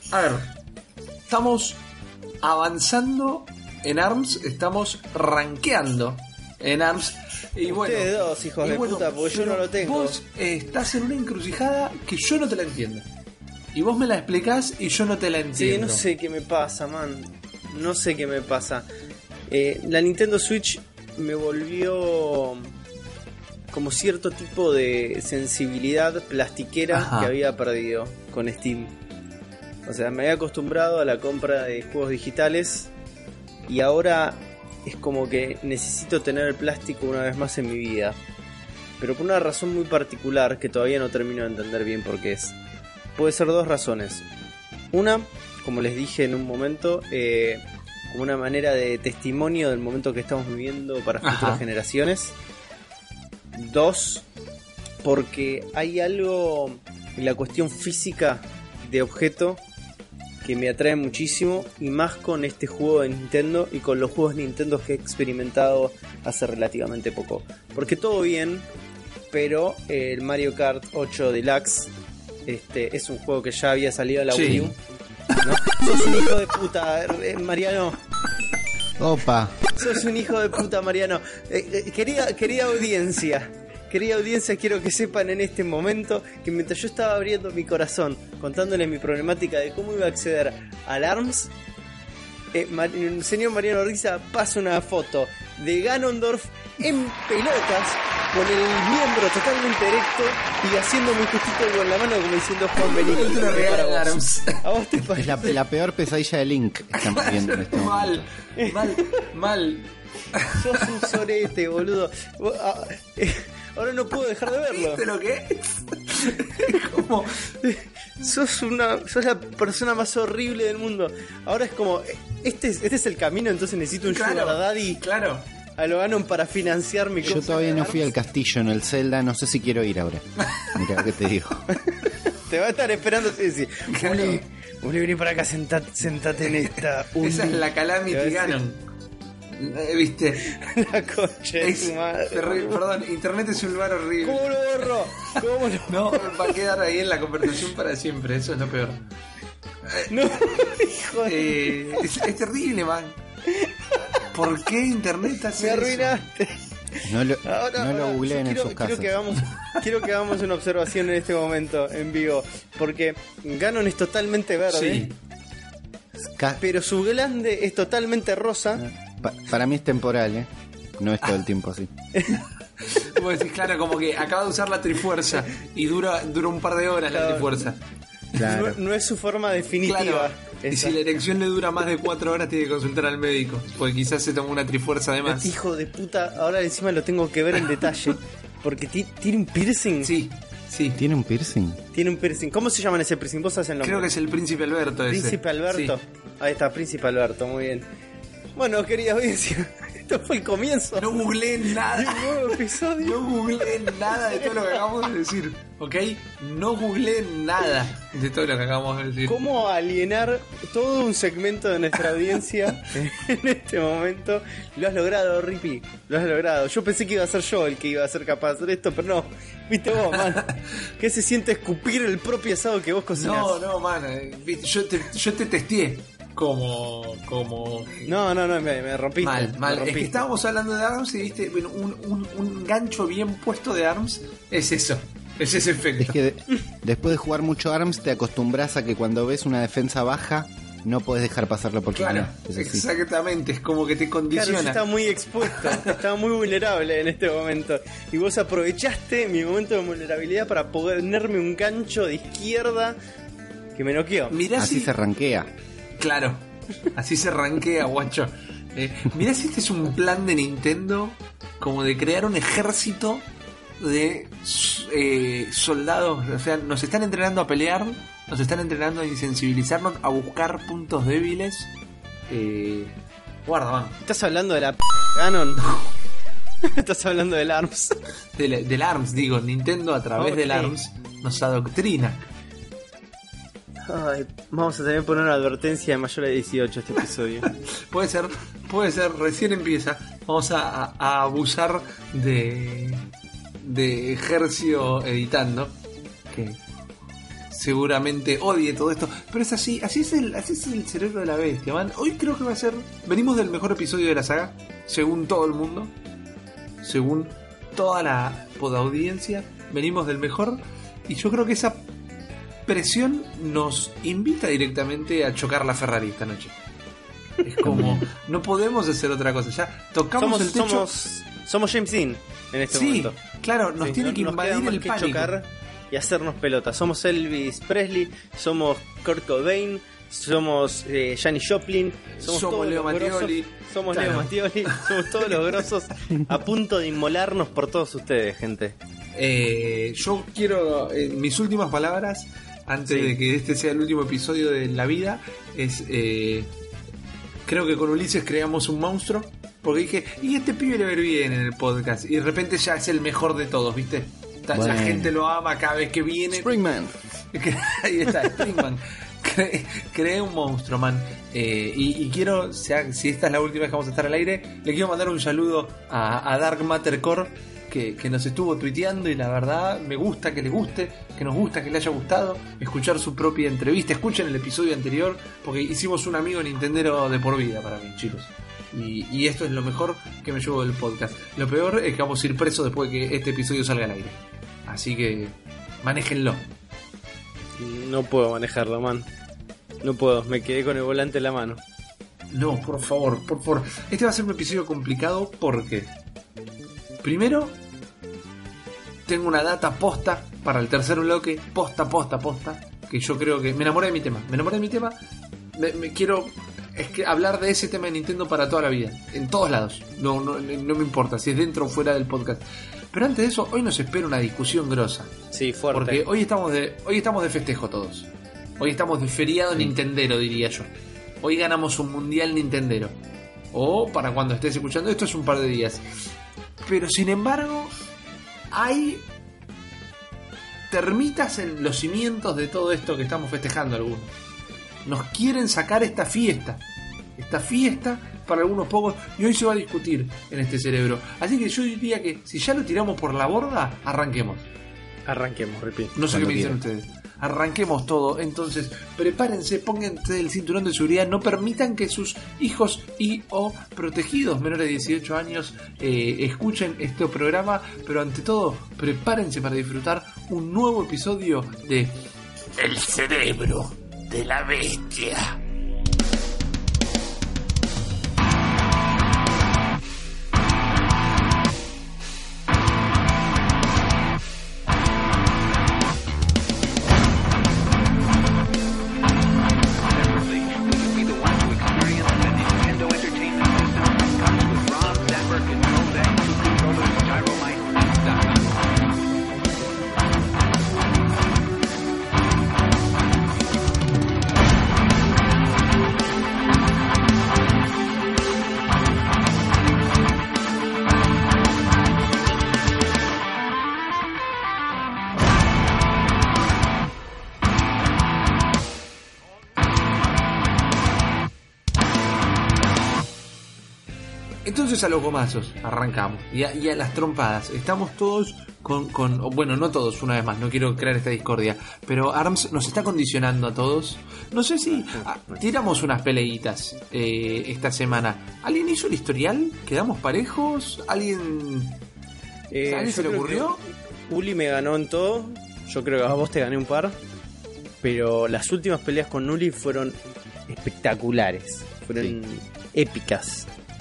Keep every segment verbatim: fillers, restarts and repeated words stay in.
A ver, estamos avanzando en ARMS, estamos rankeando en ARMS. Y bueno, ustedes dos, hijos de bueno, puta, porque yo no lo tengo. Vos eh, estás en una encrucijada que yo no te la entiendo. Y vos me la explicás y yo no te la entiendo. Sí, no sé qué me pasa, man. No sé qué me pasa. Eh, la Nintendo Switch me volvió como cierto tipo de sensibilidad plastiquera. Ajá. Que había perdido con Steam. O sea, me había acostumbrado a la compra de juegos digitales y ahora es como que necesito tener el plástico una vez más en mi vida. Pero por una razón muy particular que todavía no termino de entender bien por qué es. Puede ser dos razones. Una, como les dije en un momento, eh, como una manera de testimonio del momento que estamos viviendo para futuras Ajá. generaciones. Dos, porque hay algo en la cuestión física de objeto que me atrae muchísimo, y más con este juego de Nintendo y con los juegos Nintendo que he experimentado hace relativamente poco. Porque todo bien, pero el Mario Kart ocho Deluxe este, es un juego que ya había salido a la sí. Wii U, ¿no? Sos un hijo de puta, eh, Mariano. Opa. Sos un hijo de puta, Mariano. Eh, eh, querida, querida audiencia. Querida audiencia, quiero que sepan en este momento que mientras yo estaba abriendo mi corazón, contándoles mi problemática de cómo iba a acceder al ARMS, eh, Mar- el señor Mariano Riza pasa una foto de Ganondorf en pelotas, con el miembro totalmente erecto y haciendo muy justito con la mano como diciendo Juan Benito. Es una real ARMS. ¿A vos te parece? Es la, la peor pesadilla de Link que estamos viendo en este momento. Mal, mal, mal. Sos un sorete, boludo. Ahora no puedo dejar de verlo. ¿Viste lo que es? Como... Sos una, sos la persona más horrible del mundo. Ahora es como, este es, este es el camino, entonces necesito un claro, sugar daddy. Claro. A lo Ganon para financiar mi cosa. Yo todavía no fui al castillo en el Zelda, no sé si quiero ir ahora. Mira lo que te digo. Te va a estar esperando y decir, Uli, Uli, vení para acá, sentate, sentate en esta. Esa es la Calamity Ganon. ¿Viste? La concha de tu madre. Terrible. Perdón, internet es un lugar horrible. ¿Cómo lo borro? ¿Cómo lo... No, va a quedar ahí en la conversación para siempre, eso es lo peor. No, hijo de... eh, es, es terrible, man. ¿Por qué internet hace Me eso? arruinaste. No lo, ahora, no lo googleen en quiero, sus casas. Quiero que, hagamos, quiero que hagamos una observación en este momento, en vivo. Porque Ganon es totalmente verde. Sí. Pero su glande es totalmente rosa. Pa- para mí es temporal, ¿eh? No es todo el tiempo así. Vos decís, claro, como que acaba de usar la trifuerza y dura, dura un par de horas claro. la trifuerza. Claro. No, no es su forma definitiva. Claro. Esa. Y si la erección le dura más de cuatro horas, tiene que consultar al médico. Porque quizás se tomó una trifuerza de más. Hijo de puta, ahora encima lo tengo que ver en detalle. Porque t- tiene un piercing. Sí, sí. ¿Tiene un piercing? Tiene un piercing. ¿Cómo se llaman ese piercing? ¿Vos haces el nombre? Creo que es el Príncipe Alberto ese. Príncipe Alberto. Sí. Ahí está, Príncipe Alberto, muy bien. Bueno, querida audiencia, esto fue el comienzo. No googleé nada. De un nuevo episodio. No googleé nada de todo lo que acabamos de decir. ¿Ok? No googleé nada de todo lo que acabamos de decir. ¿Cómo alienar todo un segmento de nuestra audiencia en este momento? Lo has logrado, Rippy. Lo has logrado. Yo pensé que iba a ser yo el que iba a ser capaz de hacer esto, pero no. Viste vos, man. ¿Qué se siente escupir el propio asado que vos cocinás? No, no, man. Yo te, yo te testé. Como, como... No, no, no, me, me rompiste. Mal, mal. Me rompiste. Es que estábamos hablando de ARMS y viste, bueno, un, un, un gancho bien puesto de ARMS es eso. Es ese efecto. Es que de, después de jugar mucho ARMS te acostumbras a que cuando ves una defensa baja no podés dejar pasarlo por claro, es exactamente, es como que te condiciona. Claro, yo estaba muy expuesto, estaba muy vulnerable en este momento. Y vos aprovechaste mi momento de vulnerabilidad para ponerme un gancho de izquierda que me noqueó. Mirá Así si... se rankea. Claro, así se rankea, guacho. Eh, mirá si este es un plan de Nintendo como de crear un ejército de eh, soldados. O sea, nos están entrenando a pelear, nos están entrenando a insensibilizarnos, a buscar puntos débiles. Eh, guarda, man. ¿Estás hablando de la p*** Ganon? ¿Estás hablando del ARMS? Del, del ARMS, digo. Nintendo a través okay. del ARMS nos adoctrina. Ay, vamos a tener que poner una advertencia de mayor de dieciocho este episodio. Puede ser, puede ser, recién empieza. Vamos a, a, a abusar de de Hercio editando. Que seguramente odie todo esto, pero es así, así es el, así es el cerebro de la bestia, man. Hoy creo que va a ser, venimos del mejor episodio de la saga, según todo el mundo, según toda la podaudiencia, venimos del mejor, y yo creo que esa presión nos invita directamente a chocar la Ferrari esta noche. Es como, no podemos hacer otra cosa, ya tocamos somos, el techo. Somos, somos James Dean en este sí, momento. Claro, nos sí, tiene no, que nos invadir queda más el que pánico. chocar y hacernos pelota. Somos Elvis Presley, somos Kurt Cobain, somos eh, Janis Joplin, somos, Somos todos Leo los Mattioli. grosos, somos Claro. Leo Mattioli, somos todos los grosos a punto de inmolarnos por todos ustedes, gente. Eh, yo quiero, eh, mis últimas palabras, antes Sí. de que este sea el último episodio de la vida, es... Eh, creo que con Ulises creamos un monstruo. Porque dije, y este pibe le va a ir bien en el podcast. Y de repente ya es el mejor de todos, ¿viste? Ta- Bueno. La gente lo ama cada vez que viene. Springman. Ahí está, Springman. Cre- Creé un monstruo, man. Eh, y, y quiero, si, si esta es la última vez que vamos a estar al aire, le quiero mandar un saludo a, a Dark Matter Core, que, que nos estuvo tuiteando. Y la verdad, me gusta que le guste, que nos gusta que le haya gustado escuchar su propia entrevista. Escuchen el episodio anterior, porque hicimos un amigo nintendero de por vida para mí, chicos. Y, y esto es lo mejor que me llevo del podcast. Lo peor es que vamos a ir presos después de que este episodio salga al aire. Así que manéjenlo. No puedo manejarlo, man. No puedo, me quedé con el volante en la mano. No, por favor, por favor. Este va a ser un episodio complicado porque... Primero, tengo una data posta para el tercer bloque. Posta, posta, posta. Que yo creo que... Me enamoré de mi tema. Me enamoré de mi tema. Me, me quiero... Es que hablar de ese tema de Nintendo para toda la vida. En todos lados. No, no, no me importa si es dentro o fuera del podcast. Pero antes de eso, hoy nos espera una discusión grosa. Sí, fuerte. Porque hoy estamos de, hoy estamos de festejo todos. Hoy estamos de feriado Sí. nintendero, diría yo. Hoy ganamos un mundial nintendero. O para cuando estés escuchando esto es un par de días. Pero sin embargo, hay termitas en los cimientos de todo esto que estamos festejando algunos. Nos quieren sacar esta fiesta. Esta fiesta para algunos pocos. Y hoy se va a discutir en este cerebro. Así que yo diría que si ya lo tiramos por la borda, arranquemos. Arranquemos, Ripi. No sé qué Cuando me dicen quieran. ustedes. Arranquemos todo. Entonces, prepárense, pónganse el cinturón de seguridad. No permitan que sus hijos y o protegidos menores de dieciocho años eh, escuchen este programa. Pero ante todo, prepárense para disfrutar un nuevo episodio de El cerebro de la bestia. Entonces a los gomazos, arrancamos. Y a, y a las trompadas. Estamos todos con, con... Bueno, no todos, una vez más. No quiero crear esta discordia. Pero ARMS nos está condicionando a todos. No sé si ah, tiramos unas peleitas eh, esta semana. ¿Alguien hizo el historial? ¿Quedamos parejos? ¿Alguien... Eh, ¿A alguien yo se le creo ocurrió? que Uli me ganó en todo. Yo creo que a vos te gané un par. Pero las últimas peleas con Uli fueron espectaculares. Fueron Sí. épicas.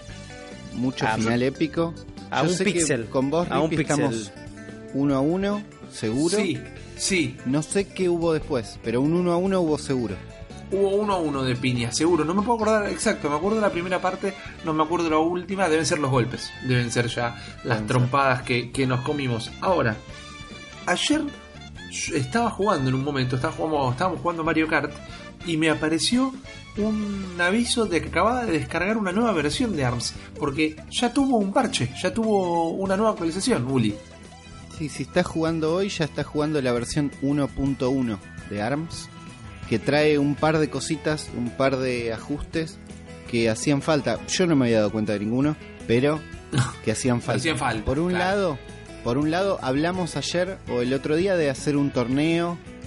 Mucho A- final épico. a Yo un sé que píxel. con vos, A un Rippy, píxel. estamos uno a uno, seguro. Sí, sí. No sé qué hubo después, pero un uno a uno hubo seguro. Hubo uno a uno de piña, seguro. No me puedo acordar exacto. Me acuerdo de la primera parte, no me acuerdo de la última. Deben ser los golpes. Deben ser ya las Deben ser. trompadas que, que nos comimos. Ahora, ayer yo estaba jugando en un momento. Estaba jugando, estábamos jugando Mario Kart. Y me apareció un aviso de que acababa de descargar una nueva versión de ARMS. Porque ya tuvo un parche. Ya tuvo una nueva actualización, Uli. Sí, si estás jugando hoy, ya estás jugando la versión uno punto uno de ARMS, que trae un par de cositas, un par de ajustes que hacían falta. Yo no me había dado cuenta de ninguno, pero que hacían falta. Hacían falta, Por un claro. lado, por un lado hablamos ayer o el otro día de hacer un torneo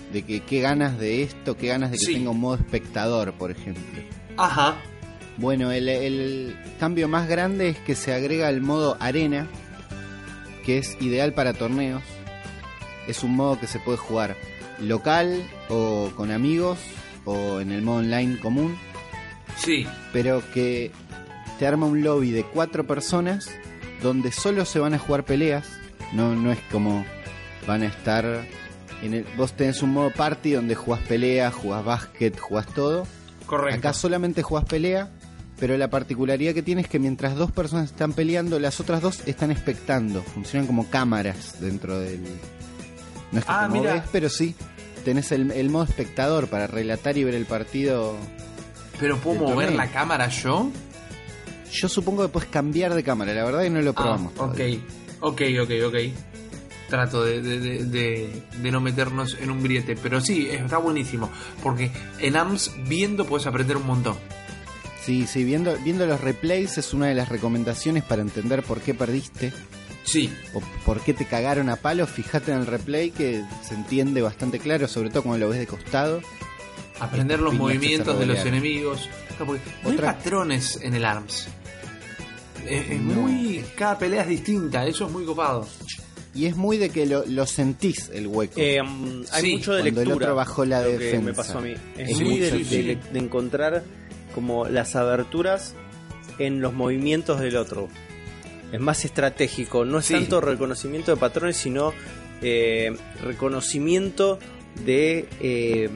de que qué ganas de esto, qué ganas de que Sí. tenga un modo espectador, por ejemplo. Ajá. Bueno, el, el cambio más grande es que se agrega el modo arena, que es ideal para torneos. Es un modo que se puede jugar local o con amigos o en el modo online común, Sí. pero que te arma un lobby de cuatro personas donde solo se van a jugar peleas. No, no es como van a estar en el, vos tenés un modo party donde jugás pelea, jugás básquet, jugás todo. Correcto. Acá solamente jugás pelea, pero la particularidad que tiene es que mientras dos personas están peleando, las otras dos están espectando. Funcionan como cámaras dentro del... No es que Ah, te mira. movés, pero sí tenés el, el modo espectador para relatar y ver el partido. Pero ¿puedo del mover torneo. la cámara yo? Yo supongo que puedes cambiar de cámara, la verdad que no lo probamos. Ah, ok, todavía. ok, ok, ok. Trato de, de, de, de, de no meternos en un griete. Pero sí, está buenísimo. Porque en A R M S viendo puedes aprender un montón. Sí, sí, viendo, viendo los replays es una de las recomendaciones para entender por qué perdiste Sí, o por qué te cagaron a palos. Fíjate en el replay que se entiende bastante claro, sobre todo cuando lo ves de costado. aprender los Piñas que movimientos se de los revolearon. enemigos. No, porque no hay Otra- patrones en el A R M S. Es, es No. muy. Cada pelea es distinta, eso es muy copado. Y es muy de que lo, lo sentís el hueco. Eh, hay Sí, mucho de cuando el lectura. otro bajó la lo que defensa. me pasó a mí. Es Sí, muy de, sí, sí. de- de encontrar como las aberturas en los movimientos del otro. Es más estratégico. No es Sí. tanto reconocimiento de patrones, sino eh, reconocimiento de. Eh,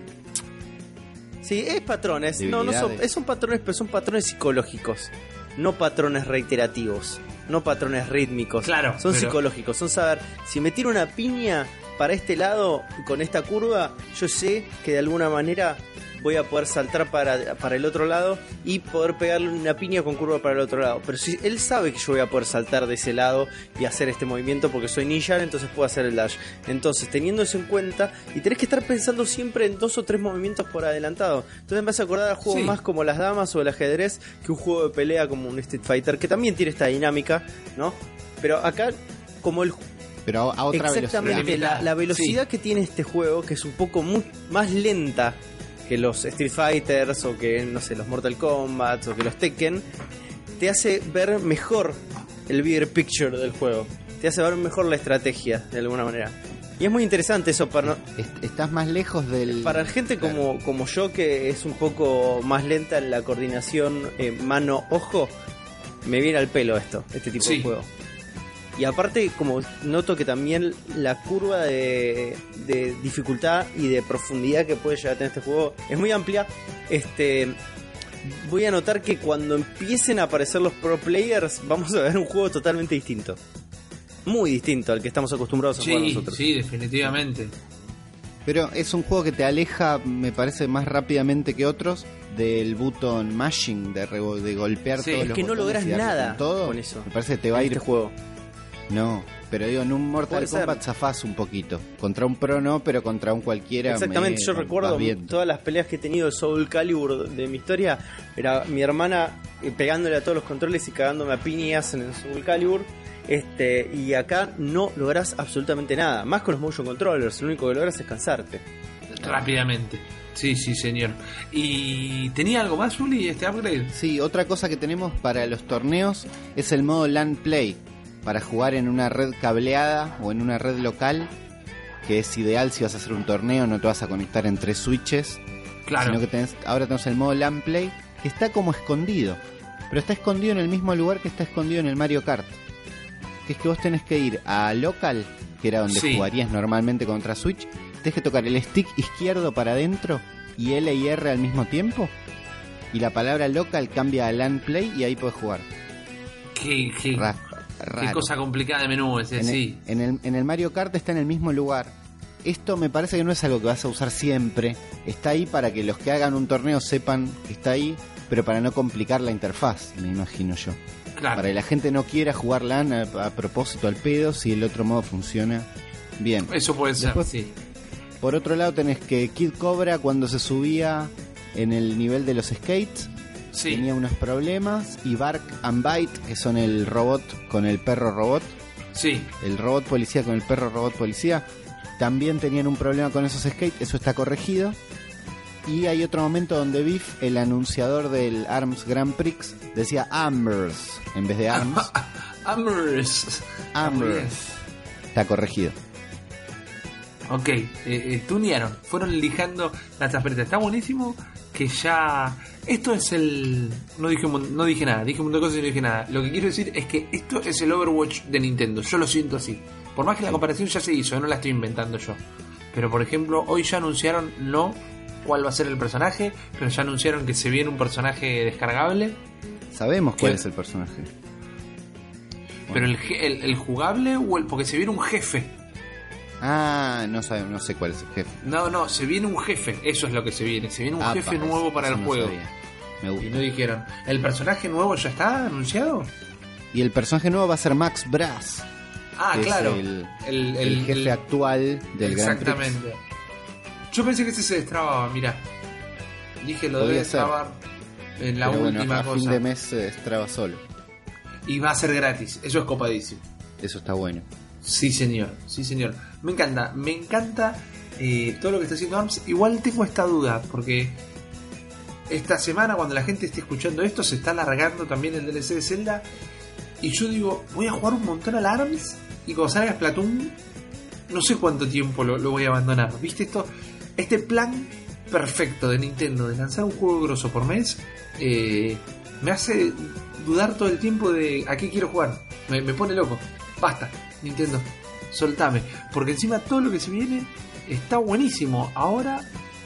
sí, es patrones. No, no son, Debilidades. son patrones, pero son patrones psicológicos. No patrones reiterativos. No patrones rítmicos. Claro, Son pero- psicológicos. Son saber, si me tiro una piña para este lado con esta curva, yo sé que de alguna manera voy a poder saltar para, para el otro lado y poder pegarle una piña con curva para el otro lado. Pero si él sabe que yo voy a poder saltar de ese lado y hacer este movimiento porque soy ninja, entonces puedo hacer el dash. Entonces, teniendo eso en cuenta, y tenés que estar pensando siempre en dos o tres movimientos por adelantado. Entonces me vas a acordar a juegos Sí. más como las damas o el ajedrez que un juego de pelea como un Street Fighter, que también tiene esta dinámica, ¿no? Pero acá, como el Pero a, a otra exactamente velocidad. la, la velocidad que tiene este juego, que es un poco mu- más lenta que los Street Fighters o que, no sé, los Mortal Kombat o que los Tekken, te hace ver mejor el bigger picture del juego, te hace ver mejor la estrategia de alguna manera. Y es muy interesante eso para, no- Est- Estás más lejos del... para gente Claro. como, como yo, que es un poco más lenta en la coordinación eh, mano-ojo. Me viene al pelo esto, este tipo Sí. de juego. Y aparte, como noto que también la curva de, de dificultad y de profundidad que puede llegar a tener este juego es muy amplia. Este, voy a notar que cuando empiecen a aparecer los pro players, vamos a ver un juego totalmente distinto. Muy distinto al que estamos acostumbrados a jugar Sí, nosotros. sí, definitivamente. Pero es un juego que te aleja, me parece, más rápidamente que otros del button mashing, de, rego- de golpear Sí, todos es los que no botones logras y darle nada con todo. con eso. Me parece que te va a En ir... este juego. No, pero digo, en un Mortal Puede ser. Kombat zafás un poquito. Contra un pro no, pero contra un cualquiera... Exactamente, me- yo vas recuerdo viendo. todas las peleas que he tenido de Soul Calibur de mi historia. Era mi hermana eh, pegándole a todos los controles y cagándome a piñas en el Soul Calibur. Este, y acá no lográs absolutamente nada. Más con los motion controllers, lo único que logras es cansarte. Rápidamente. Sí, sí, señor. ¿Y tenía algo más, Uli, este upgrade? Sí, otra cosa que tenemos para los torneos es el modo LAN Play, para jugar en una red cableada o en una red local, que es ideal si vas a hacer un torneo, no te vas a conectar en tres switches, Claro. sino que tenés, ahora tenemos el modo LAN Play, que está como escondido, pero está escondido en el mismo lugar que está escondido en el Mario Kart, que es que vos tenés que ir a local, que era donde Sí. jugarías normalmente contra Switch, tenés que tocar el stick izquierdo para adentro y L y R al mismo tiempo, y la palabra local cambia a LAN Play y ahí podés jugar. Qué, qué, Ra- qué raro. cosa complicada de menú ese, En sí. el, en, el, en el Mario Kart está en el mismo lugar. Esto me parece que no es algo que vas a usar siempre. Está ahí para que los que hagan un torneo sepan que está ahí, pero para no complicar la interfaz, me imagino yo. Claro. Para que la gente no quiera jugar LAN a, a propósito al pedo si el otro modo funciona bien. Eso puede ser, Después- sí. Por otro lado tenés que Kid Cobra, cuando se subía en el nivel de los skates, Sí. tenía unos problemas, y Bark and Bite, que son el robot con el perro robot, Sí. el robot policía con el perro robot policía, también tenían un problema con esos skates, eso está corregido. Y hay otro momento donde Biff, el anunciador del ARMS Grand Prix, decía Ambers en vez de ARMS. Ambers. Ambers. Está corregido. Ok, eh, eh, tunearon, fueron lijando la transparencia. Está buenísimo que ya... Esto es el... No dije, no dije nada, dije un montón de cosas y no dije nada. Lo que quiero decir es que esto es el Overwatch de Nintendo. Yo lo siento así. Por más que la comparación ya se hizo, no la estoy inventando yo. Pero por ejemplo, hoy ya anunciaron no cuál va a ser el personaje, pero ya anunciaron que se viene un personaje descargable. Sabemos cuál ¿Qué? es el personaje. Pero el, el, el jugable o el... Porque se viene un jefe. Ah, no sabe, no sé cuál es el jefe. No, no, se viene un jefe. Eso es lo que se viene. Se viene un Apa, jefe nuevo para eso el no juego. sabía. Me gusta. Y no dijeron, ¿el personaje nuevo ya está anunciado? Y el personaje nuevo va a ser Max Brass. Ah, que claro. Es el, el, el, el jefe el- actual del Grand Prix. Exactamente. Yo pensé que ese se destrababa, mira. Dije, lo Podría debe ser. destrabar en la Pero bueno, última a fin cosa. de mes se destraba solo. Y va a ser gratis. Eso es copadísimo. Eso está bueno. Sí, señor. Sí, señor. Me encanta. Me encanta eh, todo lo que está haciendo ARMS. Igual tengo esta duda, porque esta semana, cuando la gente esté escuchando esto, se está alargando también el D L C de Zelda. Y yo digo, voy a jugar un montón al ARMS. Y cuando salga Splatoon, no sé cuánto tiempo lo, lo voy a abandonar. ¿Viste esto? Este plan perfecto de Nintendo de lanzar un juego grosso por mes eh, me hace dudar todo el tiempo de a qué quiero jugar. Me, me pone loco. Basta, Nintendo, soltame. Porque encima todo lo que se viene está buenísimo. Ahora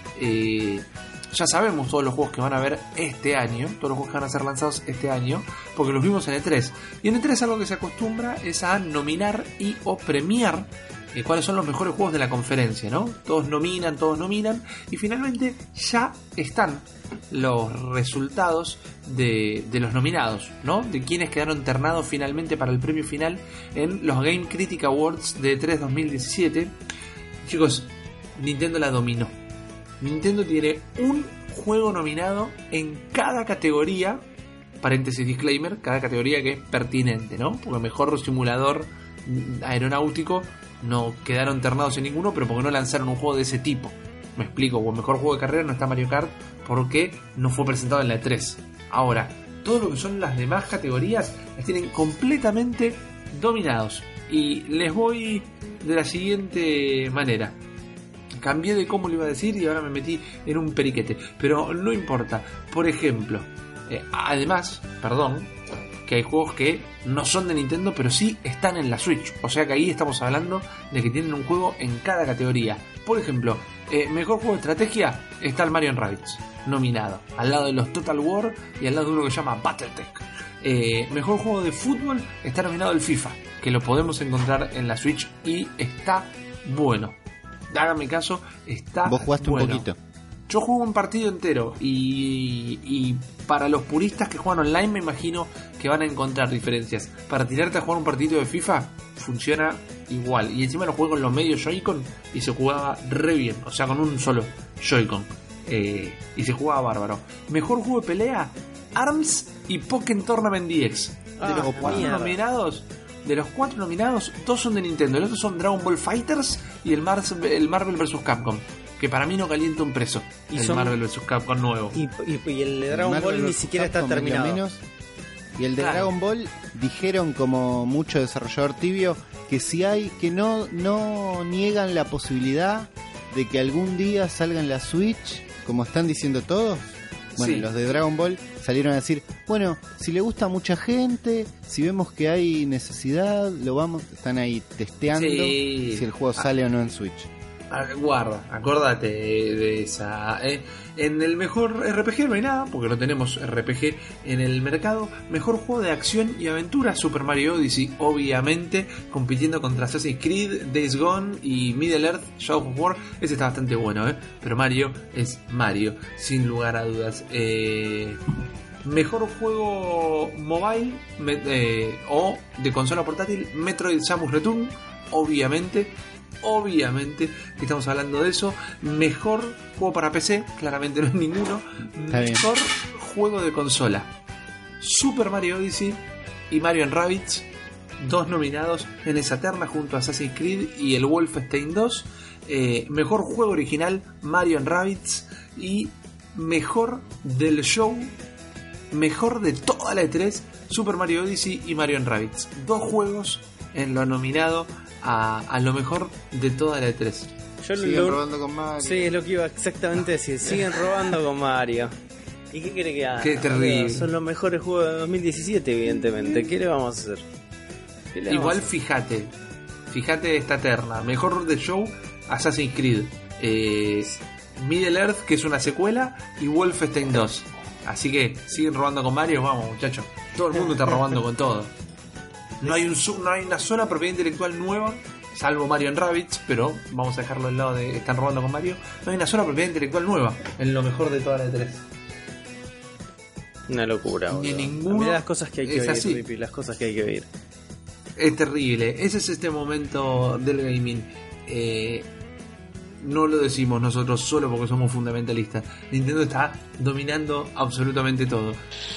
eh, ya sabemos todos los juegos que van a ver este año, todos los juegos que van a ser lanzados este año, porque los vimos en E tres. Y en E tres algo que se acostumbra es a nominar y o premiar eh, cuáles son los mejores juegos de la conferencia, ¿no? Todos nominan, todos nominan, y finalmente ya están los resultados de, de los nominados, ¿no? De quienes quedaron ternados finalmente para el premio final en los Game Critic Awards de E tres dos mil diecisiete. Chicos, Nintendo la dominó. Nintendo tiene un juego nominado en cada categoría, paréntesis disclaimer, cada categoría que es pertinente, ¿no? Porque mejor simulador aeronáutico no quedaron ternados en ninguno, pero porque no lanzaron un juego de ese tipo. Me explico, o mejor juego de carrera no está Mario Kart porque no fue presentado en la E tres. Ahora, todo lo que son las demás categorías las tienen completamente dominados. Y les voy de la siguiente manera. Cambié de cómo lo iba a decir y ahora me metí en un periquete. Pero no importa. Por ejemplo, eh, además, perdón, que hay juegos que no son de Nintendo, pero sí están en la Switch. O sea que ahí estamos hablando de que tienen un juego en cada categoría. Por ejemplo, eh, mejor juego de estrategia está el Mario and Rabbids, nominado. Al lado de los Total War y al lado de uno que se llama Battletech. Eh, mejor juego de fútbol está nominado el FIFA, que lo podemos encontrar en la Switch y está bueno. Hágame caso, está Vos jugaste bueno. un poquito. Yo juego un partido entero y, y para los puristas que juegan online me imagino que van a encontrar diferencias. Para tirarte a jugar un partido de FIFA funciona igual. Y encima lo juego con los medios Joy-Con y se jugaba re bien. O sea, con un solo Joy-Con. Eh, y se jugaba bárbaro. Mejor juego de pelea, ARMS y Pokémon Tournament D X. De Ah, los cuatro mierda. nominados... De los cuatro nominados, dos son de Nintendo. El otro son Dragon Ball Fighters y el, Mar- el Marvel versus. Capcom. Que para mí no calienta un preso. Y el son- Marvel versus. Capcom nuevo. Y, y- y el de Dragon Marvel Ball ni versus. siquiera está Capcom, medio terminado. menos. Y el de Claro. Dragon Ball dijeron, como mucho desarrollador tibio, que si hay, que no, no niegan la posibilidad de que algún día salga en la Switch, como están diciendo todos. Bueno, Sí. los de Dragon Ball salieron a decir, bueno, si le gusta a mucha gente, si vemos que hay necesidad, lo vamos, están ahí testeando Sí. si el juego sale o no en Switch. Ah, guarda, acordate de esa. eh. En el mejor R P G no hay nada, porque no tenemos R P G en el mercado. Mejor juego de acción y aventura, Super Mario Odyssey, obviamente, compitiendo contra Assassin's Creed, Days Gone y Middle Earth, Shadow of War. Ese está bastante bueno, ¿eh? Pero Mario es Mario, sin lugar a dudas. Eh... Mejor juego mobile me- eh, o de consola portátil, Metroid Samus Return, obviamente. Obviamente que estamos hablando de eso. Mejor juego para P C, claramente no es ninguno. Está bien. Mejor juego de consola, Super Mario Odyssey y Mario and Rabbids. dos nominados en esa terna junto a Assassin's Creed y el Wolfenstein dos. Eh, mejor juego original, Mario and Rabbids. Y mejor del show, mejor de toda la E tres, Super Mario Odyssey y Mario and Rabbids. Dos juegos en lo nominado a, a lo mejor de toda la E tres. Yo Siguen lo... robando con Mario. Sí, es lo que iba exactamente a decir. Siguen robando con Mario. ¿Y qué quiere que haga? Qué terrible. Son los mejores juegos de dos mil diecisiete, evidentemente. ¿Qué le vamos a hacer? ¿Qué le vamos Igual a hacer? fíjate, fíjate esta terna. Mejor de show, Assassin's Creed. Eh, Middle Earth, que es una secuela, y Wolfenstein dos. Así que siguen robando con Mario, vamos muchachos. Todo el mundo está robando con todo. No hay, un, no hay una sola propiedad intelectual nueva, salvo Mario and Rabbids, pero vamos a dejarlo al lado de están robando con Mario. No hay una sola propiedad intelectual nueva en lo mejor de toda la E tres. Una locura, boludo. Ni ninguno. Mirá las cosas que hay que es ver, así. Rippy, las cosas que hay que ver. Es terrible. Ese es este momento del gaming. Eh, no lo decimos nosotros solo porque somos fundamentalistas. Nintendo está dominando absolutamente todo.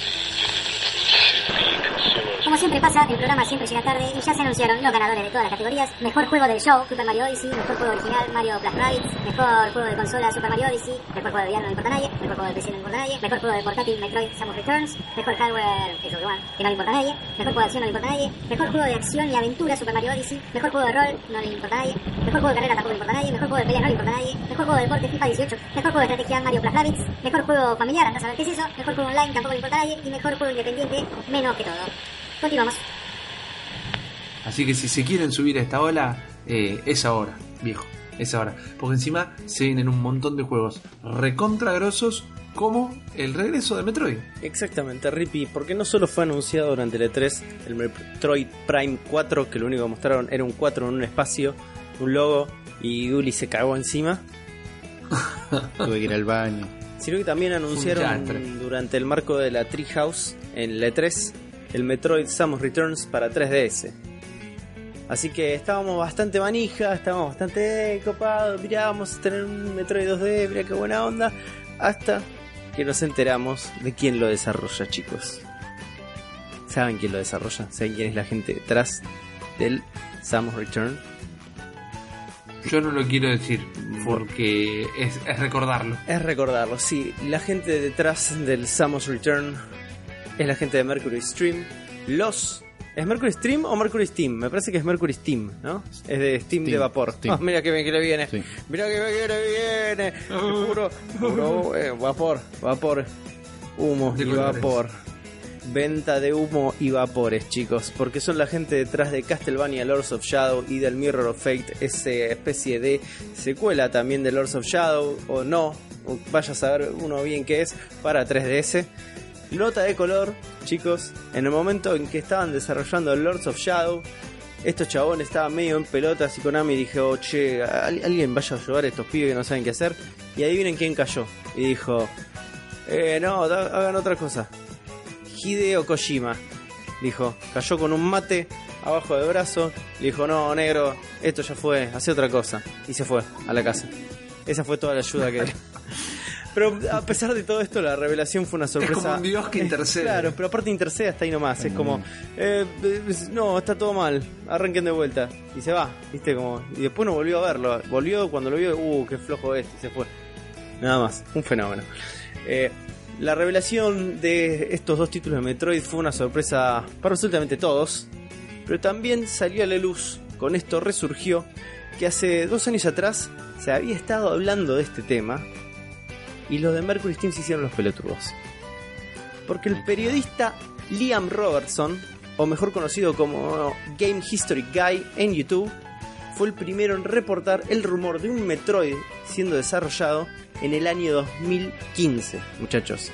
Como siempre pasa, el programa siempre llega tarde y ya se anunciaron los ganadores de todas las categorías. Mejor juego del show, Super Mario Odyssey. Mejor juego original, Mario plus Rabbids. Mejor juego de consola, Super Mario Odyssey. Mejor juego de V R, no le importa a nadie. Mejor juego de P C, no le importa a nadie. Mejor juego de portátil, Metroid Samus Returns. Mejor hardware, eso que, bueno, que no le importa a nadie. Mejor juego de acción, no le importa a nadie. Mejor juego de acción y aventura, Super Mario Odyssey. Mejor juego de rol, no le importa a nadie. Mejor juego de carrera, tampoco le importa a nadie. Mejor juego de pelea, no le importa a nadie. Mejor juego de deporte, FIFA dieciocho. Mejor juego de estrategia, Mario plus Rabbids. Mejor juego familiar, andás a ver qué es eso. Mejor juego online, tampoco le importa a nadie. Y mejor juego independiente, menos que todo. Continuamos. Así que si se quieren subir a esta ola, eh, es ahora, viejo, es ahora. Porque encima se vienen un montón de juegos recontra grosos, como el regreso de Metroid. Exactamente, Rippy, porque no solo fue anunciado durante el E tres el Metroid Prime cuatro, que lo único que mostraron era un cuatro en un espacio, un logo, y Duli se cagó encima. Tuve que ir al baño. Sino que también anunciaron chastre. durante el marco de la Treehouse en el E tres el Metroid Samus Returns para tres D S. Así que estábamos bastante manija, estábamos bastante eh, copados, mirá, vamos a tener un Metroid dos D, mirá qué buena onda, hasta que nos enteramos de quién lo desarrolla, chicos. ¿Saben quién lo desarrolla? ¿Saben quién es la gente detrás del Samus Return? Yo no lo quiero decir, porque es, es recordarlo. Es recordarlo, sí, la gente detrás del Samus Return es la gente de Mercury Stream, los... ¿Es Mercury Stream o Mercury Steam? Me parece que es Mercury Steam, ¿no? Es de Steam, Steam, de vapor. Steam. Oh, mira que bien que le viene. Sí. Mira que bien que le viene. Puro, puro eh, vapor, vapor, humo De y colores. vapor. Venta de humo y vapores, chicos. Porque son la gente detrás de Castlevania Lords of Shadow y del Mirror of Fate, esa especie de secuela también de Lords of Shadow, o no, o vaya a saber uno bien qué es, para tres D S. Nota de color, chicos, en el momento en que estaban desarrollando Lords of Shadow, estos chabones estaban medio en pelotas y Konami dijo, che, al- alguien vaya a ayudar a estos pibes que no saben qué hacer. Y adivinen quién cayó. Y dijo, eh, no, da- hagan otra cosa. Hideo Kojima, dijo, cayó con un mate abajo del brazo, le dijo, no, negro, esto ya fue, hace otra cosa. Y se fue a la casa. Esa fue toda la ayuda que... Pero a pesar de todo esto, la revelación fue una sorpresa. Es como un dios que intercede. Claro, pero aparte intercede hasta ahí nomás. Es como, eh, no, está todo mal, arranquen de vuelta. Y se va, ¿viste? Como, y después no volvió a verlo. Volvió cuando lo vio, uh, qué flojo este, y se fue. Nada más, un fenómeno. Eh, la revelación de estos dos títulos de Metroid fue una sorpresa para absolutamente todos. Pero también salió a la luz, con esto resurgió, que hace dos años atrás se había estado hablando de este tema. Y los de Mercury Steam se hicieron los pelotudos. Porque el periodista Liam Robertson, o mejor conocido como Game History Guy en YouTube, fue el primero en reportar el rumor de un Metroid siendo desarrollado en el año dos mil quince, muchachos.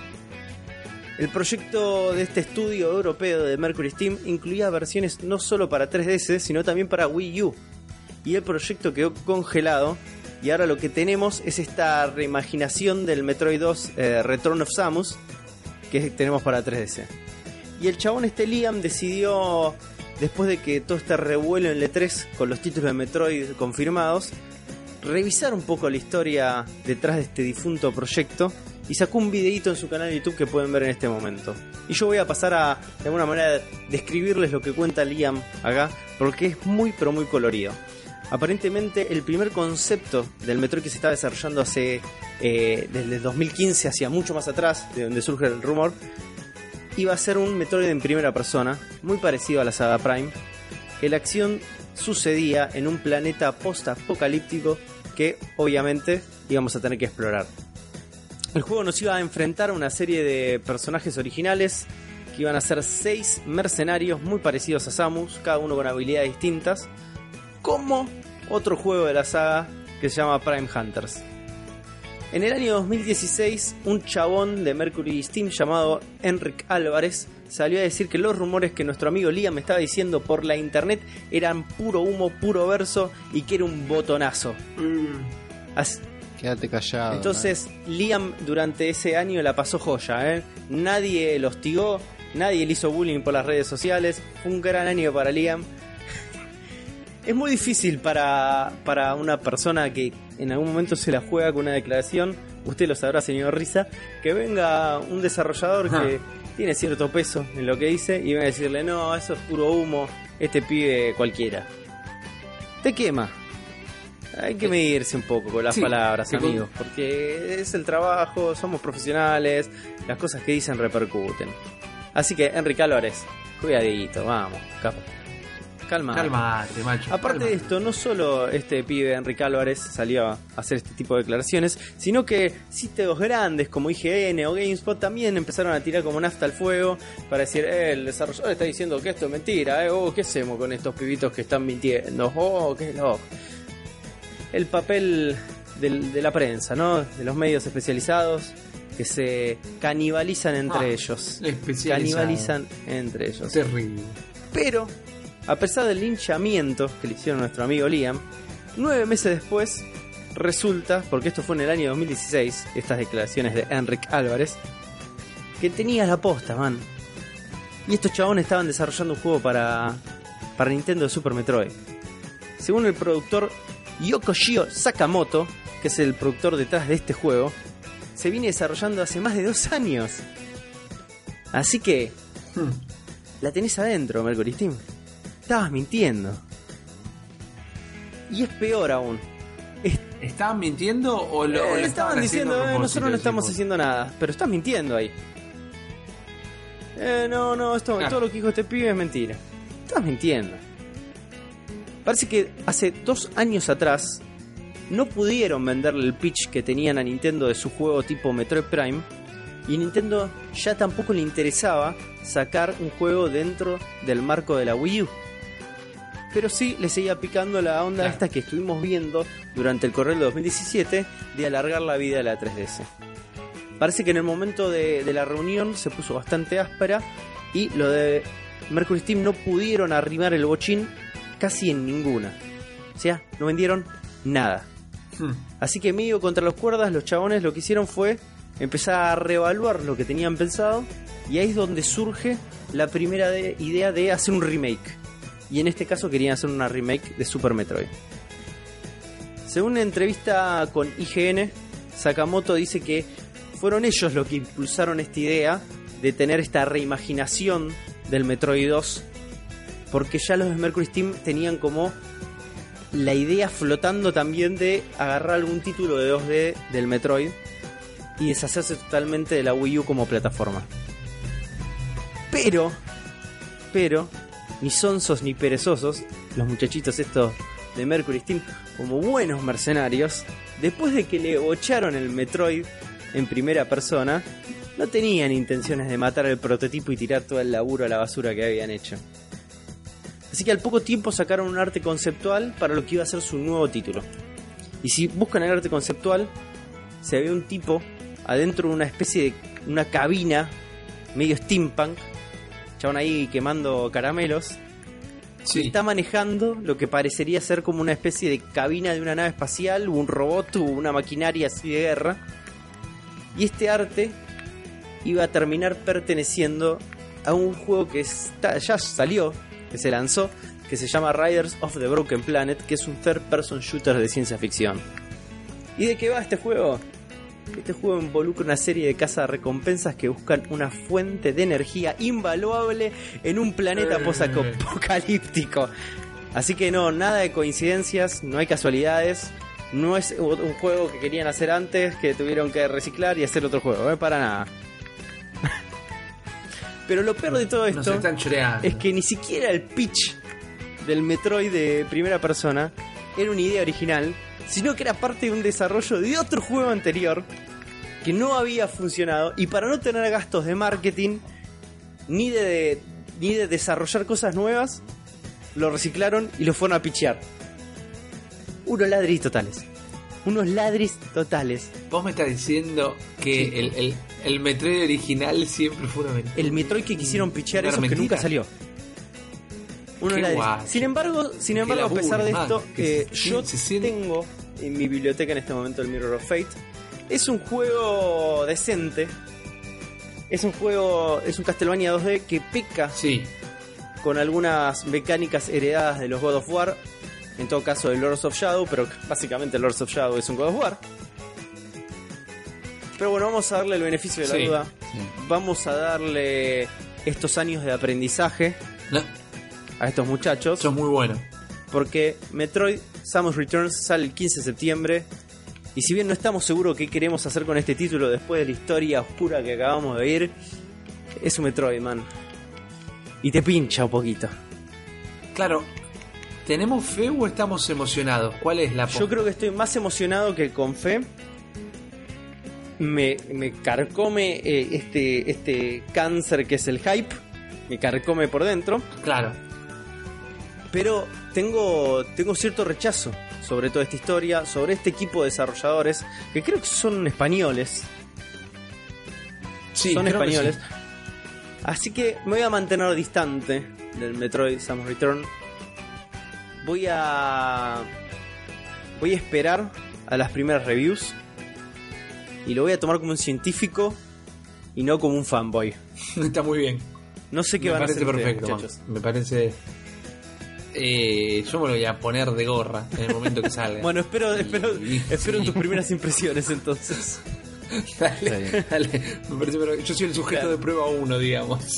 El proyecto de este estudio europeo de Mercury Steam incluía versiones no solo para tres D S, sino también para Wii U. Y el proyecto quedó congelado. Y ahora lo que tenemos es esta reimaginación del Metroid dos eh, Return of Samus que tenemos para tres D S. Y el chabón este Liam decidió, después de que todo este revuelo en el E tres con los títulos de Metroid confirmados, revisar un poco la historia detrás de este difunto proyecto y sacó un videíto en su canal de YouTube que pueden ver en este momento. Y yo voy a pasar a, de alguna manera, describirles lo que cuenta Liam acá, porque es muy pero muy colorido. Aparentemente el primer concepto del Metroid que se estaba desarrollando hace eh, desde el dos mil quince hacia mucho más atrás, de donde surge el rumor, iba a ser un Metroid en primera persona, muy parecido a la saga Prime, que la acción sucedía en un planeta post-apocalíptico que obviamente íbamos a tener que explorar. El juego nos iba a enfrentar a una serie de personajes originales que iban a ser seis mercenarios muy parecidos a Samus, cada uno con habilidades distintas, como otro juego de la saga que se llama Prime Hunters. En el año dos mil dieciséis, un chabón de Mercury Steam llamado Enric Álvarez salió a decir que los rumores que nuestro amigo Liam me estaba diciendo por la internet eran puro humo, puro verso y que era un botonazo. Mm. Así, Quédate callado. Entonces, ¿no? Liam durante ese año la pasó joya, ¿eh? Nadie lo hostigó, nadie le hizo bullying por las redes sociales. Fue un gran año para Liam. Es muy difícil para, para una persona que en algún momento se la juega con una declaración, usted lo sabrá, señor Risa, que venga un desarrollador Ajá. que tiene cierto peso en lo que dice y venga a decirle, no, eso es puro humo, este pibe cualquiera. Te quema. Hay que medirse un poco con las sí, palabras, amigos, con... porque es el trabajo, somos profesionales, las cosas que dicen repercuten. Así que, Enrique Álvarez, cuidadito, vamos, capo. Calma. Calmate, macho. Aparte calmate. de esto, no solo este pibe Enrique Álvarez salió a hacer este tipo de declaraciones, sino que sitios grandes como I G N o GameSpot también empezaron a tirar como nafta al fuego para decir, eh, el desarrollador está diciendo que esto es mentira, eh, oh, ¿qué hacemos con estos pibitos que están mintiendo? Oh, qué loco. El papel del, de la prensa, ¿no? De los medios especializados que se canibalizan entre ah, ellos. Canibalizan entre ellos. Terrible. Pero a pesar del linchamiento que le hicieron a nuestro amigo Liam, nueve meses después resulta, porque esto fue en el año dos mil dieciséis, estas declaraciones de Enric Álvarez, que tenía la posta, man. Y estos chabones estaban desarrollando un juego para, para Nintendo de Super Metroid. Según el productor Yokoshio Sakamoto, que es el productor detrás de este juego, se viene desarrollando hace más de dos años. Así que hmm. la tenés adentro, Mercury Steam. Estabas mintiendo. Y es peor aún. Es... ¿Estaban mintiendo o lo, eh, o le estaban diciendo, eh, nosotros no estamos haciendo nada, pero estás mintiendo ahí? Eh, no, no, esto, claro. Todo lo que dijo este pibe es mentira. Estás mintiendo. Parece que hace dos años atrás no pudieron venderle el pitch que tenían a Nintendo de su juego tipo Metroid Prime, y Nintendo ya tampoco le interesaba sacar un juego dentro del marco de la Wii U. Pero sí le seguía picando la onda claro. esta que estuvimos viendo durante el correo de dos mil diecisiete de alargar la vida de la tres D S. Parece que en el momento de, de la reunión se puso bastante áspera y lo de Mercury Steam no pudieron arrimar el bochín casi en ninguna. O sea, no vendieron nada. Hmm. Así que medio contra las cuerdas los chabones lo que hicieron fue empezar a reevaluar lo que tenían pensado, y ahí es donde surge la primera de, idea de hacer un remake. Y en este caso querían hacer una remake de Super Metroid. Según una entrevista con I G N, Sakamoto dice que fueron ellos los que impulsaron esta idea de tener esta reimaginación del Metroid dos, porque ya los de Mercury Steam tenían como la idea flotando también de agarrar algún título de dos D del Metroid y deshacerse totalmente de la Wii U como plataforma. Pero, pero, ni sonsos ni perezosos, los muchachitos estos de Mercury Steam, como buenos mercenarios, después de que le bocharon el Metroid en primera persona, no tenían intenciones de matar el prototipo y tirar todo el laburo a la basura que habían hecho. Así que al poco tiempo sacaron un arte conceptual para lo que iba a ser su nuevo título. Y si buscan el arte conceptual, se ve un tipo adentro de una especie de una cabina medio steampunk, chabón ahí quemando caramelos, sí. Y está manejando lo que parecería ser como una especie de cabina de una nave espacial, un robot, una maquinaria así de guerra. Y este arte iba a terminar perteneciendo a un juego que está, ya salió, que se lanzó, que se llama Riders of the Broken Planet, que es un third person shooter de ciencia ficción. ¿Y de qué va este juego? Este juego involucra una serie de cazarrecompensas que buscan una fuente de energía invaluable en un planeta posapocalíptico. Así que no, nada de coincidencias, no hay casualidades. No es un juego que querían hacer antes, que tuvieron que reciclar y hacer otro juego, ¿eh? Para nada. Pero lo peor de todo esto no se están choreando. es que ni siquiera el pitch del Metroid de primera persona era una idea original, sino que era parte de un desarrollo de otro juego anterior que no había funcionado, y para no tener gastos de marketing ni de, de, ni de desarrollar cosas nuevas, lo reciclaron y lo fueron a pitchear. Unos ladris totales. Unos ladris totales. Vos me estás diciendo que Sí. el, el, el Metroid original siempre fue una mentira. El Metroid que quisieron pitchear, Una eso que mentira. nunca salió. Unos Qué ladris. guacho. Sin embargo, sin Qué embargo, a pesar de laburo, esto, man. Que eh, se- yo se siente- tengo en mi biblioteca en este momento el Mirror of Fate. Es un juego decente. Es un juego, es un Castlevania dos D que peca Sí, con algunas mecánicas heredadas de los God of War. En todo caso de Lords of Shadow, pero básicamente Lords of Shadow es un God of War. Pero bueno, vamos a darle el beneficio de la Sí. duda. Sí. Vamos a darle estos años de aprendizaje no, a estos muchachos. eso es muy bueno. Porque Metroid Samus Returns sale el quince de septiembre. Y si bien no estamos seguros qué queremos hacer con este título después de la historia oscura que acabamos de oír, es un Metroid, man. Y te pincha un poquito. Claro, ¿tenemos fe o estamos emocionados? ¿Cuál es la Yo posta? creo que estoy más emocionado que con fe. Me, me carcome eh, este, este cáncer que es el hype. Me carcome por dentro. Claro, Pero tengo, tengo cierto rechazo sobre toda esta historia, sobre este equipo de desarrolladores, que creo que son españoles. sí, son creo que españoles. sí. Así que me voy a mantener distante del Metroid Samus Return. Voy a... Voy a esperar a las primeras reviews. Y lo voy a tomar como un científico y no como un fanboy. Está muy bien. No sé qué Me van a parece hacer ustedes, perfecto, muchachos. man. Me parece... Eh, yo me lo voy a poner de gorra en el momento que salga. Bueno, espero, espero, Y- espero sí. tus primeras impresiones entonces. Dale, Está bien. dale. Me parece perfecto. Yo soy el sujeto Claro. de prueba uno, digamos.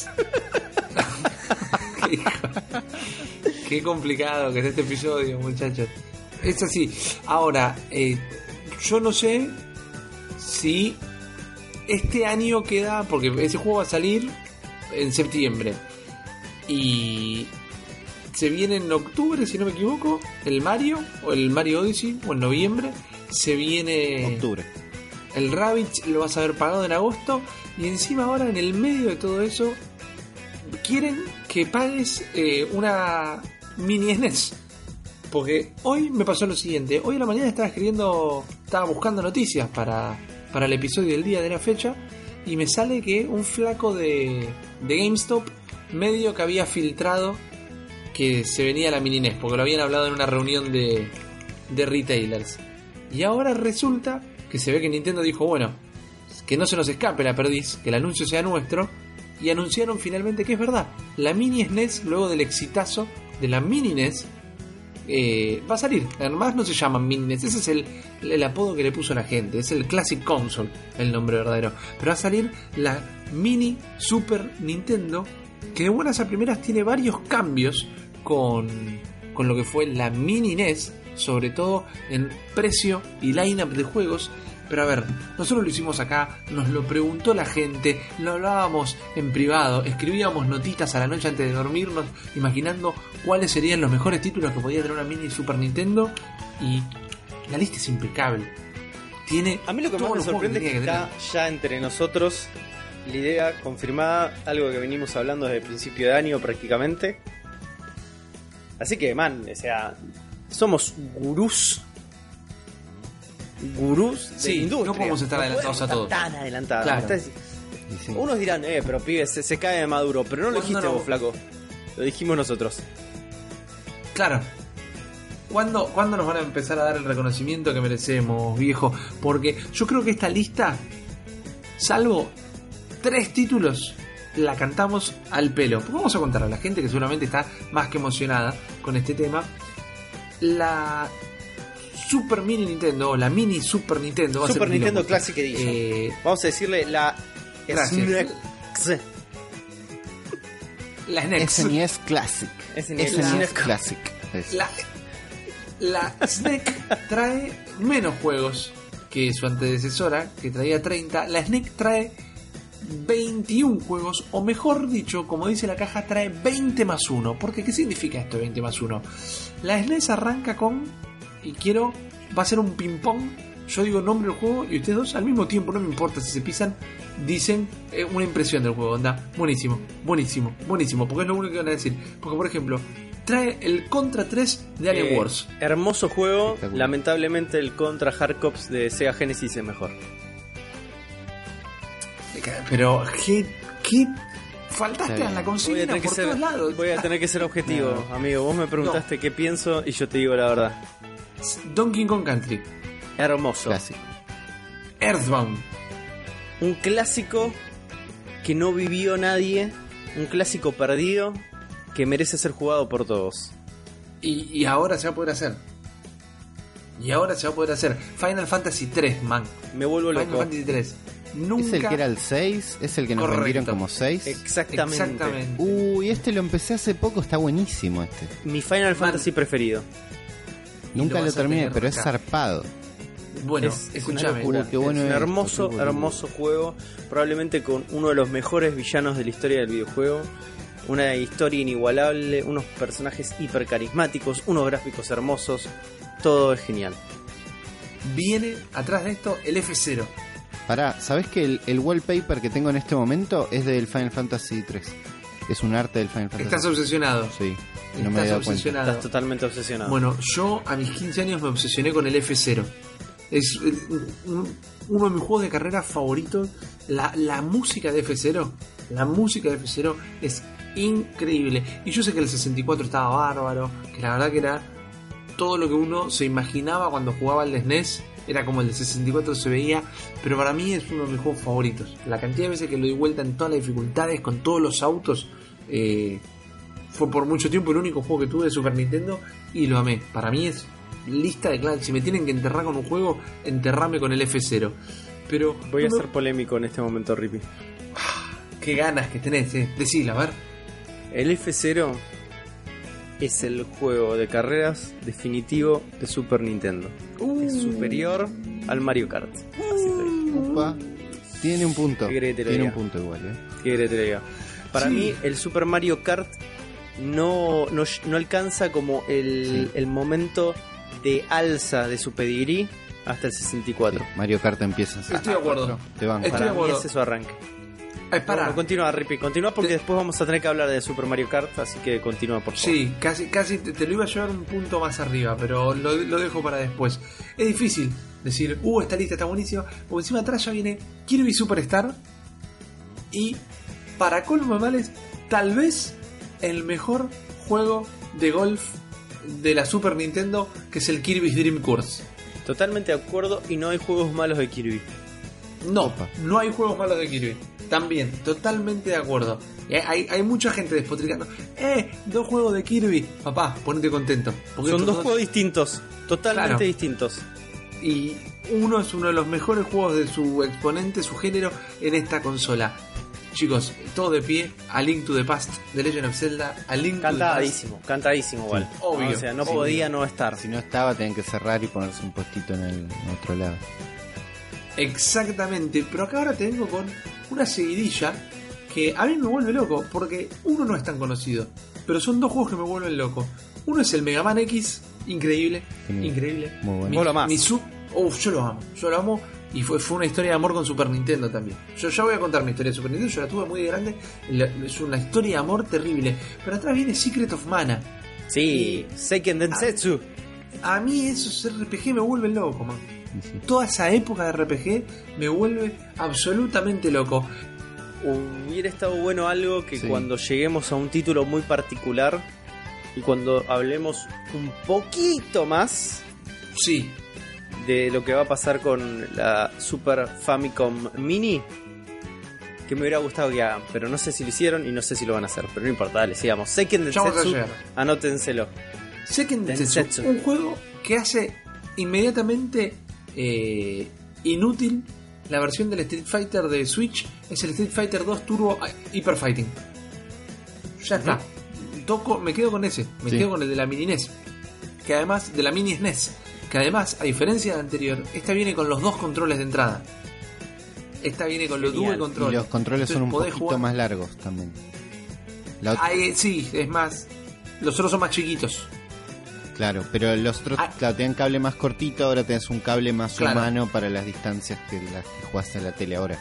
Qué hijo. Qué complicado que es este episodio, muchachos. Es así. Ahora, eh, yo no sé si este año queda, porque ese juego va a salir en septiembre. Y se viene en octubre, si no me equivoco, el Mario, o el Mario Odyssey, o en noviembre. Se viene... Octubre. El Rabbids lo vas a ver pagado en agosto. Y encima ahora, en el medio de todo eso, quieren que pagues eh, una mini S N E S. Porque hoy me pasó lo siguiente. Hoy a la mañana estaba escribiendo, estaba buscando noticias para, para el episodio del día de la fecha. Y me sale que un flaco de, de GameStop medio que había filtrado que se venía la mini N E S. Porque lo habían hablado en una reunión de, de retailers. Y ahora resulta que se ve que Nintendo dijo, bueno, que no se nos escape la perdiz, que el anuncio sea nuestro. Y anunciaron finalmente que es verdad. La mini S N E S, luego del exitazo de la mini N E S, eh, va a salir. Además no se llaman mini N E S, ese es el, el apodo que le puso la gente. Es el Classic Console, el nombre verdadero. Pero va a salir la mini Super Nintendo, que de buenas a primeras tiene varios cambios con, con lo que fue la mini N E S, sobre todo en precio y lineup de juegos. Pero a ver, nosotros lo hicimos acá, nos lo preguntó la gente, lo hablábamos en privado, escribíamos notitas a la noche antes de dormirnos, imaginando cuáles serían los mejores títulos que podía tener una mini Super Nintendo, y la lista es impecable. Tiene A mí lo que más todos me los juegos sorprende es que tenía está ya entre nosotros la idea confirmada, algo que venimos hablando desde el principio de año prácticamente. Así que, man, o sea, somos gurús. Gurús de Sí, la industria. no podemos estar adelantados podemos a todo. estar tan adelantados. Claro. Estás- Y sí. Unos dirán, eh, pero pibe, se, se cae de maduro. Pero no lo ¿Cuándo dijiste no? vos, flaco. Lo dijimos nosotros. Claro. ¿Cuándo, ¿Cuándo nos van a empezar a dar el reconocimiento que merecemos, viejo? Porque yo creo que esta lista, salvo tres títulos, la cantamos al pelo. Porque vamos a contar a la gente que seguramente está más que emocionada con este tema. La Super Mini Nintendo, o la Mini Super Nintendo. Va a ser Super un Nintendo quilombo. Classic Edition. Eh, Vamos a decirle la Gracias. S N E X. la S N E X. S N E S Classic. S N E S S N E S Classic. Es. La, la S N E C trae menos juegos que su antecesora, que traía treinta. La S N E C trae veintiún juegos, o mejor dicho, como dice la caja, trae veinte más uno. Porque, ¿qué significa esto, veinte más uno? La S N E S arranca con, y quiero, va a ser un ping-pong. Yo digo nombre del juego y ustedes dos al mismo tiempo, no me importa si se pisan, dicen eh, una impresión del juego. Anda, buenísimo, buenísimo, buenísimo, porque es lo único que van a decir. Porque, por ejemplo, trae el Contra tres de Alien Eh, Wars. Hermoso juego. Espectacular. Lamentablemente el Contra Hard Cops de Sega Genesis es mejor. Pero, ¿qué? ¿Qué? Faltaste Está a la bien. Voy a consigna tener que por ser, todos lados. voy a tener que ser objetivo, No. amigo. Vos me preguntaste qué pienso y yo te digo la verdad. Donkey Kong Country, Hermoso. Classic. Earthbound, Un clásico que no vivió nadie. Un clásico perdido que merece ser jugado por todos. y, y ahora se va a poder hacer. Y ahora se va a poder hacer. Final Fantasy tres, man. Me vuelvo Final loco. Fantasy tres. Nunca. ¿Es el que era el seis? ¿Es el que nos Correcto. vendieron como seis? Exactamente. Exactamente. Uy, este lo empecé hace poco, está buenísimo este. Mi Final Fantasy preferido. Y Nunca lo lo, vas a terminé, tener pero es acá. zarpado. Bueno, es, es una escúchame. locura. Uh, qué bueno es un esto, hermoso, qué bueno. hermoso juego. Probablemente con uno de los mejores villanos de la historia del videojuego. Una historia inigualable, unos personajes hiper carismáticos, unos gráficos hermosos. Todo es genial. Viene atrás de esto el F cero. Pará, ¿sabés que el, el wallpaper que tengo en este momento es del Final Fantasy tres? Es un arte del Final Fantasy. Estás obsesionado. Sí, y no Estás me había dado cuenta. obsesionado. Estás totalmente obsesionado. Bueno, yo a mis quince años me obsesioné con el F cero. Es eh, un- uno de mis juegos de carrera favoritos. La, la música de F cero, la música de F cero es increíble. Y yo sé que el sesenta y cuatro estaba bárbaro, que la verdad que era todo lo que uno se imaginaba cuando jugaba el de S N E S. Era como el de sesenta y cuatro se veía, pero para mí es uno de mis juegos favoritos. La cantidad de veces que lo di vuelta en todas las dificultades, con todos los autos, eh, fue por mucho tiempo el único juego que tuve de Super Nintendo y lo amé. Para mí es lista de clases. Si me tienen que enterrar con un juego, enterrame con el F cero. Pero Voy a no me- ser polémico en este momento, Rippy. qué ganas que tenés, eh. Decilo, a ver. El F cero es el juego de carreras definitivo de Super Nintendo. Es superior al Mario Kart. Así te digo. Upa, tiene un punto. ¿Qué querés que te lo Tiene diga? un punto igual, ¿eh? ¿Qué querés que te diga? Para Sí. mí, el Super Mario Kart no, no, no alcanza como el, Sí. el momento de alza de su pedigrí hasta el sesenta y cuatro. Sí, Mario Kart empieza. Estoy de acuerdo. Te banco. Estoy Para de mí acuerdo. ese es su arranque. Eh, pará. Bueno, continúa, Rippy, continúa porque Te- después vamos a tener que hablar de Super Mario Kart, así que continúa, por favor. Sí, casi, casi te, te lo iba a llevar un punto más arriba, pero lo, lo dejo para después. Es difícil decir, uh, esta lista está buenísima, porque encima atrás ya viene Kirby Superstar y, para colmo de males, tal vez el mejor juego de golf de la Super Nintendo, que es el Kirby's Dream Course. Totalmente de acuerdo y no hay juegos malos de Kirby. No, Opa. no hay juegos malos de Kirby. También, totalmente de acuerdo. Y Hay, hay mucha gente despotricando. Eh, dos juegos de Kirby. Papá, ponete contento. porque Son estos dos juegos distintos, totalmente Claro. distintos. Y uno es uno de los mejores juegos de su exponente, su género, en esta consola. Chicos, todo de pie. A Link to the Past de Legend of Zelda. A Link to the Past. Cantadísimo, cantadísimo igual. obvio. O sea, no Sí. podía no estar. Si no estaba, tenían que cerrar y ponerse un postito en el en otro lado. Exactamente. Pero acá ahora te vengo con una seguidilla que a mí me vuelve loco. Porque uno no es tan conocido. Pero son dos juegos que me vuelven loco. Uno es el Mega Man X. Increíble. Genial. Increíble. Muy bueno. Mi, Vos lo amás. mi sub- Uf, yo lo amo. Yo lo amo. Y fue, fue una historia de amor con Super Nintendo también. Yo ya voy a contar mi historia de Super Nintendo. Yo la tuve muy grande. La- Es una historia de amor terrible. Pero atrás viene Secret of Mana. Sí, Seiken Densetsu. A mí esos R P G me vuelven loco, man. Sí, sí. Toda esa época de R P G me vuelve absolutamente loco. Hubiera estado bueno algo que Sí. cuando lleguemos a un título muy particular y cuando hablemos un poquito más Sí, de lo que va a pasar con la Super Famicom Mini, que me hubiera gustado que hagan, pero no sé si lo hicieron y no sé si lo van a hacer, pero no importa, dale, sigamos. Seiken ya vamos a Densetsu, llegar. anótenselo. Second Densetsu. Densetsu, un juego que hace inmediatamente eh, inútil. La versión del Street Fighter de Switch es el Street Fighter dos Turbo Hyper Fighting. Ya está. Toco, me quedo con ese. Me Sí. quedo con el de la mini N E S. Que además, de la mini S N E S. Que además, a diferencia de la anterior, esta viene con los dos controles de entrada. Esta viene con los Genial. dual controles. Y los controles Entonces son un podés poquito jugar- más largos también. La ot- Ah, eh, sí, es más. Los otros son más chiquitos. Claro, pero los otros, Ah. claro, tenían cable más cortito, ahora tenés un cable más Claro. humano para las distancias que las que jugás en la tele ahora.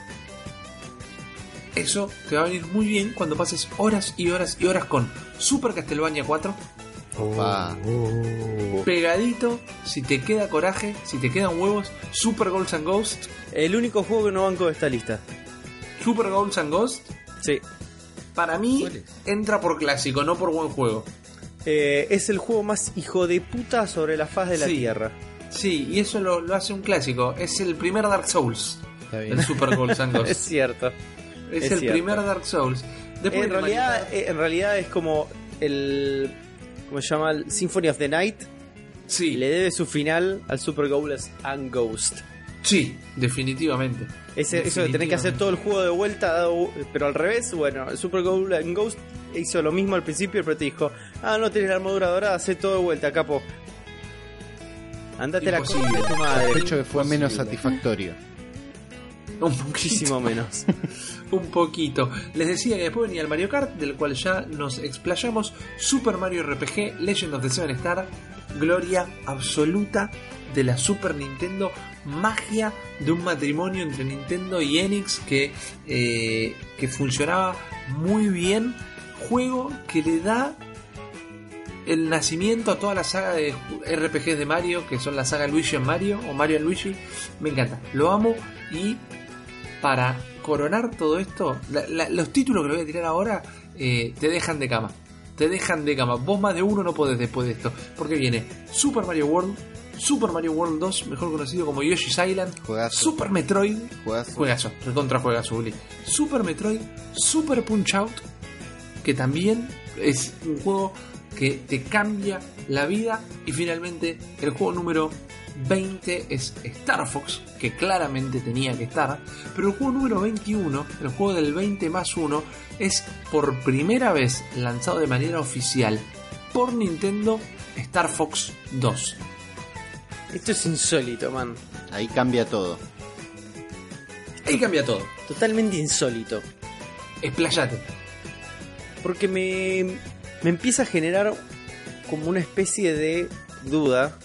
Eso te va a venir muy bien cuando pases horas y horas y horas con Super Castlevania cuatro. Opa. Pegadito, si te queda coraje, si te quedan huevos, Super Golds and Ghosts. El único juego que no banco de esta lista. Super Golds and Ghosts, Sí. para mí, ¿Cuál es? entra por clásico, no por buen juego. Eh, es el juego más hijo de puta sobre la faz de la Sí. tierra. Sí, y eso lo, lo hace un clásico. Es el primer Dark Souls, Está bien. el Super Golds and Es Ghosts. cierto. Es, es el cierto. primer Dark Souls. Después En de realidad, Mario- eh, en realidad es como el. ¿Cómo se llama? El Symphony of the Night. sí, Le debe su final al Super Ghouls and Ghost. sí, definitivamente. Ese, eso de tener que hacer todo el juego de vuelta, dado- pero al revés. Bueno, el Super Ghouls and Ghost hizo lo mismo al principio, pero te dijo: Ah, no tenés la armadura dorada, hace todo de vuelta, capo. Andate a la cosa Imposible. de tu madre. Sospecho que fue menos Imposible. satisfactorio. Un poquito. Muchísimo menos. Un poquito. Les decía que después venía el Mario Kart, del cual ya nos explayamos. Super Mario R P G, Legend of the Seven Star. Gloria absoluta de la Super Nintendo. Magia de un matrimonio entre Nintendo y Enix que, eh, que funcionaba muy bien. Juego que le da el nacimiento a toda la saga de R P Gs de Mario, que son la saga Luigi en Mario o Mario en Luigi. Me encanta, lo amo. Y para coronar todo esto, la- la- los títulos que le voy a tirar ahora eh, te dejan de cama. Te dejan de cama. Vos más de uno no podés después de esto. Porque viene Super Mario World, Super Mario World dos, mejor conocido como Yoshi's Island, Juegazo. Super Metroid, Juegazo. juegazo, recontra juegazo, Uli. Super Metroid, Super Punch Out, que también es un juego que te cambia la vida. Y finalmente el juego número veinte es Star Fox, que claramente tenía que estar. Pero el juego número veintiuno, el juego del veinte más uno, es por primera vez lanzado de manera oficial por Nintendo, Star Fox dos. Esto es insólito, man. Ahí cambia todo. Ahí cambia todo. Totalmente insólito. Explayate. Porque me, me empieza a generar como una especie de duda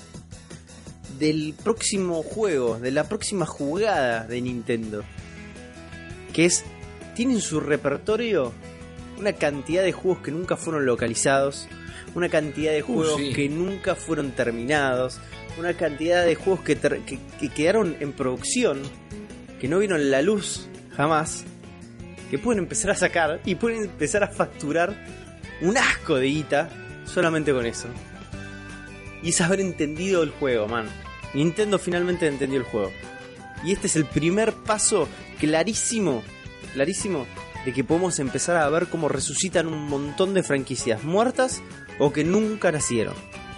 del próximo juego, de la próxima jugada de Nintendo. Que es, tienen en su repertorio una cantidad de juegos que nunca fueron localizados, una cantidad de juegos sí. que nunca fueron terminados, una cantidad de juegos que, ter- que, que quedaron en producción, que no vieron la luz jamás, que pueden empezar a sacar y pueden empezar a facturar un asco de guita solamente con eso. Y es haber entendido el juego, man. Nintendo finalmente entendió el juego. Y este es el primer paso clarísimo, clarísimo, de que podemos empezar a ver cómo resucitan un montón de franquicias muertas o que nunca nacieron.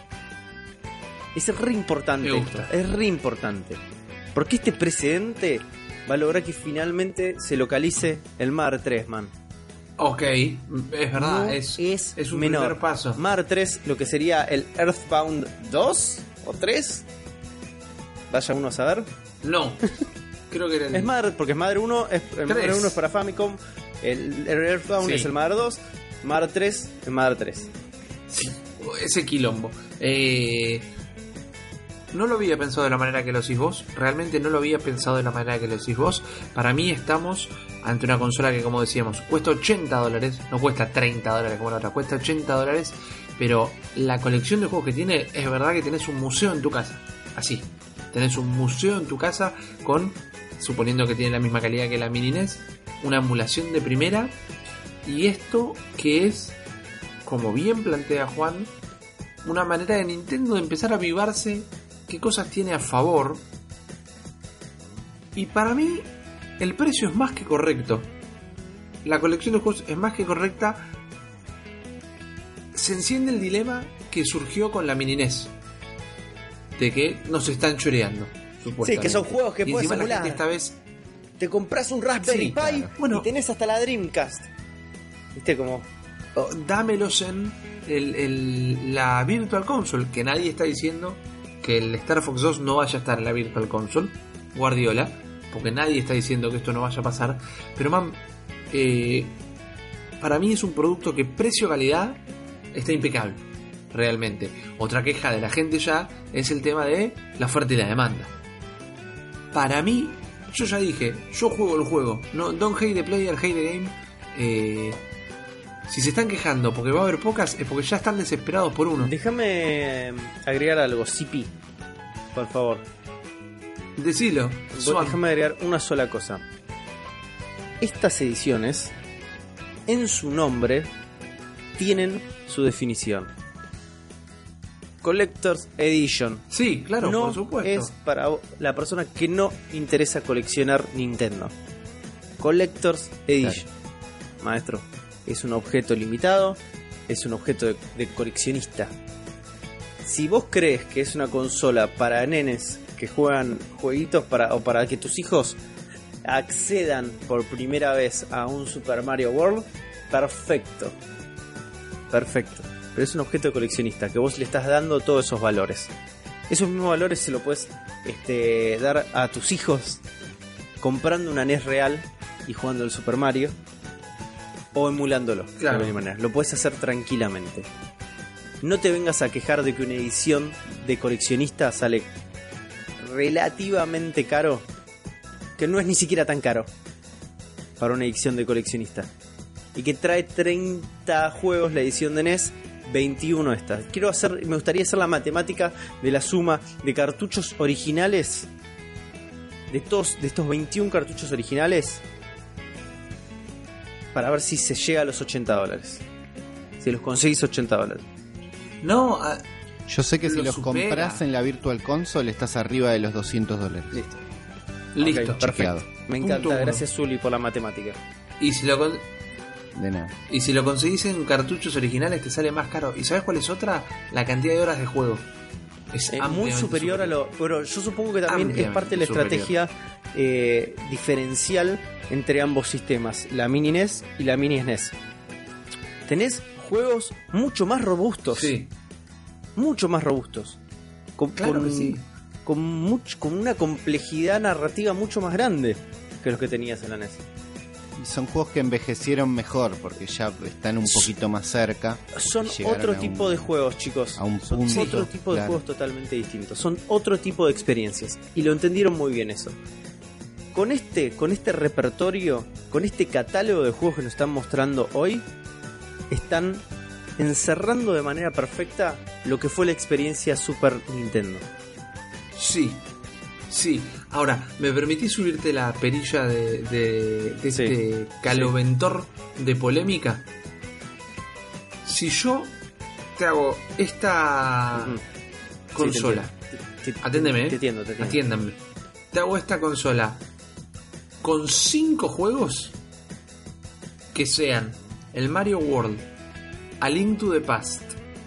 Es re importante Me esto, gusta. es re importante. Porque este precedente va a lograr que finalmente se localice el Mother tres, man. Ok, es verdad, No es, es, es un menor. primer paso. Mother tres, lo que sería el Earthbound dos o tres. Vaya uno a saber. No, creo que era el... Es Mother, porque es Mother uno, es, el Mother Tres. uno es para Famicom, el, el Earthbound Sí. es el Mother dos, Mother tres es Mother tres. Sí, ese quilombo. Eh, no lo había pensado de la manera que lo decís vos. Realmente no lo había pensado de la manera que lo decís vos. Para mí estamos ante una consola que, como decíamos, cuesta ochenta dólares. No cuesta treinta dólares como la otra. Cuesta ochenta dólares. Pero la colección de juegos que tiene, es verdad que tenés un museo en tu casa. Así. Tenés un museo en tu casa con, suponiendo que tiene la misma calidad que la Mini N E S, una emulación de primera. Y esto que es, como bien plantea Juan, una manera de Nintendo de empezar a avivarse qué cosas tiene a favor. Y para mí el precio es más que correcto. La colección de juegos es más que correcta. Se enciende el dilema que surgió con la Mini N E S. de que nos están choreando. Sí, que son juegos que y puedes encima la emular. gente esta vez Te compras un Raspberry Sí, Pi claro. Bueno. y tenés hasta la Dreamcast. ¿Viste como? oh, dámelos en el, el- la Virtual Console, que nadie está diciendo que el Star Fox dos no vaya a estar en la Virtual Console, Guardiola, porque nadie está diciendo que esto no vaya a pasar. Pero man, eh, para mí es un producto que precio-calidad está impecable, realmente. Otra queja de la gente ya es el tema de la oferta y la demanda. Para mí, yo ya dije, yo juego el juego, no, don't hate the player, hate the game. Eh, si se están quejando porque va a haber pocas, es porque ya están desesperados por uno. Déjame eh, agregar algo, C P, por favor. Decilo, Vos Swan. Déjame agregar una sola cosa. Estas ediciones, en su nombre, tienen su definición. Collector's Edition. Sí, claro, no por supuesto. es para la persona que no interesa coleccionar Nintendo. Collector's Edition. Maestro, es un objeto limitado, es un objeto de, de coleccionista. Si vos crees que es una consola para nenes que juegan jueguitos para, o para que tus hijos accedan por primera vez a un Super Mario World, perfecto. Perfecto. Pero es un objeto de coleccionista que vos le estás dando todos esos valores. Esos mismos valores se lo puedes este, dar a tus hijos comprando una N E S real y jugando el Super Mario o emulándolo. Claro. De alguna manera. Lo puedes hacer tranquilamente. No te vengas a quejar de que una edición de coleccionista sale relativamente caro, que no es ni siquiera tan caro para una edición de coleccionista, y que trae treinta juegos la edición de N E S, veintiuno esta. Quiero hacer, me gustaría hacer la matemática de la suma de cartuchos originales, de todos, de estos veintiún cartuchos originales, para ver si se llega a los ochenta dólares. Si los conseguís ochenta dólares. No, ah, Yo sé que si Lo los supera. compras en la Virtual Console estás arriba de los doscientos dólares. Listo. listo. Ok, perfecto. chequeado. Me Punto encanta, uno. gracias Zuli por la matemática. Y si lo con- De nada. y si lo conseguís en cartuchos originales te sale más caro. ¿Y sabes cuál es otra? La cantidad de horas de juego. Es Es muy ampliamente superior a lo. Pero yo supongo que también es Ampliamente parte de la superior. estrategia eh, diferencial entre ambos sistemas, la Mini N E S y la Mini S N E S. Tenés juegos mucho más robustos. Sí, Mucho más robustos. Con, claro con, que sí. con, much- con una complejidad narrativa mucho más grande que los que tenías en la N E S. Son juegos que envejecieron mejor porque ya están un poquito más cerca. Son y llegaron otro a tipo un- de juegos, chicos. a un Son punto, otro tipo de claro. juegos totalmente distintos. Son otro tipo de experiencias. Y lo entendieron muy bien eso. Con este, con este repertorio, con este catálogo de juegos que nos están mostrando hoy, están encerrando de manera perfecta lo que fue la experiencia Super Nintendo. Sí, sí. Ahora, ¿me permitís subirte la perilla de, de, de Sí, este caloventor de polémica? Si yo te hago esta Ujú. consola, Sí, te entiendo. Te- Aténdeme, eh. Te entiendo, te entiendo. atiéndanme, te hago esta consola con cinco juegos que sean el Mario World, A Link to the Past,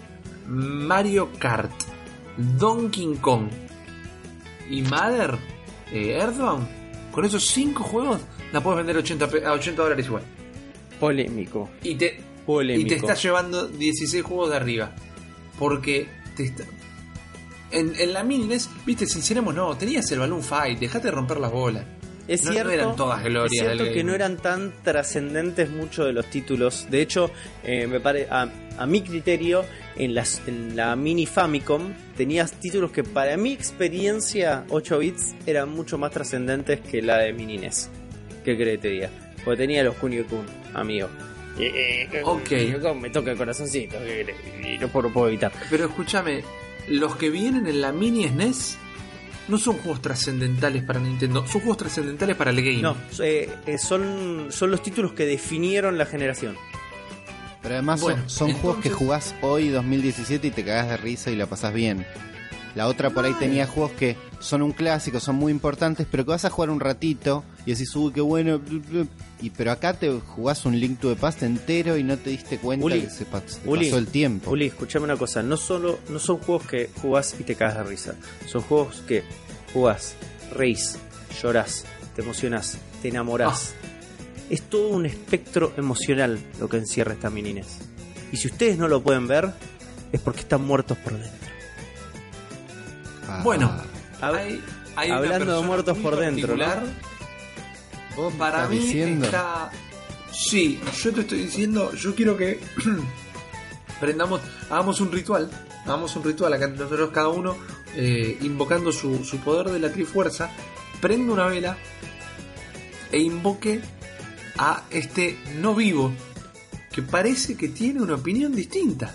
Mario Kart, Donkey Kong y Mother eh, Earthbound. Con esos cinco juegos la puedes vender ochenta pe- a ochenta dólares igual. Polémico. Y te, Polémico. y te estás llevando dieciséis juegos de arriba. Porque te está... en, en la Mini N E S, viste, sinceremos, no, tenías el Balloon Fight, dejate de romper las bolas. Es No- no cierto, eran todas glorias es cierto del que game. no eran tan trascendentes muchos de los títulos. De hecho, eh, me pare, a, a mi criterio, en, las, en la Mini Famicom tenías títulos que para mi experiencia ocho bits eran mucho más trascendentes que la de Mini N E S. ¿Qué crees que te diga? Porque tenía los Kunio-kun, amigo. Eh, eh, Ok. Kunio-kun me toca el corazoncito, ¿qué querés? Y no puedo, puedo evitar. Pero escúchame, los que vienen en la Mini S N E S no son juegos trascendentales para Nintendo, son juegos trascendentales para el game. No, eh, eh, son, son los títulos que definieron la generación. Pero además Bueno, son, son juegos que entonces- jugás hoy dos mil diecisiete y te cagás de risa y la pasás bien. La otra por ahí tenía juegos que son un clásico, son muy importantes, pero que vas a jugar un ratito y decís, uy, qué bueno. Y, pero acá te jugás un Link to the Past entero y no te diste cuenta Uli, que se, pa- se te Uli, pasó el tiempo. Uli, escuchame una cosa. No solo no son juegos que jugás y te cagas de risa. Son juegos que jugás, reís, llorás, te emocionás, te enamorás. Ah. Es todo un espectro emocional lo que encierra esta mini N E S. Y si ustedes no lo pueden ver, es porque están muertos por dentro. Ah, Bueno, Hab- hay, hay una hablando de persona muertos muy por dentro, ¿no? particular. vos me Para estás mí diciendo. está... Sí, yo te estoy diciendo, yo quiero que prendamos, hagamos un ritual, hagamos un ritual acá entre nosotros cada uno, eh, invocando su, su poder de la Trifuerza, prende una vela e invoque a este no vivo que parece que tiene una opinión distinta.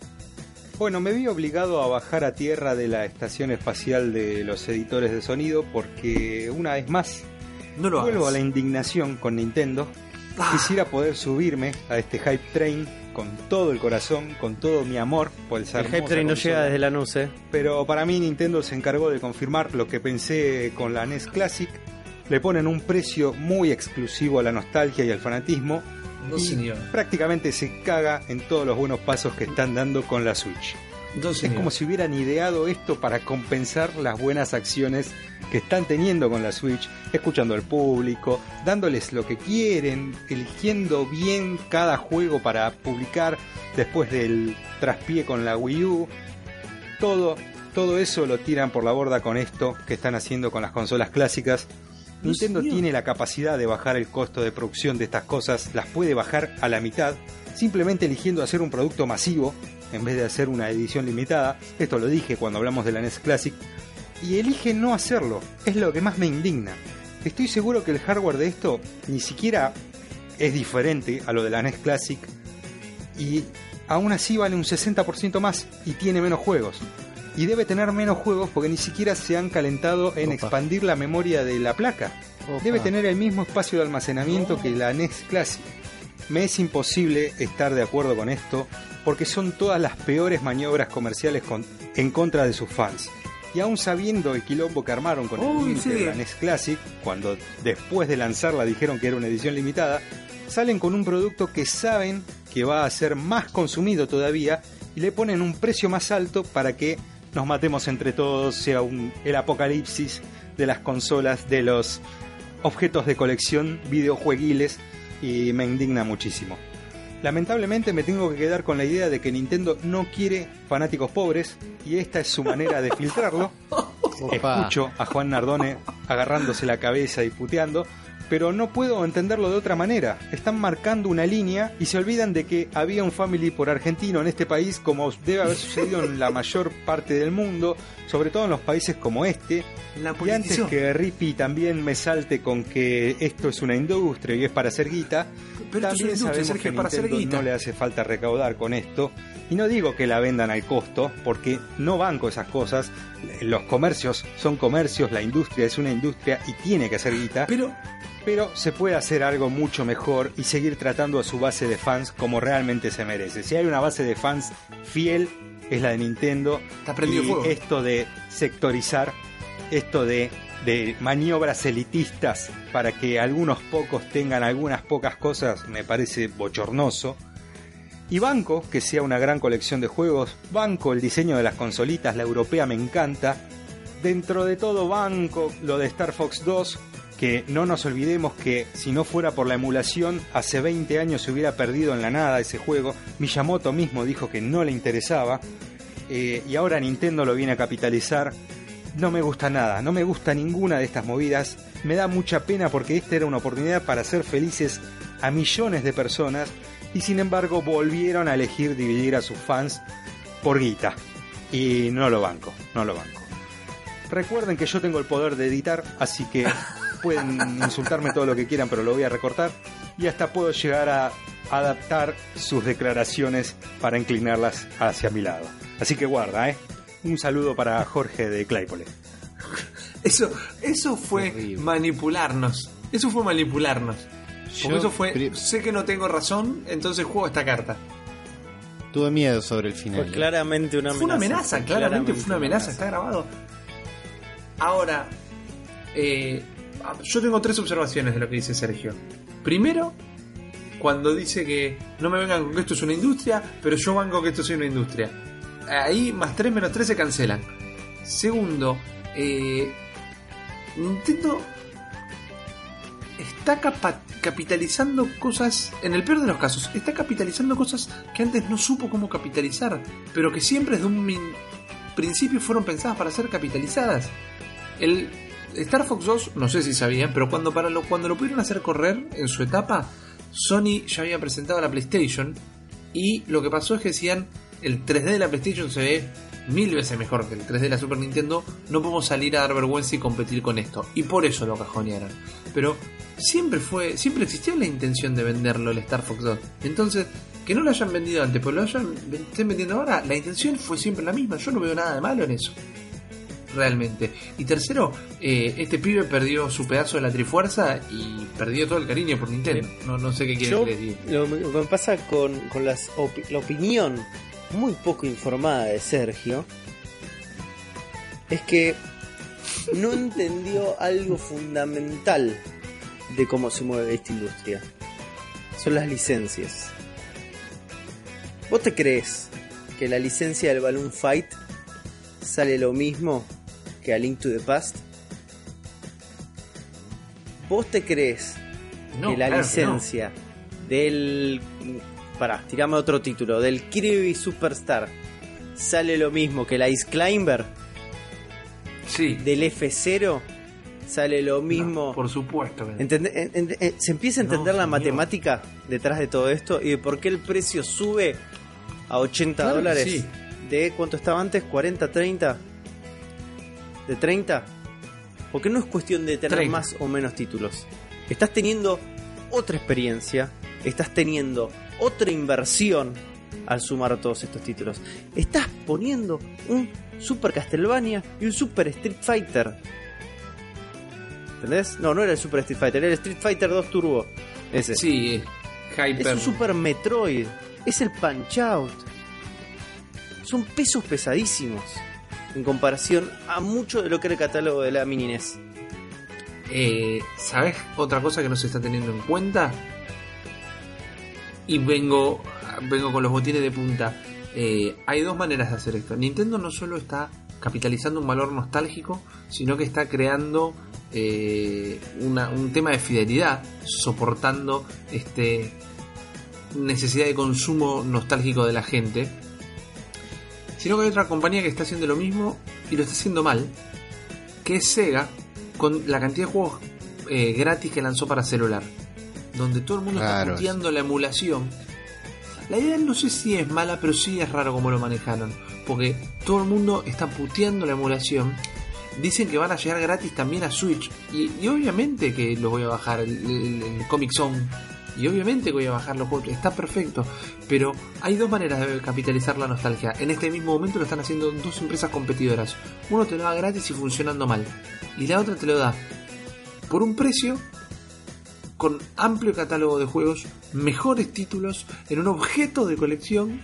Bueno, me vi obligado a bajar a tierra de la estación espacial de los editores de sonido porque una vez más No lo vuelvo hagas. a la indignación con Nintendo. Ah. Quisiera poder subirme a este hype train con todo el corazón, con todo mi amor por esa El Hype hermosa Train no consola. llega desde la Lanús, ¿eh? Pero para mí Nintendo se encargó de confirmar lo que pensé con la N E S Classic. Le ponen un precio muy exclusivo a la nostalgia y al fanatismo. No, y señor. prácticamente se caga en todos los buenos pasos que están dando con la Switch. No, Es señor. como si hubieran ideado esto para compensar las buenas acciones que están teniendo con la Switch, escuchando al público, dándoles lo que quieren, eligiendo bien cada juego para publicar después del traspié con la Wii U. Todo, todo eso lo tiran por la borda con esto que están haciendo con las consolas clásicas. No, Nintendo señor. tiene la capacidad de bajar el costo de producción de estas cosas, las puede bajar a la mitad, simplemente eligiendo hacer un producto masivo en vez de hacer una edición limitada. Esto lo dije cuando hablamos de la N E S Classic. Y elige no hacerlo, es lo que más me indigna. Estoy seguro que el hardware de esto ni siquiera es diferente a lo de la N E S Classic y aún así vale un sesenta por ciento más y tiene menos juegos. Y debe tener menos juegos porque ni siquiera se han calentado en Opa. expandir la memoria de la placa. Opa. Debe tener el mismo espacio de almacenamiento que la N E S Classic. Me es imposible estar de acuerdo con esto porque son todas las peores maniobras comerciales con- en contra de sus fans. Y aún sabiendo el quilombo que armaron con el Uy, límite sí. de la N E S Classic, cuando después de lanzarla dijeron que era una edición limitada, salen con un producto que saben que va a ser más consumido todavía y le ponen un precio más alto para que nos matemos entre todos, sea un, el apocalipsis de las consolas, de los objetos de colección videojueguiles, y me indigna muchísimo. Lamentablemente me tengo que quedar con la idea de que Nintendo no quiere fanáticos pobres y esta es su manera de filtrarlo. Opa. Escucho a Juan Nardone agarrándose la cabeza y puteando, pero no puedo entenderlo de otra manera. Están marcando una línea y se olvidan de que había un family por argentino en este país, como debe haber sucedido en la mayor parte del mundo, sobre todo en los países como este. La Y antes politización. que Rippy también me salte con que esto es una industria y es para hacer guita, Pero esto es una también industria, sabemos Sergio, que es para hacer Nintendo guita. no le hace falta recaudar con esto. Y no digo que la vendan al costo, porque no banco esas cosas. Los comercios son comercios, la industria es una industria y tiene que hacer guita. Pero Pero se puede hacer algo mucho mejor y seguir tratando a su base de fans como realmente se merece. Si hay una base de fans fiel, es la de Nintendo. Está prendido y fuego. esto de sectorizar, esto de, de maniobras elitistas para que algunos pocos tengan algunas pocas cosas, me parece bochornoso. Y banco que sea una gran colección de juegos, banco el diseño de las consolitas, la europea me encanta. Dentro de todo banco lo de Star Fox dos, que no nos olvidemos que si no fuera por la emulación, hace veinte años se hubiera perdido en la nada ese juego. Miyamoto mismo dijo que no le interesaba, eh, y ahora Nintendo lo viene a capitalizar. No me gusta nada, no me gusta ninguna de estas movidas. Me da mucha pena porque esta era una oportunidad para hacer felices a millones de personas y sin embargo volvieron a elegir dividir a sus fans por guita. Y no lo banco, no lo banco. Recuerden que yo tengo el poder de editar, así que pueden insultarme todo lo que quieran, pero lo voy a recortar. Y hasta puedo llegar a adaptar sus declaraciones para inclinarlas hacia mi lado. Así que guarda, ¿eh? Un saludo para Jorge de Claypole. eso, eso fue Horrible. manipularnos. Eso fue manipularnos. Porque Yo eso fue, pri- sé que no tengo razón, entonces juego esta carta. Tuve miedo sobre el final. Fue claramente una amenaza. Fue una amenaza, claramente fue una amenaza, amenaza. está grabado. Ahora, eh, yo tengo tres observaciones de lo que dice Sergio. Primero, cuando dice que no me vengan con que esto es una industria, pero yo banco que esto sea una industria. Ahí más tres menos tres se cancelan. Segundo, eh, Nintendo está capa- capitalizando cosas, en el peor de los casos, está capitalizando cosas que antes no supo cómo capitalizar, pero que siempre desde un min- principio fueron pensadas para ser capitalizadas. El Star Fox dos, no sé si sabían, pero cuando, para lo, cuando lo pudieron hacer correr en su etapa, Sony ya había presentado la PlayStation y lo que pasó es que decían, el tres D de la PlayStation se ve mil veces mejor que el tres D de la Super Nintendo, no podemos salir a dar vergüenza y competir con esto, y por eso lo cajonearon. Pero siempre fue, siempre existió la intención de venderlo el Star Fox dos. Entonces, que no lo hayan vendido antes, pero lo hayan, estén vendiendo ahora, la intención fue siempre la misma. Yo no veo nada de malo en eso, realmente. Y tercero, eh, este pibe perdió su pedazo de la Trifuerza y perdió todo el cariño por Nintendo. No, no sé qué quiere Yo, que les diga. lo, lo que me pasa con, con las opi- la opinión muy poco informada de Sergio es que no entendió algo fundamental de cómo se mueve esta industria. Son las licencias. ¿Vos te crees que la licencia del Balloon Fight sale lo mismo que a Link to the Past? ¿Vos te crees No, que la claro que licencia del... Pará, tirame otro título. Del Kirby Superstar sale lo mismo que el Ice Climber? Sí, Del F cero sale lo mismo. no, por supuesto. que no. Entende- en- en- en- se empieza a entender No, la señor. matemática detrás de todo esto y de por qué el precio sube a ochenta Claro que dólares. sí. ¿De cuánto estaba antes? ¿cuarenta, treinta? ¿De treinta? Porque no es cuestión de tener treinta. más o menos títulos. Estás teniendo otra experiencia, estás teniendo otra inversión al sumar todos estos títulos. Estás poniendo un Super Castlevania y un Super Street Fighter. ¿Entendés? No, no era el Super Street Fighter, era el Street Fighter dos Turbo. Ese. Sí, eh, Es Hyper. un Super Metroid. Es el Punch Out. Son pesos pesadísimos en comparación a mucho de lo que era el catálogo de la Mini N E S. Eh, ¿Sabes otra cosa que no se está teniendo en cuenta? Y vengo, vengo con los botines de punta. Eh, hay dos maneras de hacer esto. Nintendo no solo está capitalizando un valor nostálgico, sino que está creando eh, una, un tema de fidelidad, soportando este necesidad de consumo nostálgico de la gente. Sino que hay otra compañía que está haciendo lo mismo y lo está haciendo mal, que es Sega, con la cantidad de juegos eh, gratis que lanzó para celular, donde todo el mundo Claro. está puteando la emulación. La idea no sé si es mala, pero sí es raro cómo lo manejaron, porque todo el mundo está puteando la emulación. Dicen que van a llegar gratis también a Switch, y, y obviamente que lo voy a bajar, el, el, el Comic Zone, y obviamente que voy a bajar los juegos, está perfecto, pero hay dos maneras de capitalizar la nostalgia. En este mismo momento lo están haciendo dos empresas competidoras. Uno te lo da gratis y funcionando mal, y la otra te lo da por un precio, con amplio catálogo de juegos, mejores títulos, en un objeto de colección,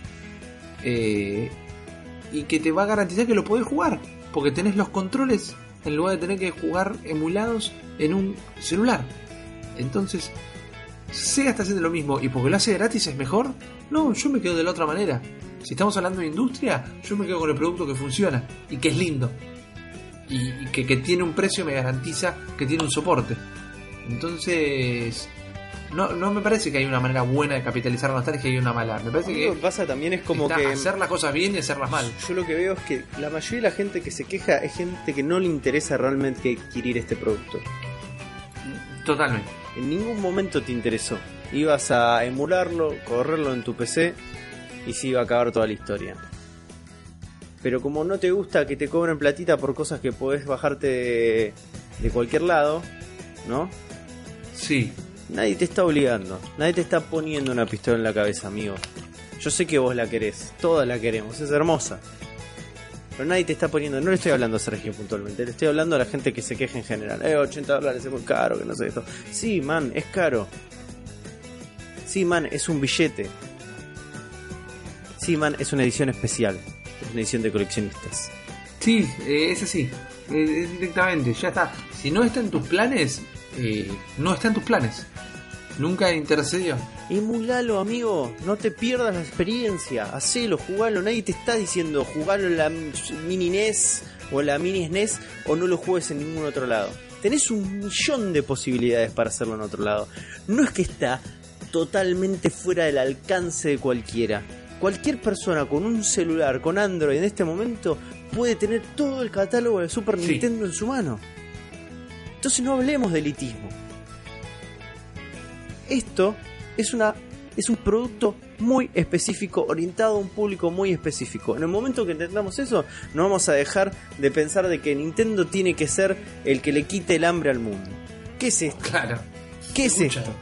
eh, y que te va a garantizar que lo podés jugar, porque tenés los controles en lugar de tener que jugar emulados en un celular. Entonces, Sega está haciendo lo mismo, y porque lo hace gratis es mejor. No, yo me quedo de la otra manera. Si estamos hablando de industria, yo me quedo con el producto que funciona y que es lindo, y, y que, que tiene un precio, me garantiza que tiene un soporte. Entonces, no, no me parece que hay una manera buena de capitalizar la nostalgia y una mala. Me parece Lo que que pasa también es como está que hacer las cosas bien y hacerlas mal. yo lo que veo es que la mayoría de la gente que se queja es gente que no le interesa realmente adquirir este producto. Totalmente. En ningún momento te interesó. Ibas a emularlo, correrlo en tu P C y se iba a acabar toda la historia. Pero como no te gusta que te cobren platita por cosas que podés bajarte de, de cualquier lado, ¿no? Sí. Nadie te está obligando, nadie te está poniendo una pistola en la cabeza, amigo. Yo sé que vos la querés, todas la queremos, es hermosa. Pero nadie te está poniendo, no le estoy hablando a Sergio puntualmente, le estoy hablando a la gente que se queja en general. Eh, ochenta dólares es muy caro, que no sé esto. Sí, man, es caro. Sí, man, es un billete. Sí, man, es una edición especial. Es una edición de coleccionistas. Sí, eh, es así. Eh, es directamente, ya está. Si no está en tus planes, eh, no está en tus planes. Nunca intercedió. Emulalo, amigo. No te pierdas la experiencia. Hacelo, jugalo. Nadie te está diciendo jugalo en la mini N E S o en la mini S N E S o no lo juegues en ningún otro lado. Tenés un millón de posibilidades para hacerlo en otro lado. No es que está totalmente fuera del alcance de cualquiera. Cualquier persona con un celular, con Android en este momento, puede tener todo el catálogo de Super Sí. Nintendo en su mano. Entonces no hablemos de elitismo. Esto es una es un producto muy específico, orientado a un público muy específico. En el momento que entendamos eso, no vamos a dejar de pensar de que Nintendo tiene que ser el que le quite el hambre al mundo. ¿Qué es esto? Claro. ¿Qué es Escucha. esto?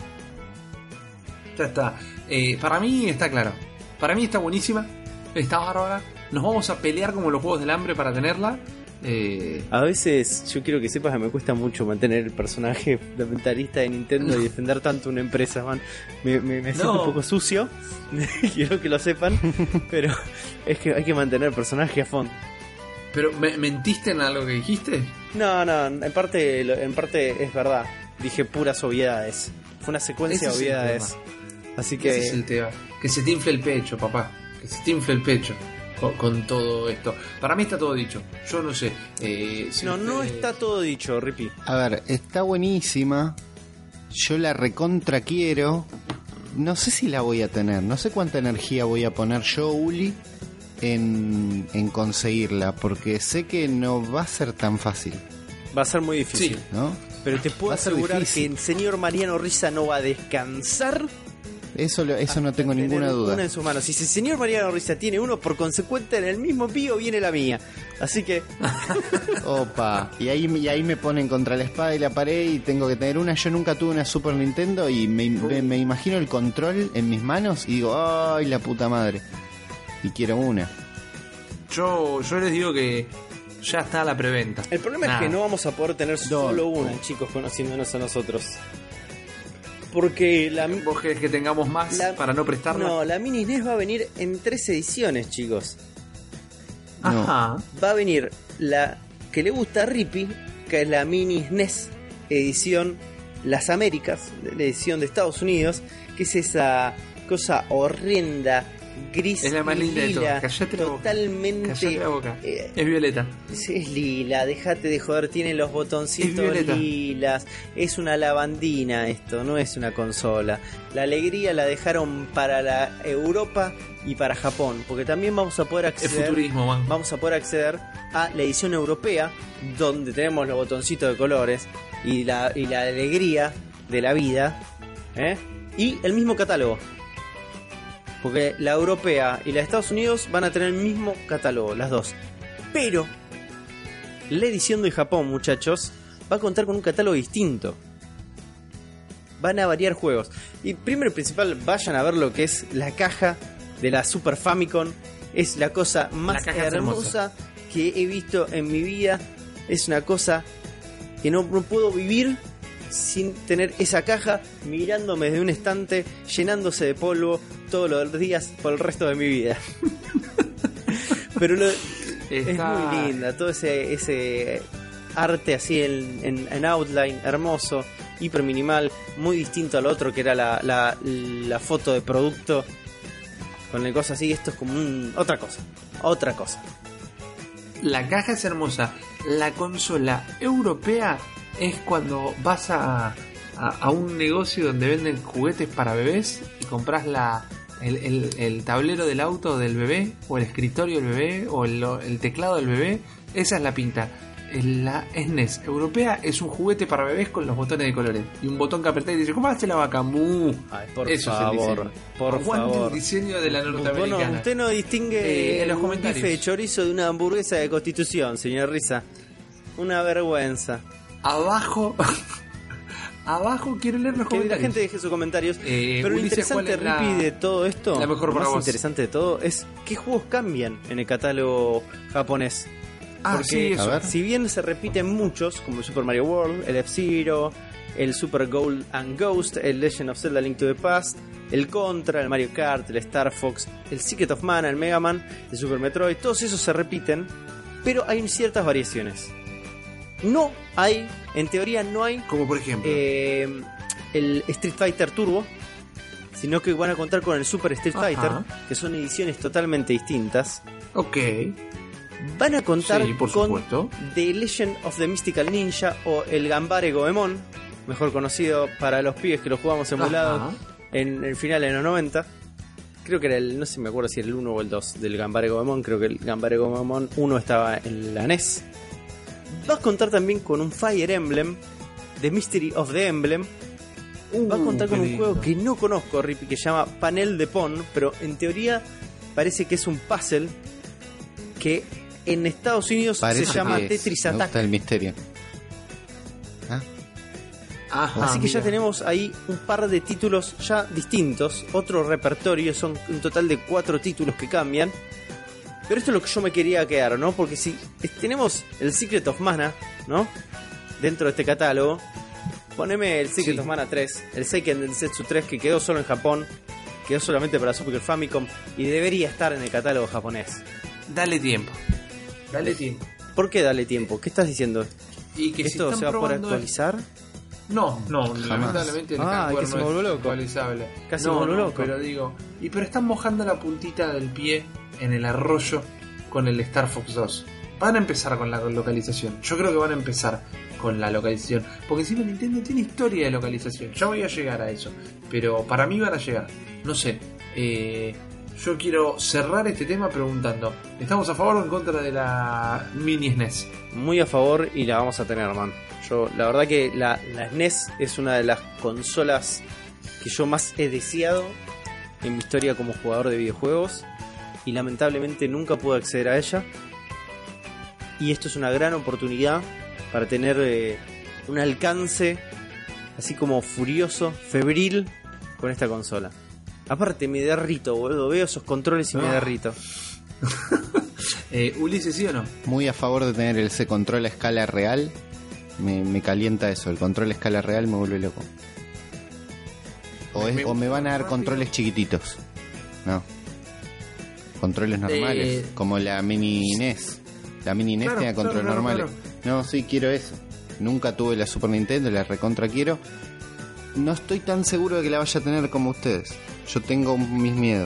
Ya está. Eh, para mí está claro. Para mí está buenísima. Está bárbara. Nos vamos a pelear como los juegos del hambre para tenerla. Eh, A veces yo quiero que sepas que me cuesta mucho mantener el personaje fundamentalista de Nintendo y defender tanto una empresa, man. Me, me, me siento No. un poco sucio, quiero que lo sepan, pero es que hay que mantener el personaje a fondo. pero ¿me, ¿mentiste en algo que dijiste? No, no, en parte, lo- en parte es verdad. Dije puras obviedades. Fue una secuencia Ese de es el obviedades. Así Ese es que el tema. Que se te infle el pecho, papá. Que se te infle el pecho con, con todo esto. Para mí está todo dicho. Yo no sé. Eh, si no, no ustedes- está todo dicho, Rippy. A ver, está buenísima. Yo la recontra quiero. No sé si la voy a tener. No sé cuánta energía voy a poner yo, Uli, en, en conseguirla. Porque sé que no va a ser tan fácil, Va a ser muy difícil. Sí. ¿no? Pero te puedo Va a ser asegurar difícil. que el señor Mariano Risa no va a descansar. Eso, lo- eso no tengo Tener ninguna duda. Una en sus manos. Si el señor Mariano Risa tiene uno, por consecuente en el mismo pío viene la mía. Así que Opa, y ahí, y ahí me ponen contra la espada y la pared y tengo que tener una. Yo nunca tuve una Super Nintendo y me, me, me imagino el control en mis manos y digo, ay, la puta madre. Y quiero una. Yo, yo les digo que ya está la preventa. el problema Nada. es que no vamos a poder tener solo una, chicos, conociéndonos a nosotros. Porque la, ¿Vos querés que tengamos más la- para no prestarla? no, la mini S N E S va a venir en tres ediciones, chicos. Ajá. Va a venir la que le gusta a Rippy, que es la mini S N E S edición Las Américas, la edición de Estados Unidos, que es esa cosa horrenda, gris, Es la más y linda de lila, todas. Callate la boca. totalmente Callate la boca. eh, Es violeta. es, es lila, dejate de joder, tiene los Es botoncitos violeta. lilas, es una lavandina esto, no es una consola. La alegría la dejaron para la Europa y para Japón, porque también vamos a poder Es acceder futurismo, man. vamos a poder acceder a la edición europea, donde tenemos los botoncitos de colores y la, y la alegría de la vida, ¿eh? Y el mismo catálogo. Porque la europea y la de Estados Unidos van a tener el mismo catálogo, las dos. Pero la edición de Japón, muchachos, va a contar con un catálogo distinto. Van a variar juegos. Y primero y principal, vayan a ver lo que es la caja de la Super Famicom. Es la cosa más La caja es hermosa que he visto en mi vida. Es una cosa que no, no puedo vivir sin tener esa caja mirándome desde un estante, llenándose de polvo todos los días por el resto de mi vida. Pero lo- es Está- muy linda, todo ese, ese arte así en, en, en outline, hermoso, hiper minimal, muy distinto al otro que era la, la, la foto de producto con el cosa así. Esto es como un, otra cosa, otra cosa. La caja es hermosa. La consola europea es cuando vas a, a, a un negocio donde venden juguetes para bebés y compras la, el, el, el tablero del auto del bebé, o el escritorio del bebé, o el, el teclado del bebé. Esa es la pinta. La S N E S europea es un juguete para bebés con los botones de colores y un botón que apretás y dice, ¿cómo hace la vaca? ¡Mu! Ay, por Eso favor, es el diseño. por Aguante favor. el diseño de la Vos no- norteamericana. usted no distingue Eh, en los un comentarios. bife de chorizo de una hamburguesa de Constitución, señor Risa. Una vergüenza. Abajo, abajo quiero leer los Que la comentarios. gente deje sus comentarios. Eh, Pero lo Ulises, ¿cuál interesante, es la- Rippy, de todo esto, la mejor lo para más vos? interesante de todo, es qué juegos cambian en el catálogo japonés. Ah, Porque sí, eso. A ver. si bien se repiten muchos, como el Super Mario World, el F-Zero, el Super Gold and Ghost, el Legend of Zelda Link to the Past, el Contra, el Mario Kart, el Star Fox, el Secret of Mana, el Mega Man, el Super Metroid, todos esos se repiten, pero hay ciertas variaciones. No hay, en teoría no hay, Como por ejemplo. eh, el Street Fighter Turbo, sino que van a contar con el Super Street Ajá. Fighter, que son ediciones totalmente distintas. Ok. Van a contar Sí, por con supuesto. The Legend of the Mystical Ninja o el Gambare Goemon, mejor conocido para los pibes que lo jugamos emulado Ajá. en el final de los noventa. Creo que era el, no sé, me acuerdo si era el uno o el dos del Gambare Goemon. Creo que el Gambare Goemon uno estaba en la N E S. Va a contar también con un Fire Emblem, The Mystery of the Emblem. Va a contar con qué un lindo. juego que no conozco, Rippy, que se llama Panel de Pon, pero en teoría parece que es un puzzle que en Estados Unidos Parece se llama que es. Tetris Me Attack. gusta el misterio. Ah, Ajá, Así que ya mira. tenemos ahí un par de títulos ya distintos, otro repertorio, son un total de cuatro títulos que cambian. Pero esto es lo que yo me quería quedar, ¿no? Porque si tenemos el Secret of Mana, ¿no? Dentro de este catálogo, poneme el Secret Sí. of Mana tres, el Seiken Densetsu tres, que quedó solo en Japón, quedó solamente para Super Famicom y debería estar en el catálogo japonés. Dale tiempo. Dale tiempo. ¿Por qué dale tiempo? ¿Qué estás diciendo? Y que si ¿Esto están se va a poder probando- actualizar? No, no, Jamás. lamentablemente el Ah, hardware que se no me es volvió loco. actualizable. Casi no, me volvió no, loco. pero digo, y pero están mojando la puntita del pie en el arroyo con el Star Fox dos. Van a empezar con la localización. Yo creo que van a empezar con la localización, porque encima Nintendo tiene historia de localización. Ya voy a llegar a eso, pero para mí van a llegar. No sé. Eh, yo quiero cerrar este tema preguntando: ¿estamos a favor o en contra de la mini S N E S? Muy a favor y la vamos a tener, man. Yo, la verdad que la, la S N E S es una de las consolas que yo más he deseado en mi historia como jugador de videojuegos y lamentablemente nunca pude acceder a ella. Y esto es una gran oportunidad para tener eh, un alcance así como furioso, febril con esta consola. Aparte me derrito, boludo, veo esos controles y me Ah. derrito. Eh, Ulises, ¿sí o no? muy a favor de tener ese control a escala real. Me, me calienta eso, el control a escala real me vuelve loco. O, es- Me o me van a dar gusta controles rápido. chiquititos. No. Controles normales, Eh, como la mini N E S. La mini N E S Claro, tenía claro, controles claro, normales. No, sí, quiero eso. Nunca tuve la Super Nintendo, la recontra quiero. No estoy tan seguro de que la vaya a tener como ustedes. Yo tengo mis miedos.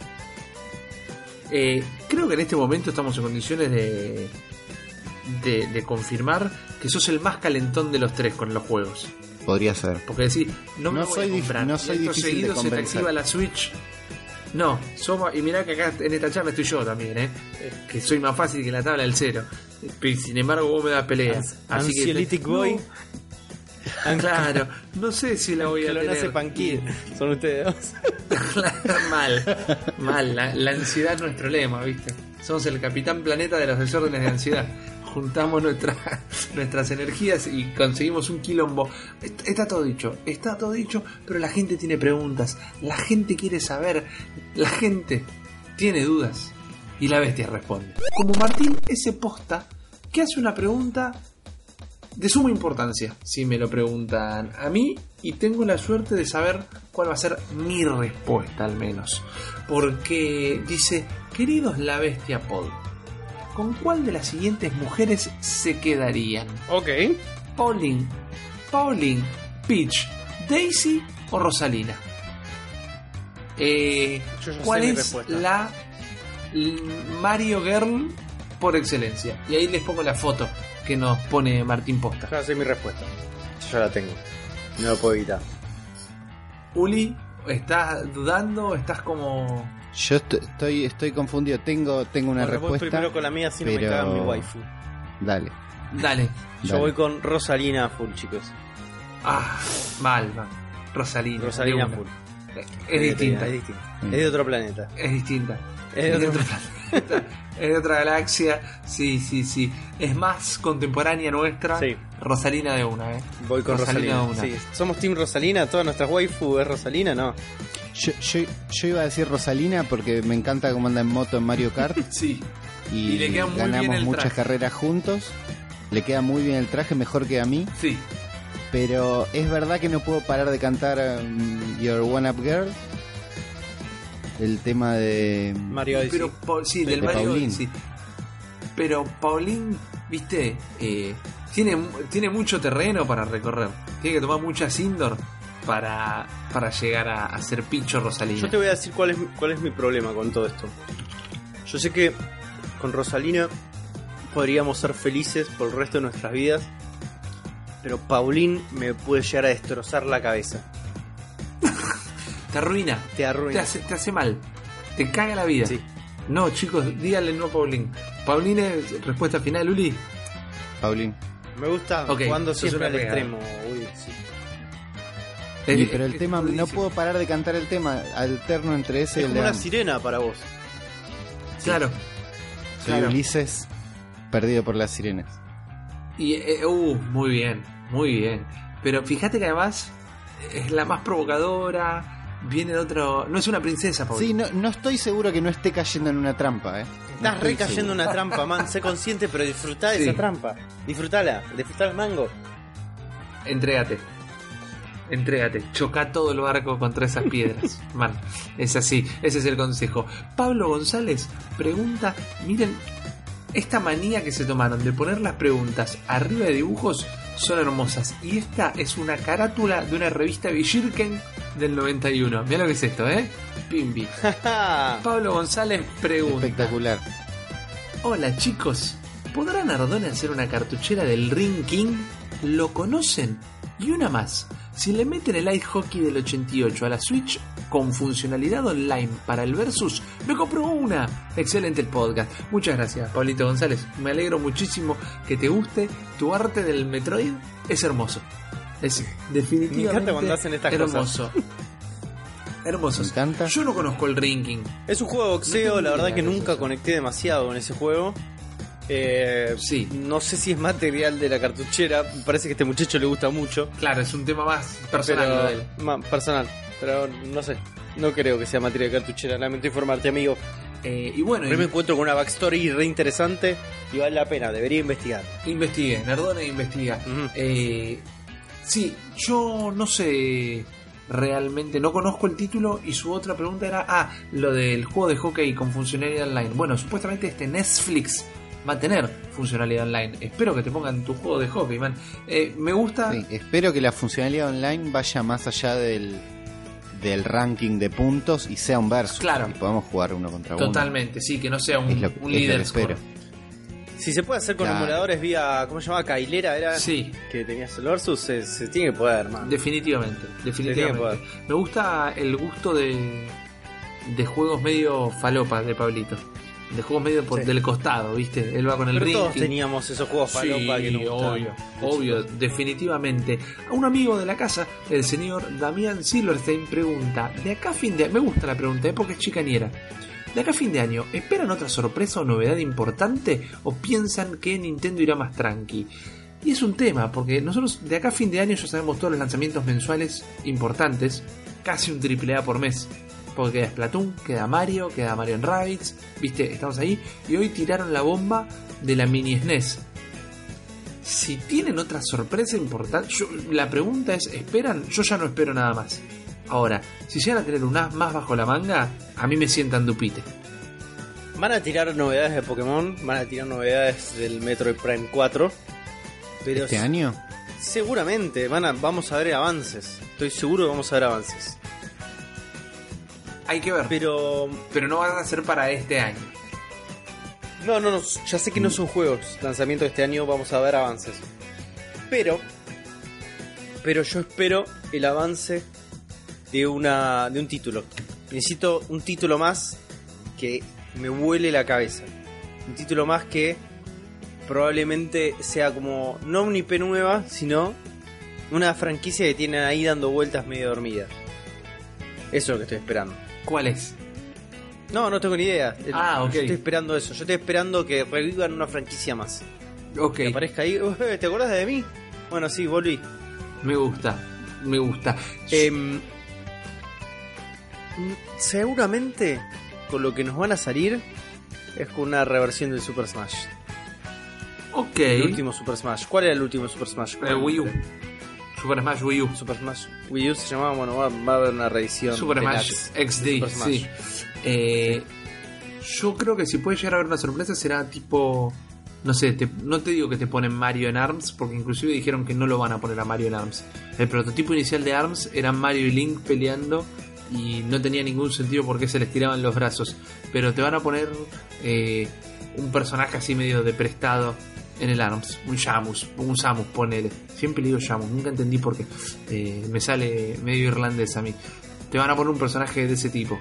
Eh, creo que en este momento estamos en condiciones de, de, de confirmar que sos el más calentón de los tres con los juegos. Podría ser. Porque decís, no me No voy soy a dif- comprar. no y soy acto difícil de seguido se te convencer. activa la Switch. No, somos, y mirá que acá en esta charla estoy yo también, ¿eh? Que soy más fácil que la tabla del cero. Pero, sin embargo, vos me das pelea. Así que Anxiolytic Boy. No, claro, no sé si la voy a Que lo tener. nace Pankid. Son ustedes dos. mal, mal. La, la ansiedad es nuestro lema, ¿viste? Somos el capitán planeta de los desórdenes de ansiedad. Juntamos nuestra, nuestras energías y conseguimos un quilombo. Está, está todo dicho, está todo dicho, pero la gente tiene preguntas, la gente quiere saber, la gente tiene dudas y la bestia responde. Como Martín ese posta que hace una pregunta de suma importancia, si me lo preguntan a mí, y tengo la suerte de saber cuál va a ser mi respuesta al menos. Porque dice: queridos la bestia pod, ¿con cuál de las siguientes mujeres se quedarían? Ok. Pauline, Pauline, Peach, Daisy o Rosalina. Eh, Yo ya sé ¿Cuál mi es respuesta. la l- Mario Girl por excelencia? Y ahí les pongo la foto que nos pone Martín Posta. Ya sé mi respuesta. Yo ya la tengo. No lo puedo evitar. Uli, ¿estás dudando? ¿Estás como...? Yo est- estoy estoy confundido. Tengo tengo una Bueno, voy respuesta. primero con la mía, si no me pero- cagan mi waifu. Dale. Dale. Yo dale. voy con Rosalina full, chicos. Ah, mal, mal. Rosalina. Rosalina de una. full. Es distinta. Es distinta. Mm. Es de otro planeta. Es distinta. Es de otro planeta. Es de otra galaxia. Sí, sí, sí. Es más contemporánea nuestra. Sí. Rosalina de una, ¿eh? Voy con Rosalina Rosalina. de una. Sí. ¿Somos Team Rosalina? ¿Todas nuestras waifu es Rosalina? No. Yo, yo, yo iba a decir Rosalina porque me encanta cómo anda en moto en Mario Kart. Sí. Y, Y le queda muy bien ganamos el muchas traje. carreras juntos. Le queda muy bien el traje, mejor que a mí. Sí. Pero es verdad que no puedo parar de cantar um, Your One Up Girl. El tema de Mario Odyssey. Pero, pa- sí, De- del de Mario Pauline. Odyssey. Pero Pauline, viste, eh, tiene, tiene mucho terreno para recorrer. Tiene que tomar muchas indoor para, para llegar a, a ser Picho Rosalina. Yo te voy a decir cuál es, cuál es mi problema con todo esto. Yo sé que con Rosalina podríamos ser felices por el resto de nuestras vidas, pero Pauline me puede llegar a destrozar la cabeza. Te arruina, Te te arruina. hace, te hace mal, te caga la vida. Sí. No, chicos, díganle no a Pauline. Pauline, respuesta final, Uli. Paulín. Me gusta Ok, jugando sos siempre una al pegada. extremo. Uy, sí. Sí, Eh, pero el eh, tema, no durísimo. puedo parar de cantar el tema, alterno entre ese y Es el como de una Am. sirena para vos. Claro. Soy claro. Ulises perdido por las sirenas. Y, eh, uh, muy bien, muy bien. Pero fíjate que además es la más provocadora. Viene de otro. No es una princesa, Pauline. Sí, no, no estoy seguro que no esté cayendo en una trampa, ¿eh? No Estás estoy re cayendo en seguro. una trampa, man. Sé consciente, pero disfrutá de Sí. esa trampa. Disfrutala. Disfrutá el mango. Entrégate. Entrégate. Chocá todo el barco contra esas piedras. Man, es así. Ese es el consejo. Pablo González pregunta: miren, esta manía que se tomaron de poner las preguntas arriba de dibujos son hermosas. Y esta es una carátula de una revista Villirken del noventa y uno. Mirá lo que es esto, ¿eh? Pimbi. Pablo González pregunta: Espectacular. hola chicos, ¿podrán Ardone hacer una cartuchera del Ring King? ¿Lo conocen? Y una más, si le meten el Ice Hockey del ochenta y ocho a la Switch con funcionalidad online para el Versus, me compro una. Excelente el podcast. Muchas gracias, Pablito González. Me alegro muchísimo que te guste. Tu arte del Metroid es hermoso. Es definitivamente Me encanta cuando hacen estas hermoso. Hermoso. Me encanta. Yo no conozco el Ring King. Es un juego de No boxeo, tengo la verdad idea que de nunca eso. conecté demasiado con ese juego. Eh, Sí. No sé si es material de la cartuchera, me parece que a este muchacho le gusta mucho. Claro, es un tema más personal lo de él. Pero, ma- personal, pero no sé, no creo que sea material de cartuchera, lamento informarte, amigo. Eh, y bueno, Yo me encuentro con una backstory re interesante y vale la pena, debería investigar. investigue, Nardone investiga. Ujú. Eh, sí, yo no sé realmente, no conozco el título y su otra pregunta era, ah, lo del juego de hockey con funcionalidad online. Bueno, supuestamente este Netflix va a tener funcionalidad online. Espero que te pongan tu juego de hockey, man. Eh, me gusta... Sí, espero que la funcionalidad online vaya más allá del, del ranking de puntos y sea un versus. Claro. Y podamos jugar uno contra uno. Totalmente, sí, que no sea un, Es lo- un es lo líder que score. espero. Si se puede hacer con Claro. emuladores vía, ¿cómo se llamaba? Cailera, era Sí, que tenías el versus, se, se tiene que poder, man. definitivamente, definitivamente. Tiene Me gusta el gusto de, de juegos medio falopa de Pablito. De juegos medio por, Sí. del costado, ¿viste? Él va con el Pero todos ranking. teníamos esos juegos falopa Sí, que nos gustaban. obvio, obvio, definitivamente. A un amigo de la casa, el señor Damián Silverstein, pregunta: de acá a fin de me gusta la pregunta, ¿eh? Porque es chicañera. De acá a fin de año, ¿esperan otra sorpresa o novedad importante? ¿O piensan que Nintendo irá más tranqui? Y es un tema, porque nosotros de acá a fin de año ya sabemos todos los lanzamientos mensuales importantes, casi un triple A por mes. Porque queda Splatoon, queda Mario, queda Mario Rabbids, viste, estamos ahí. Y hoy tiraron la bomba de la mini S N E S. Si tienen otra sorpresa importante, yo- la pregunta es, ¿esperan? Yo ya no espero nada más. Ahora, si llegan a tener un as más bajo la manga, a mí me sientan dupite. Van a tirar novedades de Pokémon, van a tirar novedades del Metroid Prime cuatro. Pero ¿Este año? seguramente van a, vamos a ver avances. Estoy seguro que vamos a ver avances. Hay que ver, Pero pero no van a ser para este año. no, no, no, ya sé que no son juegos. Lanzamiento de este año vamos a ver avances. Pero pero yo espero el avance de una de un título. Necesito un título más que me vuele la cabeza. Un título más que probablemente sea como no una I P nueva, sino una franquicia que tienen ahí dando vueltas medio dormida. Eso es lo que estoy esperando. ¿Cuál es? No, no tengo ni idea. Ah, ok. Yo estoy esperando eso. Yo estoy esperando que revivan una franquicia más. Ok, Que aparezca ahí. "Ué, ¿te acordás de mí? Bueno, sí, volví. me gusta, me gusta. Em, seguramente con lo que nos van a salir es con una reversión del Super Smash. Ok, El último Super Smash. ¿Cuál era el último Super Smash? el Wii U. Super Smash Wii U. Super Smash Wii U se llamaba, bueno, va, va a haber una reedición. Super Smash deluxe X de D, Super Smash. sí. Eh, yo creo que si puede llegar a haber una sorpresa será tipo... No sé, te, no te digo que te ponen Mario en ARMS, porque inclusive dijeron que no lo van a poner a Mario en ARMS. El prototipo inicial de ARMS eran Mario y Link peleando y no tenía ningún sentido porque se les tiraban los brazos. Pero te van a poner eh, un personaje así medio de prestado en el ARMS, un Samus, un Samus, ponele. Siempre le digo Samus, nunca entendí por qué. Eh, me sale medio irlandés a mí. Te van a poner un personaje de ese tipo.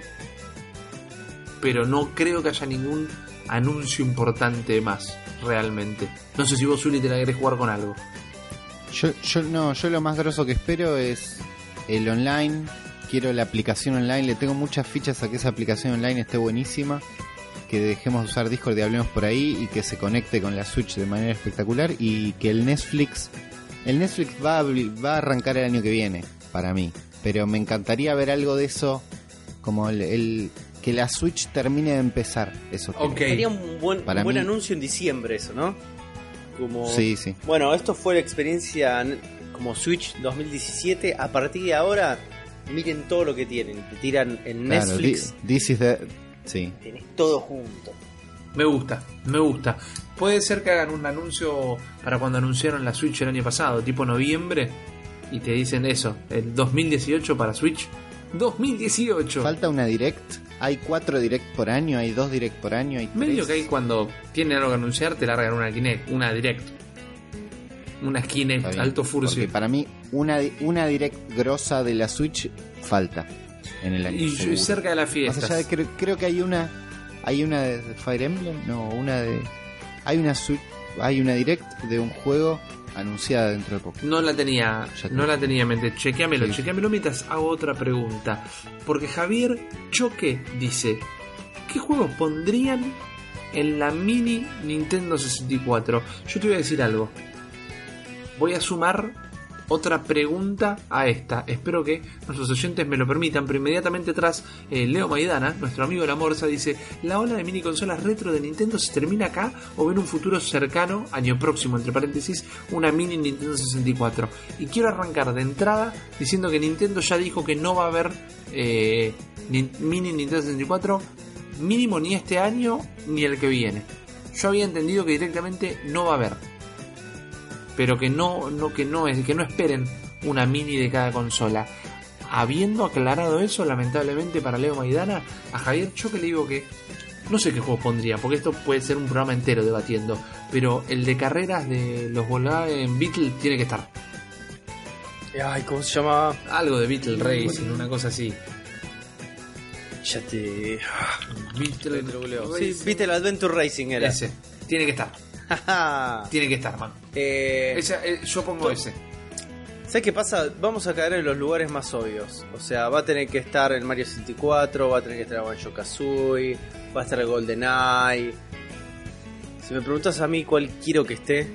Pero no creo que haya ningún anuncio importante más, realmente. No sé si vos, Zuli, te la querés jugar con algo. Yo, yo no, yo lo más grosso que espero es el online. Quiero la aplicación online. Le tengo muchas fichas a que esa aplicación online esté buenísima. Que dejemos de usar Discord y hablemos por ahí. Y que se conecte con la Switch de manera espectacular. Y que el Netflix... El Netflix va a, va a arrancar el año que viene, para mí. Pero me encantaría ver algo de eso. Como el... el que la Switch termine de empezar. Eso Ok. Sería un buen, Para un buen mí- anuncio en diciembre eso, ¿no? Como... Sí, sí. Bueno, esto fue la experiencia n- como Switch dos mil diecisiete. A partir de ahora, miren todo lo que tienen. Te tiran en Claro, Netflix, thi- this is the... Sí. tenés todo junto. Me gusta, me gusta. Puede ser que hagan un anuncio para cuando anunciaron la Switch el año pasado, tipo noviembre, y te dicen eso, el dos mil dieciocho para Switch. dos mil dieciocho. Falta una direct. Hay cuatro direct por año, hay dos direct por año, hay tres. Medio que ahí cuando tienen algo que anunciar te largan una Kinect, una Direct. Una Kinect, Está bien, alto furcio. porque para mí una, una direct grosa de la Switch falta en el año. Y seguro. cerca de las Más fiestas. allá de creo, creo que hay una hay una de Fire Emblem, no, una de hay una Switch, hay una direct de un juego anunciada dentro de poco. No la tenía, Ya te- no la tenía en mente. Chequeamelo, Sí. chequeamelo mientras hago otra pregunta. Porque Javier Choque dice: ¿qué juegos pondrían en la mini Nintendo sesenta y cuatro? Yo te voy a decir algo. Voy a sumar otra pregunta a esta. Espero que nuestros oyentes me lo permitan. Pero inmediatamente atrás, eh, Leo Maidana, nuestro amigo La Morsa, dice: ¿la ola de mini consolas retro de Nintendo se termina acá o en un futuro cercano, año próximo, entre paréntesis, una mini Nintendo sesenta y cuatro? Y quiero arrancar de entrada diciendo que Nintendo ya dijo que no va a haber eh, ni- mini Nintendo sesenta y cuatro mínimo ni este año ni el que viene. Yo había entendido que directamente no va a haber, pero que no, no, que no es, que no esperen una mini de cada consola. Habiendo aclarado eso, lamentablemente para Leo Maidana, a Javier Choque le digo que no sé qué juegos pondría, porque esto puede ser un programa entero debatiendo, pero el de carreras de los Volkswagen Beetle tiene que estar. Ay, ¿cómo se llama? Algo de Beetle Racing, una cosa así. Ya te... Beetle Sí, viste el Adventure Racing era. Ese, tiene que estar, Jaja. tiene que estar, man. eh, Esa, eh, yo pongo ese. ¿Sabes qué pasa? Vamos a caer en los lugares más obvios. O sea, va a tener que estar el Mario sesenta y cuatro, va a tener que estar el Banjo-Kazooie, va a estar el GoldenEye. Si me preguntas a mí cuál quiero que esté,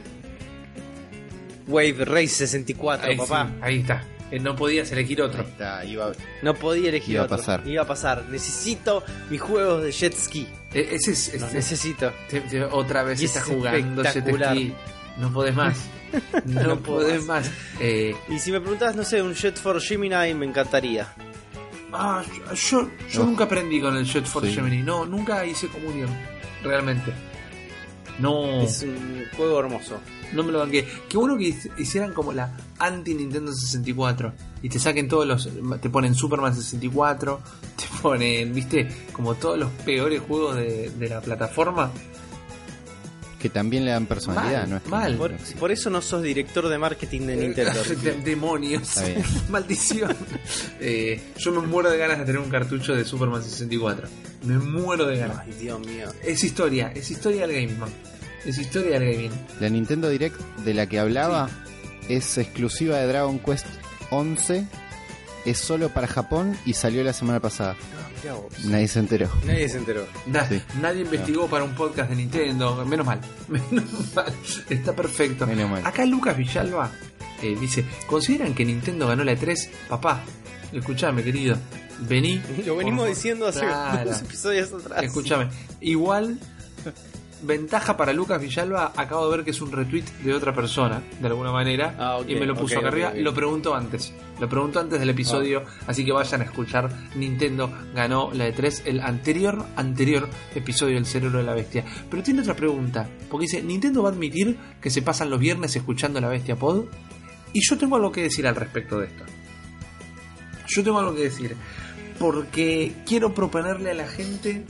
Wave Race sesenta y cuatro, Ahí, papá. sí, ahí está. Eh, no podías elegir otro. Ahí está, iba- No podía elegir Iba a otro. pasar. Iba a pasar. Necesito mis juegos de jet ski. Eh, ese es, Los este- necesito. te- te- otra vez Y es está jugando jet espectacular. ski. No podés más. No, No puedo podés más. Eh, Y si me preguntas, no sé, un Jet for Gemini me encantaría. ah, yo, yo Oh. nunca aprendí con el Jet for Sí. Gemini. No, nunca hice comunión. Realmente. No, Es un juego hermoso. no me lo banqué. Qué bueno que hic- hicieran como la anti Nintendo sesenta y cuatro. Y te saquen todos los. Te ponen Superman sesenta y cuatro. Te ponen, viste, como todos los peores juegos de, de la plataforma. que también le dan personalidad, Mal, no es que- mal. Por, por eso no sos director de marketing de Nintendo. De- demonios. Está bien. Maldición. Eh, yo me muero de ganas de tener un cartucho de Superman sesenta y cuatro. Me muero de ganas. Ay, Dios mío. Es historia, es historia del gaming, man. Es historia del gaming. La Nintendo Direct de la que hablaba es exclusiva de Dragon Quest once, es solo para Japón y salió la semana pasada. Mirá vos. Nadie se enteró. Nadie se enteró. Da- Sí. Nadie investigó para un podcast de Nintendo. Menos mal. Menos mal. Está perfecto. Menos mal. Acá Lucas Villalba eh, dice: ¿consideran que Nintendo ganó la E tres? Papá, escuchame, querido. Vení. Lo venimos por- diciendo hace Claro. dos episodios atrás. Escúchame, igual ventaja para Lucas Villalba, acabo de ver que es un retweet de otra persona, de alguna manera, Ah, ok, y me lo puso ok, acá ok, arriba. ok. Lo pregunto antes. Lo pregunto antes del episodio, así que vayan a escuchar. Nintendo ganó la E tres, el anterior, anterior episodio del Cerebro de la Bestia. Pero tiene otra pregunta, porque dice, ¿Nintendo va a admitir que se pasan los viernes escuchando La Bestia Pod? Y yo tengo algo que decir al respecto de esto. Yo tengo algo que decir, porque quiero proponerle a la gente...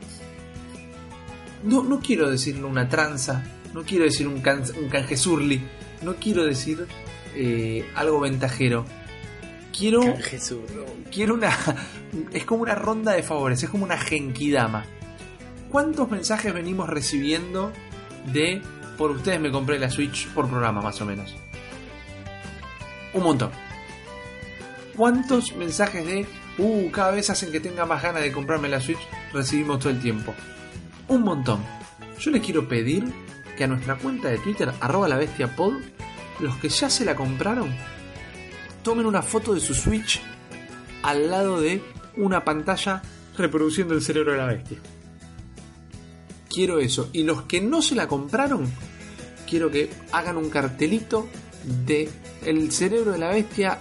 No, no quiero decirle una tranza, no quiero decir un, can, un canjesurli, no quiero decir eh, algo ventajero. Quiero, Jesús. quiero una... Es como una ronda de favores, es como una genkidama. ¿Cuántos mensajes venimos recibiendo de por ustedes me compré la Switch por programa, más o menos? Un montón. ¿Cuántos mensajes de uh, cada vez hacen que tenga más ganas de comprarme la Switch recibimos todo el tiempo? Un montón. Yo les quiero pedir que a nuestra cuenta de Twitter, arroba la bestia pod, los que ya se la compraron, tomen una foto de su Switch al lado de una pantalla reproduciendo el Cerebro de la Bestia. Quiero eso. Y los que no se la compraron, quiero que hagan un cartelito de el Cerebro de la Bestia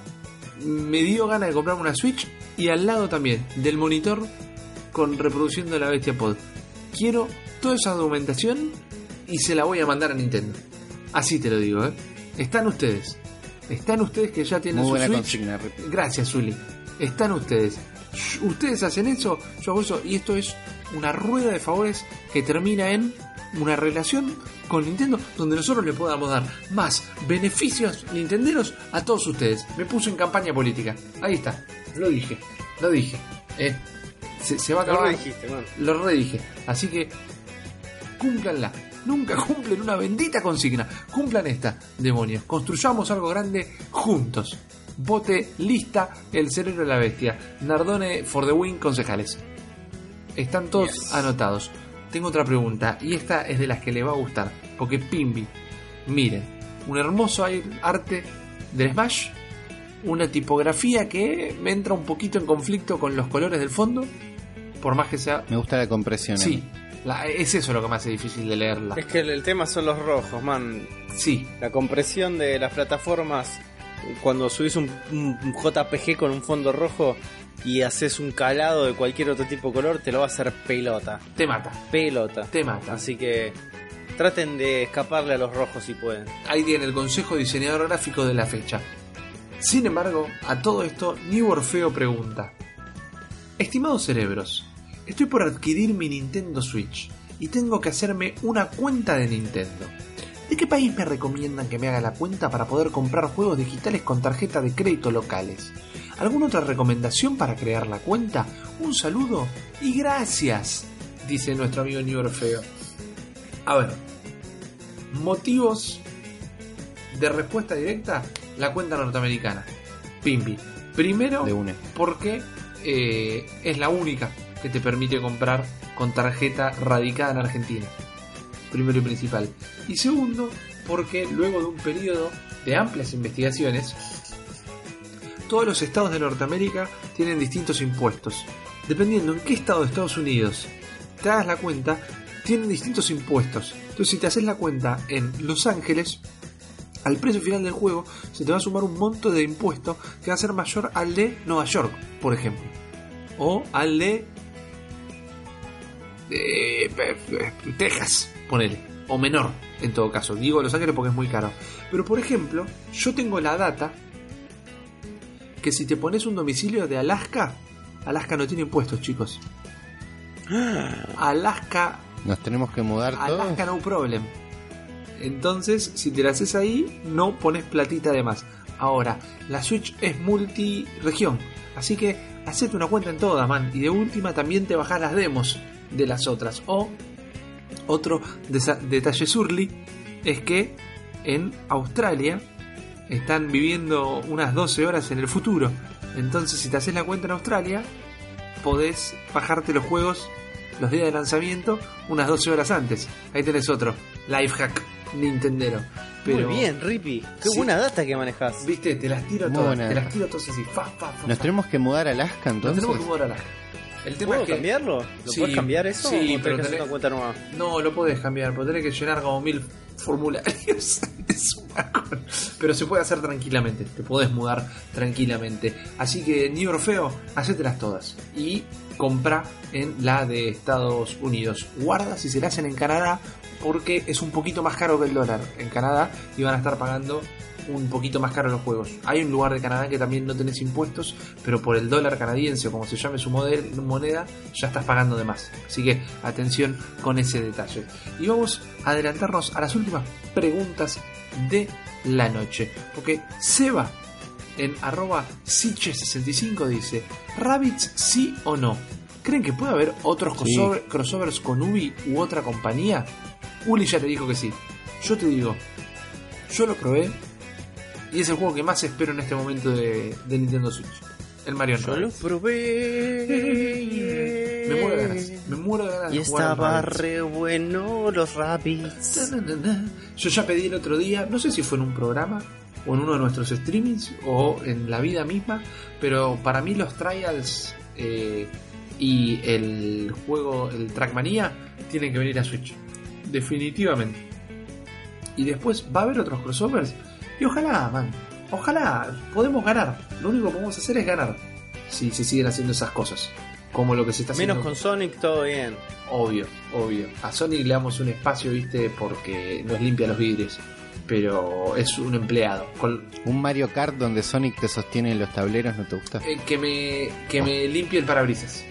me dio ganas de comprarme una Switch, y al lado también del monitor con reproduciendo la Bestia Pod. Quiero toda esa documentación y se la voy a mandar a Nintendo. Así te lo digo, ¿eh? Están ustedes. Están ustedes que ya tienen Muy su buena Switch. consigna, repito. Gracias, Zuli. Están ustedes. Ustedes hacen eso, yo hago eso. Y esto es una rueda de favores que termina en una relación con Nintendo donde nosotros le podamos dar más beneficios nintenderos a todos ustedes. Me puse en campaña política. Ahí está. Lo dije. Lo dije. Eh, se, se va a acabar. Lo redijiste, man. Lo redije. Así que cúmplanla. Nunca cumplen una bendita consigna. Cumplan esta, demonios. Construyamos algo grande juntos. Vote lista el Cerebro de la Bestia. Nardone for the win, concejales. Están todos Yes. anotados. Tengo otra pregunta, y esta es de las que le va a gustar. Porque Pimbi, miren, un hermoso arte del Smash, una tipografía que me entra un poquito en conflicto con los colores del fondo, por más que sea... Me gusta la compresión. Sí, la, es eso lo que me hace difícil de leerla. Es que el, el tema son los rojos, man. Sí, La compresión de las plataformas, cuando subís un, un J P G con un fondo rojo y haces un calado de cualquier otro tipo de color, te lo va a hacer pelota. te mata, Pelota. te mata. Así que traten de escaparle a los rojos si pueden. Ahí tiene el consejo diseñador gráfico de la fecha. Sin embargo, a todo esto, New Orfeo pregunta: estimados cerebros, estoy por adquirir mi Nintendo Switch y tengo que hacerme una cuenta de Nintendo. ¿De qué país me recomiendan que me haga la cuenta para poder comprar juegos digitales con tarjeta de crédito locales? ¿Alguna otra recomendación para crear la cuenta? Un saludo y gracias, dice nuestro amigo New Orfeo. A ver, motivos de respuesta directa: la cuenta norteamericana. Pimpi. Primero, De una. porque eh, es la única que te permite comprar con tarjeta radicada en Argentina. Primero y principal. Y segundo, porque luego de un periodo de amplias investigaciones, todos los estados de Norteamérica tienen distintos impuestos. Dependiendo en qué estado de Estados Unidos te hagas la cuenta, tienen distintos impuestos. Entonces, si te haces la cuenta en Los Ángeles, al precio final del juego se te va a sumar un monto de impuesto que va a ser mayor al de Nueva York, por ejemplo, o al de, de, de Texas, ponele, o menor en todo caso. Digo Los Ángeles porque es muy caro. Pero por ejemplo, yo tengo la data que si te pones un domicilio de Alaska, Alaska no tiene impuestos, chicos. Alaska, Nos tenemos que mudar todos. Alaska no problem. Entonces, si te la haces ahí, no pones platita de más. Ahora, la Switch es multi-región, así que hacete una cuenta en todas, man. Y de última también te bajás las demos de las otras. O, otro desa- detalle surly es que en Australia están viviendo unas doce horas en el futuro. Entonces, si te haces la cuenta en Australia, podés bajarte los juegos los días de lanzamiento unas doce horas antes. Ahí tenés otro life hack nintendero. Pero, Muy bien, Rippy. Qué Sí. buena data que manejas. viste, te las tiro Muy todas, buena. te las tiro todas así, fa, fa, fa, Nos fa. tenemos que mudar a Alaska Nos entonces. tenemos que mudar a Alaska. El tema ¿Puedo es que cambiarlo? ¿Lo Sí, puedes cambiar eso? sí, ¿O tenés pero que hacer tenés- una cuenta nueva? no lo podés cambiar, pero tenés que llenar como mil formularios. Es un bajón. Pero se puede hacer tranquilamente, te podés mudar tranquilamente. Así que, New Orfeo, hacételas todas y compra en la de Estados Unidos. Guarda si se la hacen en Canadá, porque es un poquito más caro que el dólar en Canadá y van a estar pagando un poquito más caro los juegos. Hay un lugar de Canadá que también no tenés impuestos, pero por el dólar canadiense o como se llame su model- moneda, ya estás pagando de más. Así que atención con ese detalle. Y vamos a adelantarnos a las últimas preguntas de la noche, porque Seba en arroba siche sesenta y cinco dice: ¿Rabbids sí o no? ¿Creen que puede haber otros Sí. crossover- crossovers con Ubi u otra compañía? Uli ya te dijo que sí. Yo te digo, yo lo probé y es el juego que más espero en este momento de, de Nintendo Switch. El Mario Yo lo Rabbids. probé. Me muero de ganas. Me muero de ganas Y de jugar al estaba Rabbids. re bueno los Rabbids. Na, na, na. Yo ya pedí el otro día, no sé si fue en un programa o en uno de nuestros streamings o en la vida misma, pero para mí los trials eh, y el juego, el Trackmania, tienen que venir a Switch. Definitivamente. Y después va a haber otros crossovers. Y ojalá, man. Ojalá podemos ganar. Lo único que podemos hacer es ganar. Si se siguen haciendo esas cosas. Como lo que se está haciendo. Menos con Sonic, todo bien. Obvio, obvio. A Sonic le damos un espacio, viste, porque nos limpia los vidrios. Pero es un empleado. Con, Un Mario Kart donde Sonic te sostiene en los tableros, ¿no te gusta? eh, que me que me limpie el parabrisas.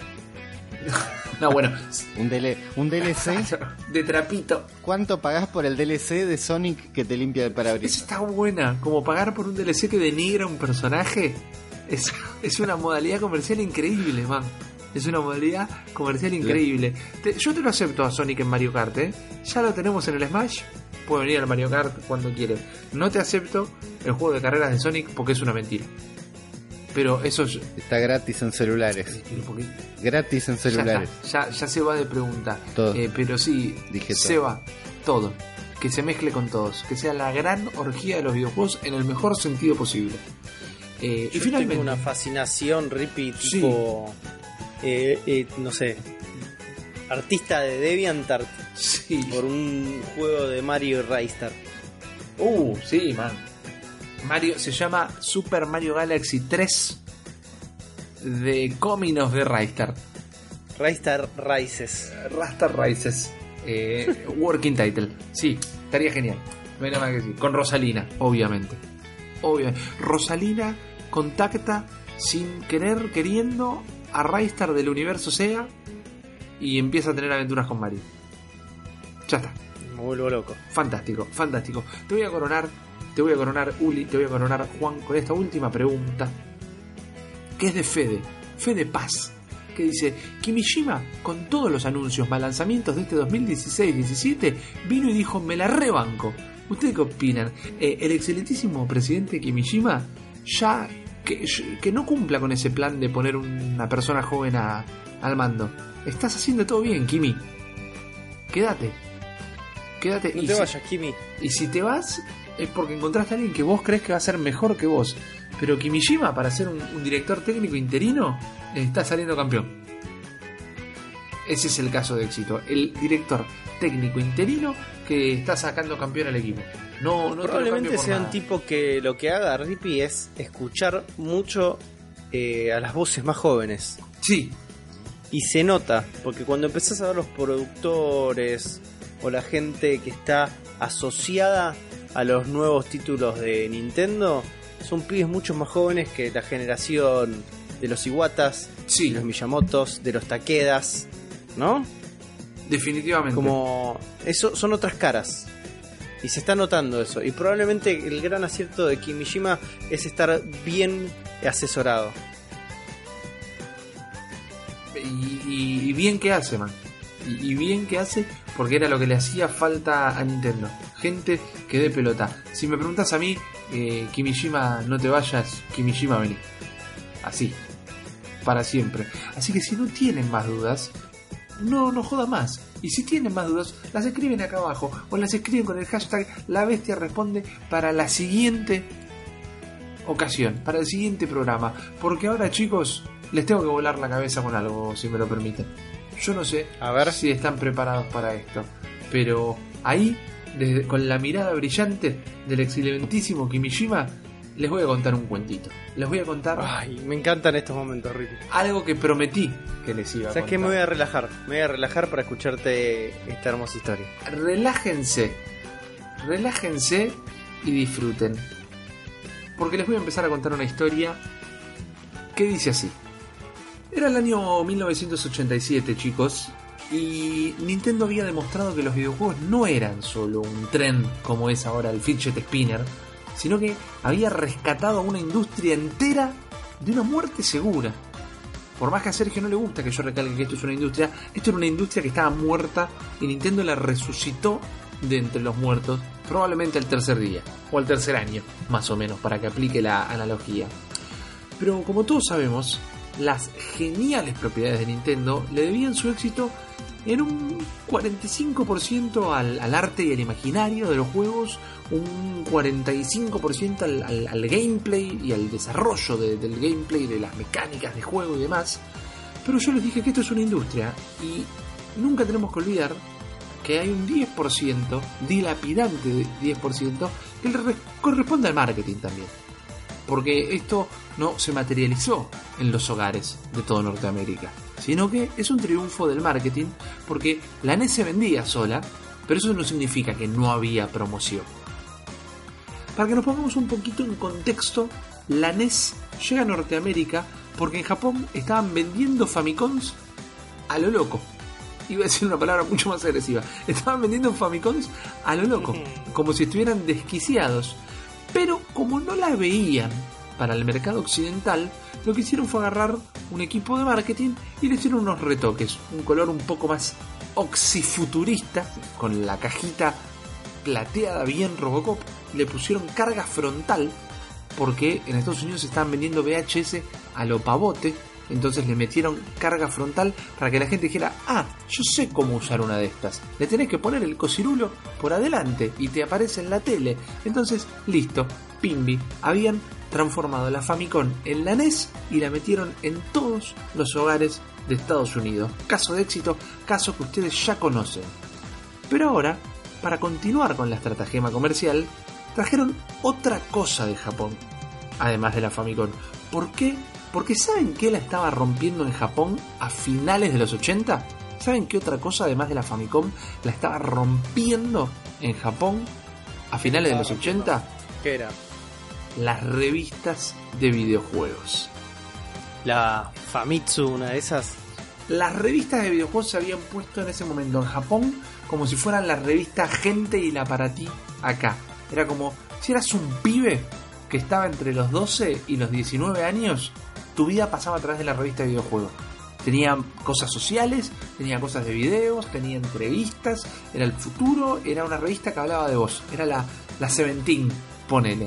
No, bueno. Un, D L un D L C. De trapito. ¿Cuánto pagás por el D L C de Sonic que te limpia el Esa parabrisas? está buena. Como pagar por un D L C que denigra un personaje. Es, es una modalidad comercial increíble, man. Es una modalidad comercial increíble. Te- yo te lo acepto a Sonic en Mario Kart, ¿eh? Ya lo tenemos en el Smash. Puede venir al Mario Kart cuando quiere. No te acepto el juego de carreras de Sonic porque es una mentira. Pero eso es... Está gratis en celulares. porque Gratis en ya, celulares. está, ya, ya se va de pregunta. Todo. Eh, pero sí, Dije se todo. va todo. Que se mezcle con todos. Que sea la gran orgía de los videojuegos en el mejor sentido posible. Eh, y Yo finalmente... tengo una fascinación, Rippy, Sí. tipo. eh, eh, no sé. Artista de DeviantArt Sí. por un juego de Mario y Raystar. Uh, sí, man. Mario se llama Super Mario Galaxy tres de Coming of the Raystar. Raystar Rises. Rastar Rises. Eh, working title. Sí, estaría genial. No hay nada más que decir. Con Rosalina, obviamente. Obviamente. Rosalina contacta sin querer, queriendo a Raystar del universo SEGA y empieza a tener aventuras con Mario. Ya está. Me vuelvo loco. Fantástico, fantástico. Te voy a coronar, te voy a coronar, Uli, te voy a coronar, Juan, con esta última pregunta, que es de Fede, Fede Paz, que dice: Kimishima, con todos los anuncios más lanzamientos de este dos mil dieciséis diecisiete, vino y dijo: me la rebanco. ¿Ustedes qué opinan? Eh, el excelentísimo presidente Kimishima ya que, que no cumpla con ese plan de poner una persona joven a, al mando. Estás haciendo todo bien, Kimi. Quédate. Quédate. No y te si- vayas, Kimi. y si te vas, es porque encontraste a alguien que vos crees que va a ser mejor que vos. Pero Kimishima, para ser un, un director técnico interino, está saliendo campeón. Ese es el caso de éxito. El director técnico interino que está sacando campeón al equipo. No, no te lo Probablemente cambio por sea un nada. tipo que lo que haga Rippy es escuchar mucho eh, a las voces más jóvenes. Sí, Y se nota, porque cuando empezás a ver los productores o la gente que está asociada a los nuevos títulos de Nintendo, son pibes mucho más jóvenes que la generación de los Iwatas, sí, de los Miyamotos, de los Takedas, ¿no? definitivamente. Como eso son otras caras. Y se está notando eso. Y probablemente el gran acierto de Kimishima es estar bien asesorado. Y, y- y bien que hace, man. Y, y bien que hace, porque era lo que le hacía falta a Nintendo. Gente que dé pelota. Si me preguntas a mí, eh, Kimishima, no te vayas, Kimishima, vení. Así. Para siempre. Así que si no tienen más dudas, no, no joda más. Y si tienen más dudas, las escriben acá abajo. O las escriben con el hashtag La Bestia Responde para la siguiente ocasión, para el siguiente programa, porque ahora, chicos, les tengo que volar la cabeza con algo, si me lo permiten. Yo no sé A ver. si están preparados para esto, pero ahí, desde, con la mirada brillante del excelentísimo Kimishima, les voy a contar un cuentito. Les voy a contar Ay, me encantan estos momentos, Ricky. algo que prometí que les iba a ¿Sabes contar. qué? Me voy a relajar. Me voy a relajar para escucharte esta hermosa historia. Relájense, relájense y disfruten, porque les voy a empezar a contar una historia que dice así. Era el año mil novecientos ochenta y siete, chicos, y Nintendo había demostrado que los videojuegos no eran solo un tren como es ahora el fidget spinner, sino que había rescatado a una industria entera de una muerte segura. Por más que a Sergio no le gusta que yo recalque que esto es una industria, esto era una industria que estaba muerta y Nintendo la resucitó de entre los muertos, probablemente al tercer día, o al tercer año, más o menos, para que aplique la analogía. Pero como todos sabemos, las geniales propiedades de Nintendo le debían su éxito en un cuarenta y cinco por ciento al, al arte y al imaginario de los juegos, un cuarenta y cinco por ciento al, al, al gameplay y al desarrollo de, del gameplay, de las mecánicas de juego y demás. Pero yo les dije que esto es una industria y nunca tenemos que olvidar que hay un diez por ciento, dilapidante diez por ciento, que le corresponde al marketing también. Porque esto no se materializó en los hogares de toda Norteamérica, sino que es un triunfo del marketing, porque la N E S se vendía sola, pero eso no significa que no había promoción. Para que nos pongamos un poquito en contexto, la N E S llega a Norteamérica porque en Japón estaban vendiendo Famicoms a lo loco. Iba a decir una palabra mucho más agresiva. Estaban vendiendo Famicoms a lo loco, como si estuvieran desquiciados. Pero como no la veían para el mercado occidental, lo que hicieron fue agarrar un equipo de marketing y le hicieron unos retoques. Un color un poco más oxifuturista, con la cajita plateada bien Robocop. Le pusieron carga frontal, porque en Estados Unidos se estaban vendiendo V H S a lo pavote. Entonces le metieron carga frontal para que la gente dijera: ah, yo sé cómo usar una de estas. Le tenés que poner el cosirulo por adelante y te aparece en la tele. Entonces, listo, pimbi. Habían transformado la Famicom en la N E S y la metieron en todos los hogares de Estados Unidos. Caso de éxito, caso que ustedes ya conocen. Pero ahora, para continuar con la estratagema comercial, trajeron otra cosa de Japón, además de la Famicom. ¿Por qué? Porque ¿saben qué la estaba rompiendo en Japón a finales de los ochenta? ¿Saben qué otra cosa además de la Famicom la estaba rompiendo en Japón a finales de los ochenta? ¿Qué era? Las revistas de videojuegos. La Famitsu, una de esas. Las revistas de videojuegos se habían puesto en ese momento en Japón como si fueran la revista Gente y la para ti acá. Era como si eras un pibe que estaba entre los doce y los diecinueve años, tu vida pasaba a través de la revista de videojuegos. Tenía cosas sociales, tenía cosas de videos, tenía entrevistas, era el futuro, era una revista que hablaba de vos, era la, la Seventeen, ponele.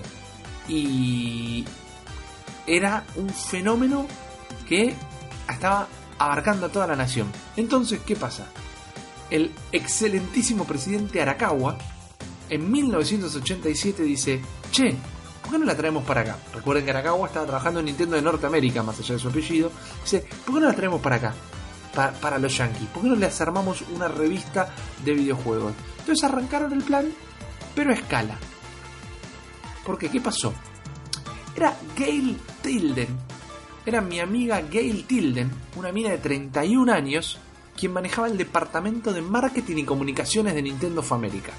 Y era un fenómeno que estaba abarcando a toda la nación. Entonces, ¿qué pasa? El excelentísimo presidente Arakawa, en mil novecientos ochenta y siete, dice: che, ¿por qué no la traemos para acá? Recuerden que Arakawa estaba trabajando en Nintendo de Norteamérica, más allá de su apellido. Dice: ¿por qué no la traemos para acá? Pa- para los yankees. ¿Por qué no les armamos una revista de videojuegos? Entonces arrancaron el plan, pero a escala. ¿Por qué? ¿Qué pasó? Era Gail Tilden. Era mi amiga Gail Tilden, una mina de treinta y un años, quien manejaba el departamento de marketing y comunicaciones de Nintendo of America.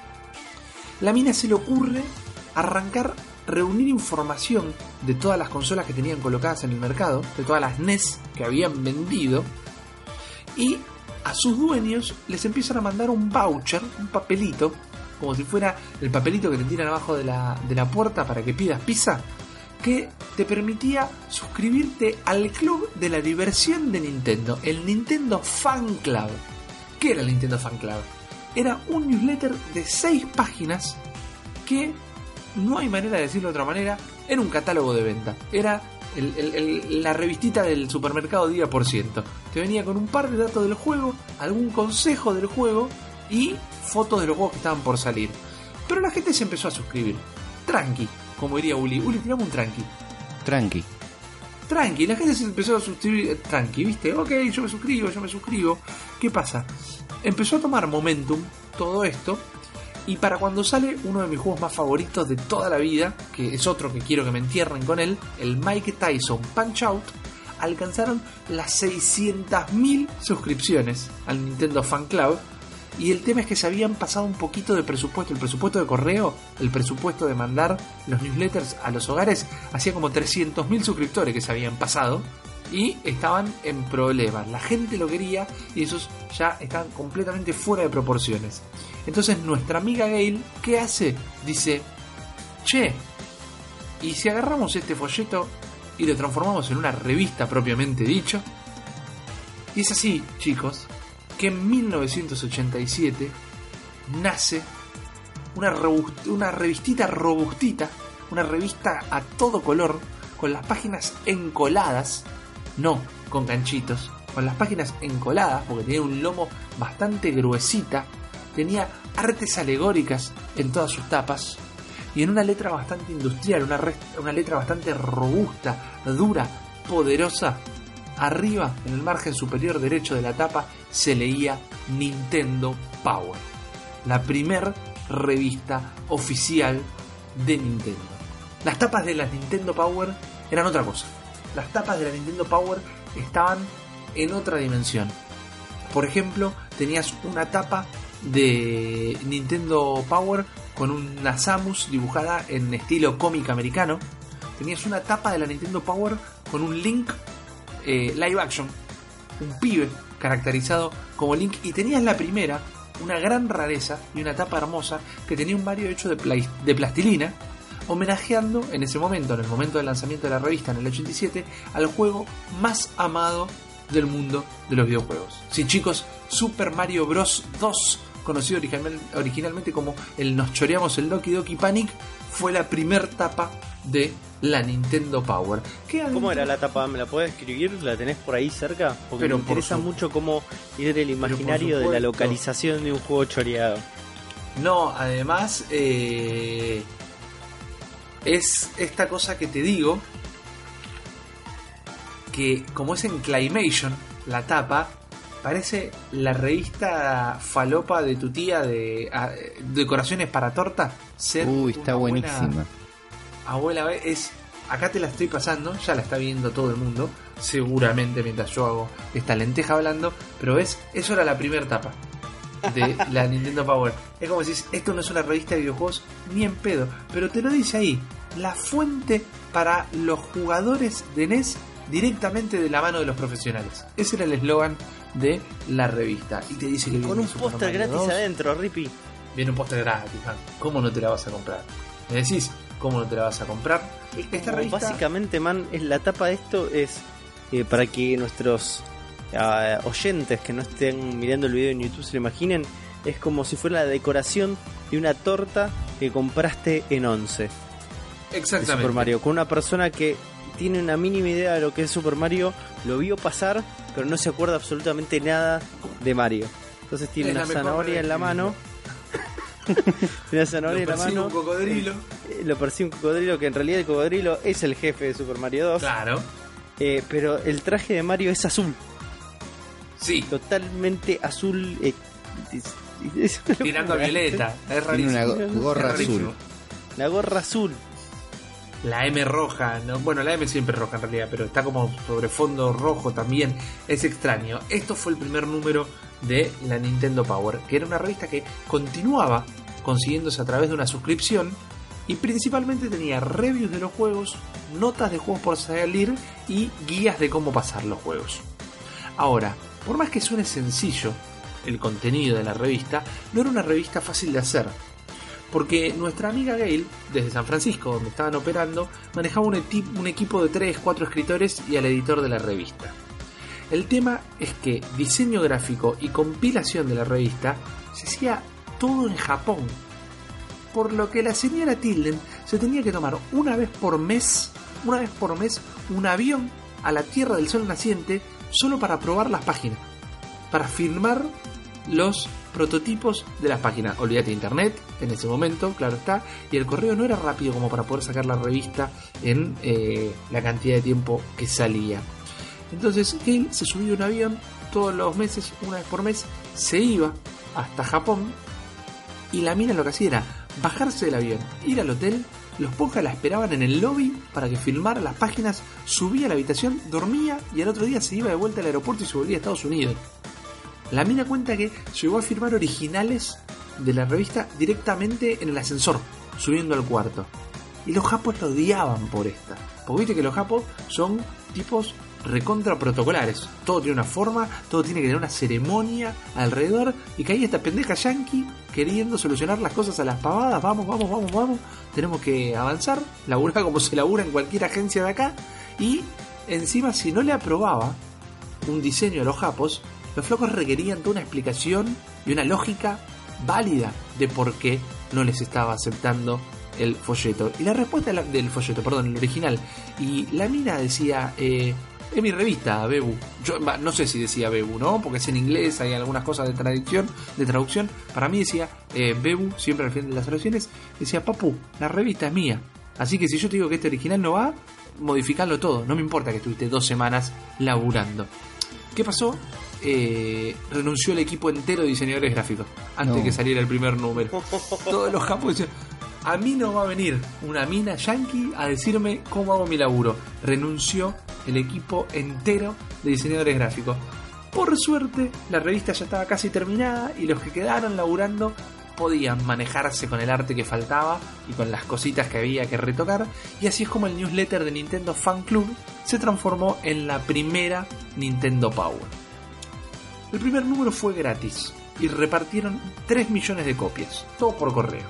La mina se le ocurre arrancar, reunir información de todas las consolas que tenían colocadas en el mercado, de todas las N E S que habían vendido, y a sus dueños les empiezan a mandar un voucher, un papelito, como si fuera el papelito que te tiran abajo de la, de la puerta para que pidas pizza, que te permitía suscribirte al club de la diversión de Nintendo, el Nintendo Fan Club. ¿Qué era el Nintendo Fan Club? Era un newsletter de seis páginas que, no hay manera de decirlo de otra manera, era un catálogo de venta. Era el, el, el, la revistita del supermercado día por ciento. Te venía con un par de datos del juego, algún consejo del juego y fotos de los juegos que estaban por salir. Pero la gente se empezó a suscribir. Tranqui, como diría Uli. Uli, tiramos un tranqui. Tranqui. Tranqui, la gente se empezó a suscribir. Tranqui, ¿viste? Ok, yo me suscribo, yo me suscribo. ¿Qué pasa? Empezó a tomar momentum todo esto. Y para cuando sale uno de mis juegos más favoritos de toda la vida, que es otro que quiero que me entierren con él, el Mike Tyson Punch Out, alcanzaron las seiscientas mil suscripciones al Nintendo Fan Club. Y el tema es que se habían pasado un poquito de presupuesto. El presupuesto de correo, el presupuesto de mandar los newsletters a los hogares, hacía como trescientos mil suscriptores que se habían pasado. Y estaban en problemas. La gente lo quería y esos ya están completamente fuera de proporciones. Entonces nuestra amiga Gail, ¿qué hace? Dice, che, ¿y si agarramos este folleto y lo transformamos en una revista propiamente dicho? Y es así, chicos, que en mil novecientos ochenta y siete nace una, robust- una revistita robustita, una revista a todo color, con las páginas encoladas, no con ganchitos, con las páginas encoladas, porque tenía un lomo bastante gruesita, tenía artes alegóricas en todas sus tapas, y en una letra bastante industrial, una, re- una letra bastante robusta, dura, poderosa, arriba, en el margen superior derecho de la tapa, se leía Nintendo Power, la primer revista oficial de Nintendo. Las tapas de la Nintendo Power eran otra cosa. Las tapas de la Nintendo Power estaban en otra dimensión. Por ejemplo, tenías una tapa de Nintendo Power con una Samus dibujada en estilo cómic americano. Tenías una tapa de la Nintendo Power con un Link eh, live action, un pibe caracterizado como Link, y tenías la primera, una gran rareza y una tapa hermosa, que tenía un Mario hecho de, pla- de plastilina, homenajeando en ese momento, en el momento del lanzamiento de la revista en el ochenta y siete, al juego más amado del mundo de los videojuegos. Sí, chicos, Super Mario Bros. dos, conocido original, originalmente como el Nos Choreamos el Doki Doki Panic, fue la primer tapa de la Nintendo Power. ¿Qué ¿Cómo era la tapa? ¿Me la puedes escribir? ¿La tenés por ahí cerca? Porque Pero me interesa su... mucho cómo ir del imaginario de la localización de un juego choreado. No, además eh, es esta cosa que te digo, que como es en Claymation la tapa, parece la revista falopa de tu tía de a, decoraciones para torta. Ser Uy, está buenísima. Abuela, es acá te la estoy pasando, ya la está viendo todo el mundo, seguramente mientras yo hago esta lenteja hablando, pero ves, eso era la primera tapa de la Nintendo Power. Es como si esto no es una revista de videojuegos ni en pedo, pero te lo dice ahí, la fuente para los jugadores de N E S directamente de la mano de los profesionales. Ese era el eslogan de la revista. Y te dice que con un póster gratis dos. Adentro, Rippy. Viene un póster gratis, man. ¿Cómo no te la vas a comprar? ¿Me decís cómo no te la vas a comprar? Esta revista... Básicamente, man, es la tapa de esto es eh, para que nuestros uh, oyentes que no estén mirando el video en YouTube se lo imaginen. Es como si fuera la decoración de una torta que compraste en Once. Exactamente. De Super Mario, con una persona que tiene una mínima idea de lo que es Super Mario, lo vio pasar, pero no se acuerda absolutamente nada de Mario. Entonces tiene es una zanahoria en la mano. Tiene una zanahoria en la mano. Un cocodrilo. Eh, lo persigue un cocodrilo, que en realidad el cocodrilo es el jefe de Super Mario dos. Claro. Eh, pero el traje de Mario es azul. Sí. Totalmente azul. Eh, es, es tirando a violeta. Es rarísimo. Tiene una gorra azul. La gorra azul. La M roja, ¿no? Bueno, la M siempre es roja en realidad, pero está como sobre fondo rojo también. Es extraño. Esto fue el primer número de la Nintendo Power, que era una revista que continuaba consiguiéndose a través de una suscripción y principalmente tenía reviews de los juegos, notas de juegos por salir y guías de cómo pasar los juegos. Ahora, por más que suene sencillo el contenido de la revista, no era una revista fácil de hacer. Porque nuestra amiga Gail, desde San Francisco, donde estaban operando, manejaba un, eti- un equipo de tres cuatro escritores y al editor de la revista. El tema es que diseño gráfico y compilación de la revista se hacía todo en Japón. Por lo que la señora Tilden se tenía que tomar una vez por mes, una vez por mes, un avión a la Tierra del Sol naciente solo para probar las páginas. Para firmar los prototipos de las páginas. Olvídate de internet, en ese momento, claro está, y el correo no era rápido como para poder sacar la revista en eh, la cantidad de tiempo que salía. Entonces él se subió a un avión todos los meses, una vez por mes, se iba hasta Japón, y la mina lo que hacía era bajarse del avión, ir al hotel, los ponjas la esperaban en el lobby para que filmara las páginas, subía a la habitación, dormía y al otro día se iba de vuelta al aeropuerto y se volvía a Estados Unidos. La mina cuenta que llegó a firmar originales de la revista directamente en el ascensor, subiendo al cuarto. Y los japos lo odiaban por esta. Porque viste que los japos son tipos recontra protocolares. Todo tiene una forma, todo tiene que tener una ceremonia alrededor. Y que ahí esta pendeja yankee queriendo solucionar las cosas a las pavadas. Vamos, vamos, vamos, vamos. Tenemos que avanzar. Laburar como se labura en cualquier agencia de acá. Y encima, si no le aprobaba un diseño a los japos, los flocos requerían toda una explicación y una lógica válida de por qué no les estaba aceptando el folleto. Y la respuesta del folleto, perdón, el original. Y la mina decía, eh, es mi revista, Bebu. Yo no sé si decía Bebu, ¿no? Porque es en inglés, hay algunas cosas de traducción. De traducción. Para mí decía eh, Bebu, siempre al final de las traducciones. Decía, papu, la revista es mía. Así que si yo te digo que este original no va, modificarlo todo. No me importa que estuviste dos semanas laburando. ¿Qué pasó? Eh, renunció el equipo entero de diseñadores gráficos antes de no. que saliera el primer número. Todos los japos decían, a mí no va a venir una mina yankee a decirme cómo hago mi laburo. Renunció el equipo entero de diseñadores gráficos. Por suerte la revista ya estaba casi terminada y los que quedaron laburando podían manejarse con el arte que faltaba y con las cositas que había que retocar, y así es como el newsletter de Nintendo Fan Club se transformó en la primera Nintendo Power. El primer número fue gratis y repartieron tres millones de copias, todo por correo.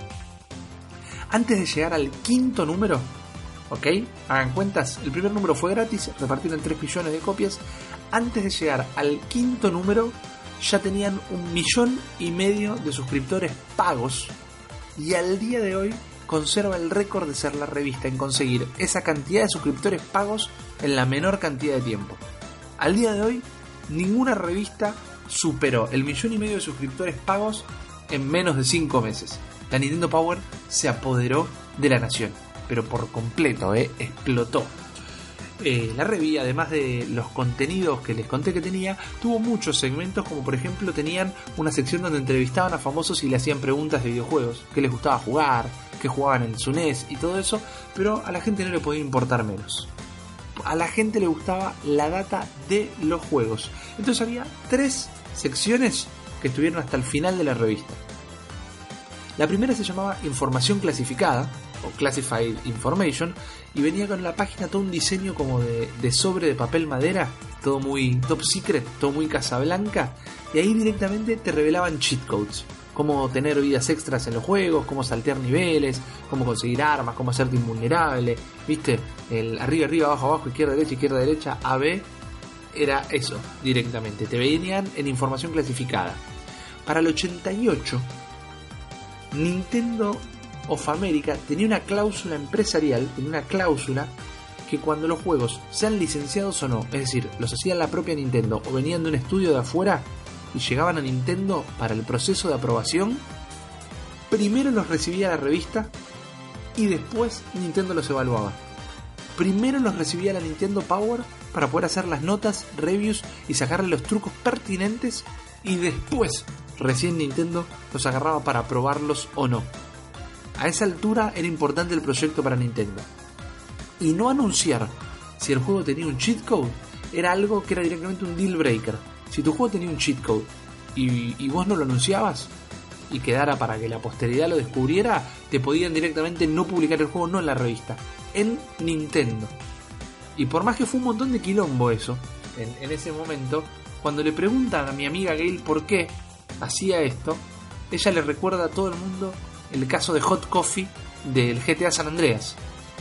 Antes de llegar al quinto número, ¿ok? Hagan cuentas, el primer número fue gratis, repartieron tres millones de copias. Antes de llegar al quinto número, ya tenían un millón y medio de suscriptores pagos, y al día de hoy conserva el récord de ser la revista en conseguir esa cantidad de suscriptores pagos en la menor cantidad de tiempo. Al día de hoy, ninguna revista superó el millón y medio de suscriptores pagos en menos de cinco meses. La Nintendo Power se apoderó de la nación, pero por completo, ¿eh? Explotó. Eh, la revista, además de los contenidos que les conté que tenía, tuvo muchos segmentos, como por ejemplo tenían una sección donde entrevistaban a famosos y le hacían preguntas de videojuegos, qué les gustaba jugar, qué jugaban en su N E S y todo eso, pero a la gente no le podía importar menos. A la gente le gustaba la data de los juegos. Entonces había tres secciones que estuvieron hasta el final de la revista. La primera se llamaba Información Clasificada, o Classified Information, y venía con la página todo un diseño como de, de sobre de papel madera, todo muy top secret, todo muy Casablanca, y ahí directamente te revelaban cheat codes, cómo tener vidas extras en los juegos, cómo saltear niveles, cómo conseguir armas, cómo hacerte invulnerable, viste, el arriba, arriba, abajo, abajo, izquierda, derecha, izquierda, derecha, A, B, era eso, directamente, te venían en información clasificada. Para el ochenta y ocho, Nintendo of America tenía una cláusula empresarial, tenía una cláusula que cuando los juegos sean licenciados o no, es decir, los hacía la propia Nintendo o venían de un estudio de afuera y llegaban a Nintendo para el proceso de aprobación, primero los recibía la revista y después Nintendo los evaluaba. Primero los recibía la Nintendo Power para poder hacer las notas, reviews y sacarle los trucos pertinentes, y después recién Nintendo los agarraba para aprobarlos o no. A esa altura era importante el proyecto para Nintendo. Y no anunciar si el juego tenía un cheat code era algo que era directamente un deal breaker. Si tu juego tenía un cheat code y, y vos no lo anunciabas y quedara para que la posteridad lo descubriera, te podían directamente no publicar el juego, no en la revista, en Nintendo. Y por más que fue un montón de quilombo eso, en, en ese momento, cuando le preguntan a mi amiga Gail por qué hacía esto, ella le recuerda a todo el mundo el caso de Hot Coffee del G T A San Andreas.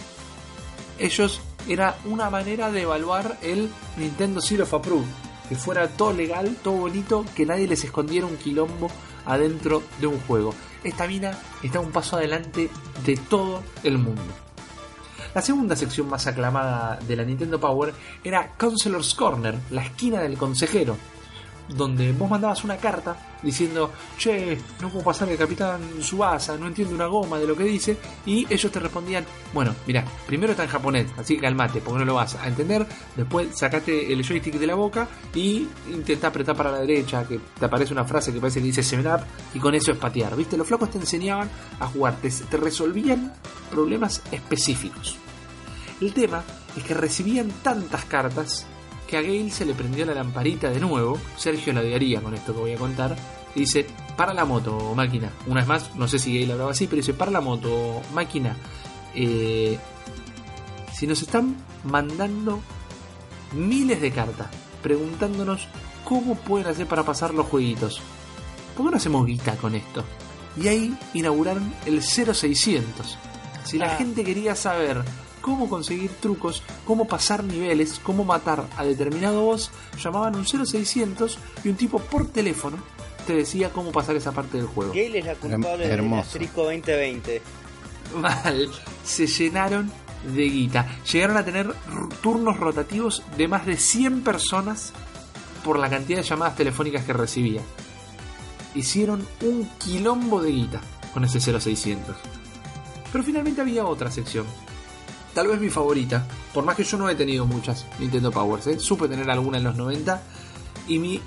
Ellos, era una manera de evaluar el Nintendo Seal of Approve, que fuera todo legal, todo bonito, que nadie les escondiera un quilombo adentro de un juego. Esta mina está un paso adelante de todo el mundo. La segunda sección más aclamada de la Nintendo Power era Counselor's Corner, la esquina del consejero. donde vos mandabas una carta diciendo, che, no puedo pasar el Capitán Tsubasa, no entiendo una goma de lo que dice, y ellos te respondían, bueno, mirá, primero está en japonés, así que calmate, porque no lo vas a entender, después sacate el joystick de la boca y intenta apretar para la derecha, que te aparece una frase que parece que dice seven up, y con eso es patear, ¿viste? Los flacos te enseñaban a jugar, te, te resolvían problemas específicos. El tema es que recibían tantas cartas que a Gale se le prendió la lamparita de nuevo. Sergio la odiaría con esto que voy a contar. Y dice, para la moto, máquina. Una vez más, no sé si Gale hablaba así, pero dice, para la moto, máquina. Eh, si nos están mandando miles de cartas preguntándonos cómo pueden hacer para pasar los jueguitos, ¿por qué no hacemos guita con esto? Y ahí inauguraron el cero seiscientos. Si la gente quería saber cómo conseguir trucos, cómo pasar niveles, cómo matar a determinado boss, llamaban un cero seiscientos y un tipo por teléfono te decía cómo pasar esa parte del juego. Gale es la culpable del asterisco veinte veinte. Mal, se llenaron de guita. Llegaron a tener turnos rotativos de más de cien personas por la cantidad de llamadas telefónicas que recibían. Hicieron un quilombo de guita con ese cero seiscientos. Pero finalmente había otra sección, tal vez mi favorita, por más que yo no he tenido muchas Nintendo Powers, ¿eh? Supe tener alguna en los noventa, y mi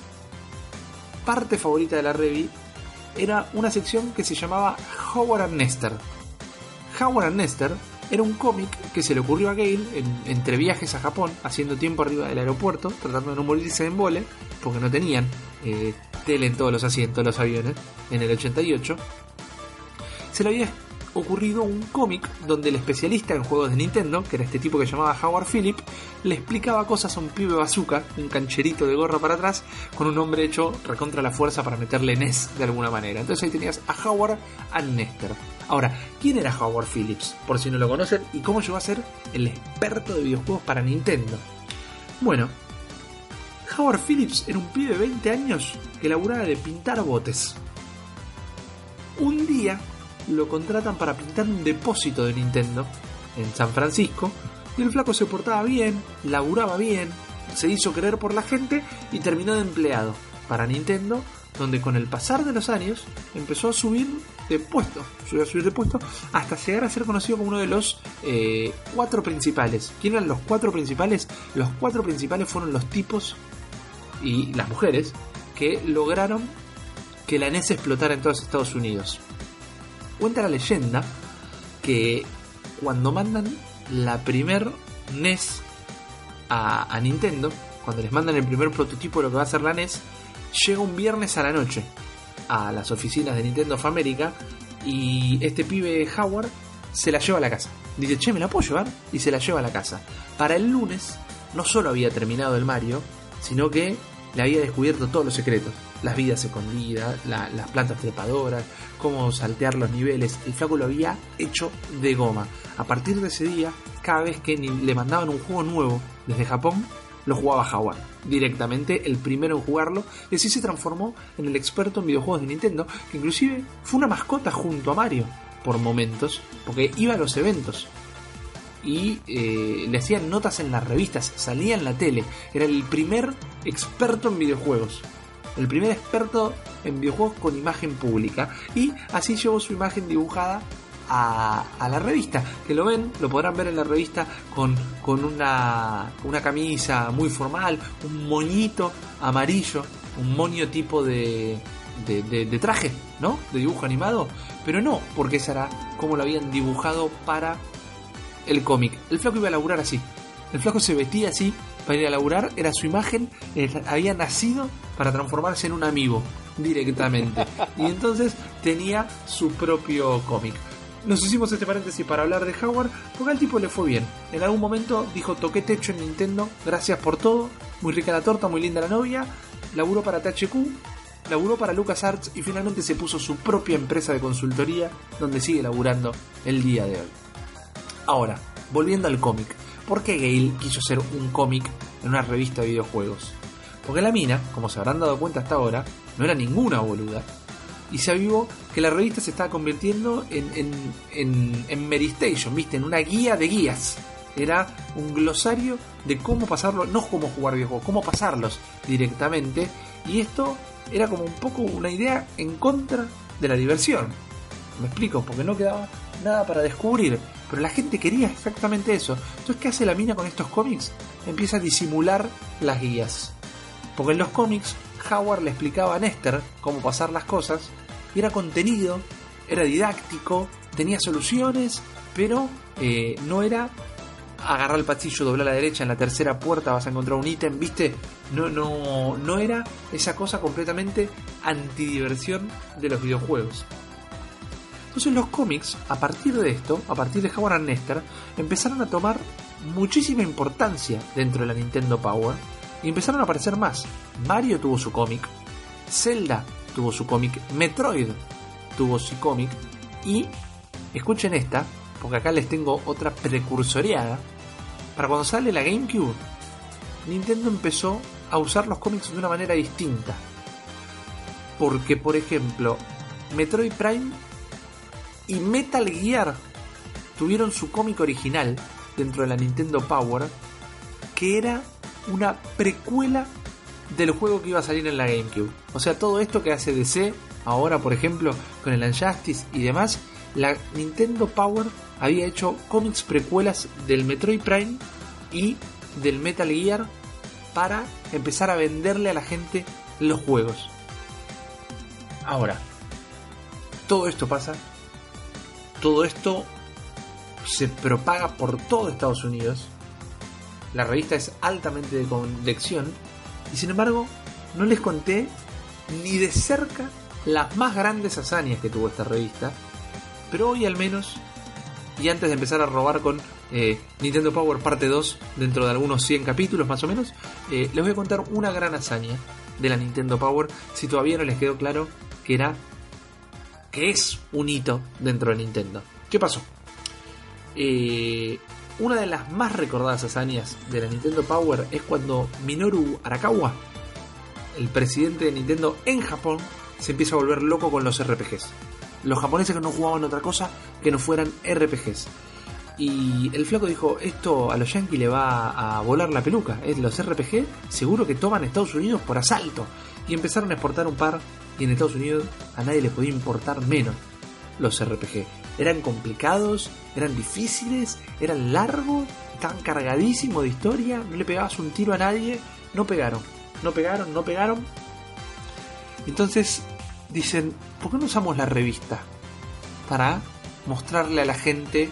parte favorita de la revi era una sección que se llamaba Howard and Nestor. Howard and Nestor era un cómic que se le ocurrió a Gale en, entre viajes a Japón, haciendo tiempo arriba del aeropuerto, tratando de no morirse en vole, porque no tenían eh, tele en todos los asientos de los aviones, en el ochenta y ocho. Se le había ocurrido un cómic donde el especialista en juegos de Nintendo, que era este tipo que llamaba Howard Phillip, le explicaba cosas a un pibe bazooka, un cancherito de gorra para atrás, con un hombre hecho recontra la fuerza para meterle N E S de alguna manera. Entonces ahí tenías a Howard and Nestor. Ahora, ¿quién era Howard Phillips? Por si no lo conocen, y cómo llegó a ser el experto de videojuegos para Nintendo. Bueno, Howard Phillips era un pibe de veinte años que laburaba de pintar botes. Un día lo contratan para pintar un depósito de Nintendo en San Francisco, y el flaco se portaba bien, laburaba bien, se hizo querer por la gente y terminó de empleado para Nintendo, donde con el pasar de los años empezó a subir de puesto, subió a subir de puesto hasta llegar a ser conocido como uno de los eh, cuatro principales. ¿Quién eran los cuatro principales? Los cuatro principales fueron los tipos y las mujeres que lograron que la N E S explotara en todos Estados Unidos. Cuenta la leyenda que cuando mandan la primer N E S a, a Nintendo, cuando les mandan el primer prototipo de lo que va a ser la N E S, llega un viernes a la noche a las oficinas de Nintendo of America y este pibe Howard se la lleva a la casa. Dice, che, ¿me la puedo llevar? Y se la lleva a la casa. Para el lunes no solo había terminado el Mario, sino que le había descubierto todos los secretos. Las vidas escondidas, la, las plantas trepadoras, cómo saltear los niveles. El flaco lo había hecho de goma. A partir de ese día, cada vez que le mandaban un juego nuevo desde Japón, lo jugaba Howard directamente, el primero en jugarlo, y así se transformó en el experto en videojuegos de Nintendo, que inclusive fue una mascota junto a Mario por momentos, porque iba a los eventos y eh, le hacían notas en las revistas, salía en la tele, era el primer experto en videojuegos, el primer experto en videojuegos con imagen pública, y así llevó su imagen dibujada a, a la revista, que lo ven, lo podrán ver en la revista con, con una, una camisa muy formal, un moñito amarillo, un moño tipo de, de, de, de traje, ¿no? De dibujo animado, pero no, porque esa era como lo habían dibujado para el cómic. El flaco iba a laburar así, el flaco se vestía así para ir a laburar, era su imagen, eh, había nacido para transformarse en un amiibo directamente, y entonces tenía su propio cómic. Nos hicimos este paréntesis para hablar de Howard, porque al tipo le fue bien. En algún momento dijo, toqué techo en Nintendo, gracias por todo, muy rica la torta, muy linda la novia, laburó para T H Q, laburó para LucasArts y finalmente se puso su propia empresa de consultoría, donde sigue laburando el día de hoy. Ahora, volviendo al cómic, ¿por qué Gale quiso hacer un cómic en una revista de videojuegos? Porque la mina, como se habrán dado cuenta hasta ahora, no era ninguna boluda, y se avivó que la revista se estaba convirtiendo en, en, en, en Medistation, ¿viste? En una guía de guías. era un glosario de cómo pasarlo, no cómo jugar videojuegos, cómo pasarlos directamente. Y esto era como un poco una idea en contra de la diversión. Me explico, porque no quedaba nada para descubrir, pero la gente quería exactamente eso. Entonces, ¿qué hace la mina con estos cómics? Empieza a disimular las guías, porque en los cómics Howard le explicaba a Nester cómo pasar las cosas, y era contenido, era didáctico, tenía soluciones, pero eh, no era agarrar el pasillo, doblar a la derecha, en la tercera puerta vas a encontrar un ítem, ¿viste? No, no, no era esa cosa completamente antidiversión de los videojuegos. Entonces los cómics, a partir de esto, a partir de Howard and Nester, empezaron a tomar muchísima importancia dentro de la Nintendo Power y empezaron a aparecer más. Mario tuvo su cómic, Zelda tuvo su cómic, Metroid tuvo su cómic, y escuchen esta, porque acá les tengo otra precursoreada. Para cuando sale la GameCube, Nintendo empezó a usar los cómics de una manera distinta. Porque, por ejemplo, Metroid Prime y Metal Gear tuvieron su cómic original dentro de la Nintendo Power, que era una precuela del juego que iba a salir en la GameCube. O sea, todo esto que hace D C ahora, por ejemplo, con el Injustice y demás, la Nintendo Power había hecho cómics precuelas del Metroid Prime y del Metal Gear para empezar a venderle a la gente los juegos. Ahora, todo esto pasa, todo esto se propaga por todo Estados Unidos. La revista es altamente de colección y, sin embargo, no les conté ni de cerca las más grandes hazañas que tuvo esta revista. Pero hoy, al menos, y antes de empezar a robar con eh, Nintendo Power parte dos dentro de algunos cien capítulos más o menos, eh, les voy a contar una gran hazaña de la Nintendo Power, si todavía no les quedó claro que era, que es un hito dentro de Nintendo. ¿Qué pasó? Eh, una de las más recordadas hazañas de la Nintendo Power es cuando Minoru Arakawa, el presidente de Nintendo en Japón, se empieza a volver loco con los R P Gs. Los japoneses que no jugaban otra cosa que no fueran R P Gs. Y el flaco dijo, esto a los yankees le va a volar la peluca. ¿eh? Los R P G seguro que toman Estados Unidos por asalto. Y empezaron a exportar un par, y en Estados Unidos a nadie le podía importar menos los R P G. Eran complicados, eran difíciles, eran largos, estaban cargadísimos de historia, no le pegabas un tiro a nadie. No pegaron, no pegaron, no pegaron. Entonces dicen, ¿por qué no usamos la revista para mostrarle a la gente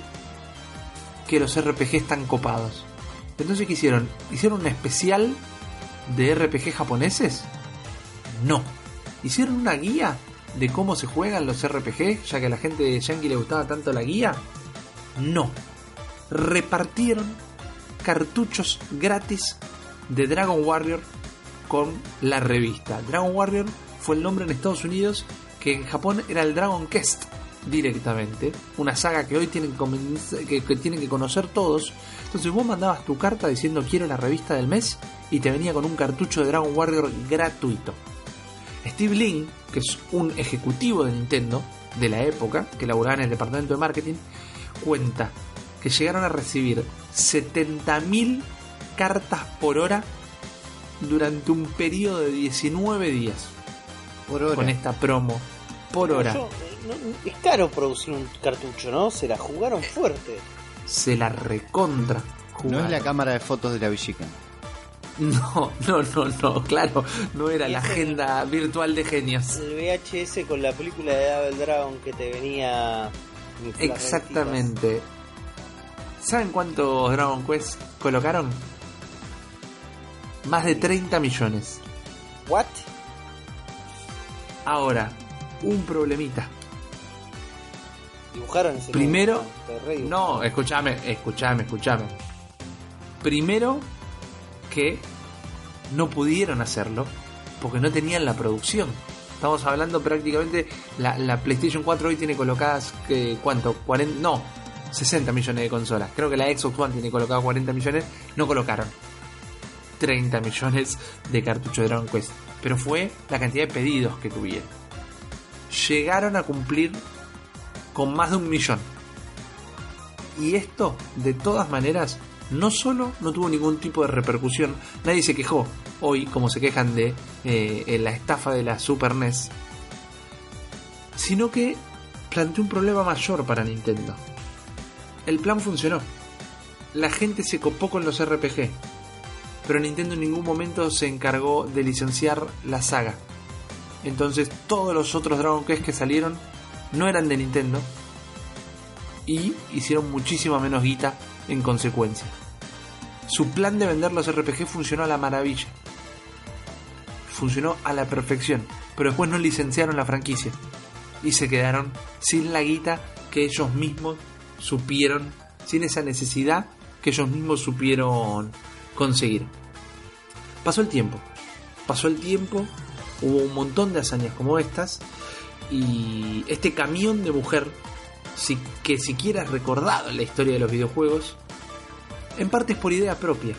que los R P G están copados? Entonces, ¿qué hicieron? ¿Hicieron un especial de R P G japoneses? No. ¿Hicieron una guía de cómo se juegan los R P G, ya que a la gente de Yankee le gustaba tanto la guía? No. Repartieron cartuchos gratis de Dragon Warrior con la revista. Dragon Warrior fue el nombre en Estados Unidos, que en Japón era el Dragon Quest directamente, una saga que hoy tienen que, que tienen que conocer todos. Entonces vos mandabas tu carta diciendo quiero la revista del mes y te venía con un cartucho de Dragon Warrior gratuito. Steve Lin, que es un ejecutivo de Nintendo de la época, que laburaba en el departamento de marketing, cuenta que llegaron a recibir setenta mil cartas por hora durante un periodo de diecinueve días. Por hora. Con esta promo. Por hora. Yo, no, es caro producir un cartucho, ¿no? Se la jugaron fuerte. Se la recontra jugaron. No es la cámara de fotos de la Villican. No, no, no, no, claro. No era la Ese- agenda virtual de genios. El V H S con la película de Double Dragon que te venía... con las Exactamente. ¿Saben cuántos Dragon Quest colocaron? Más de treinta millones. revisticitas. ¿What? Ahora, un problemita. Dibujaron ese Primero, logo, te re dibujaron. no, escúchame, escúchame, escúchame. Primero que no pudieron hacerlo porque no tenían la producción. Estamos hablando prácticamente, la, la PlayStation cuatro hoy tiene colocadas, que, ¿cuánto? cuarenta, no, sesenta millones de consolas. Creo que la Xbox One tiene colocadas cuarenta millones. No colocaron treinta millones de cartuchos de Dragon Quest, pero fue la cantidad de pedidos que tuvieron. Llegaron a cumplir con más de un millón. Y esto, de todas maneras, no solo no tuvo ningún tipo de repercusión, nadie se quejó hoy como se quejan de eh, la estafa de la Super N E S, sino que planteó un problema mayor para Nintendo. El plan funcionó, la gente se copó con los R P G, pero Nintendo en ningún momento se encargó de licenciar la saga. Entonces todos los otros Dragon Quest que salieron no eran de Nintendo y hicieron muchísima menos guita en consecuencia. Su plan de vender los R P G funcionó a la maravilla, funcionó a la perfección, pero después no licenciaron la franquicia y se quedaron sin la guita que ellos mismos supieron, sin esa necesidad que ellos mismos supieron conseguir. Pasó el tiempo, pasó el tiempo, hubo un montón de hazañas como estas y este camión de mujer, si, que siquiera es recordado en la historia de los videojuegos, en parte es por idea propia,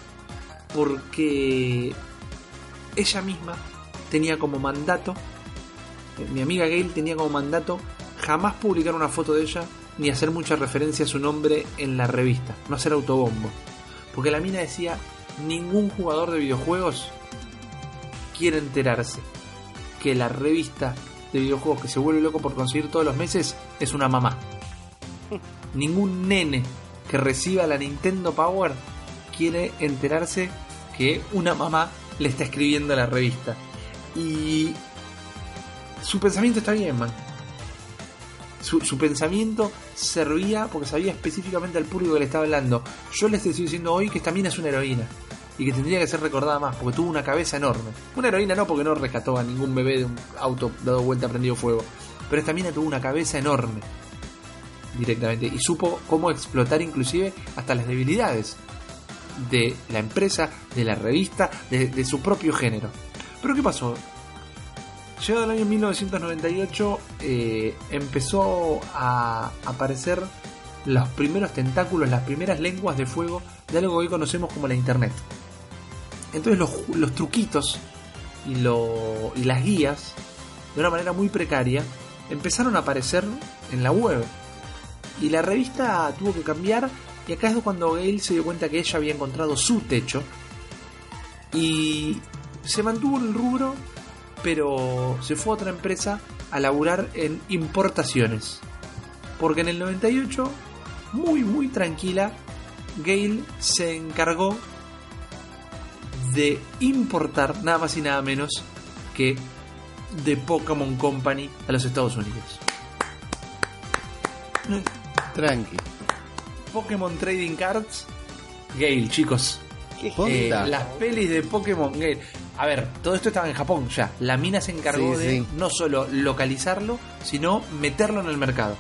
porque ella misma tenía como mandato, mi amiga Gail tenía como mandato jamás publicar una foto de ella ni hacer mucha referencia a su nombre en la revista, no hacer autobombo, porque la mina decía: ningún jugador de videojuegos quiere enterarse que la revista de videojuegos que se vuelve loco por conseguir todos los meses es una mamá. Ningún nene que reciba la Nintendo Power quiere enterarse que una mamá le está escribiendo a la revista. Y su pensamiento está bien, man. Su, su pensamiento servía porque sabía específicamente al público que le estaba hablando. Yo les estoy diciendo hoy que esta mina es una heroína y que tendría que ser recordada más porque tuvo una cabeza enorme. Una heroína no, porque no rescató a ningún bebé de un auto dado vuelta prendido fuego, pero esta mina tuvo una cabeza enorme directamente y supo cómo explotar inclusive hasta las debilidades de la empresa, de la revista, de, de su propio género. Pero ¿qué pasó? Llegado el año mil novecientos noventa y ocho, eh, empezó a aparecer los primeros tentáculos, las primeras lenguas de fuego de algo que hoy conocemos como la internet. Entonces los, los truquitos y, lo, y las guías, de una manera muy precaria, empezaron a aparecer en la web. Y la revista tuvo que cambiar, y acá es cuando Gail se dio cuenta que ella había encontrado su techo. Y se mantuvo en el rubro, pero se fue a otra empresa a laburar en importaciones. Porque en el noventa y ocho, muy muy tranquila, Gail se encargó de importar nada más y nada menos que de Pokémon Company a los Estados Unidos. Tranqui. Pokémon Trading Cards, Gail, chicos. Eh, las pelis de Pokémon Gail. A ver, todo esto estaba en Japón ya. La mina se encargó sí, de sí. no solo localizarlo, sino meterlo en el mercado,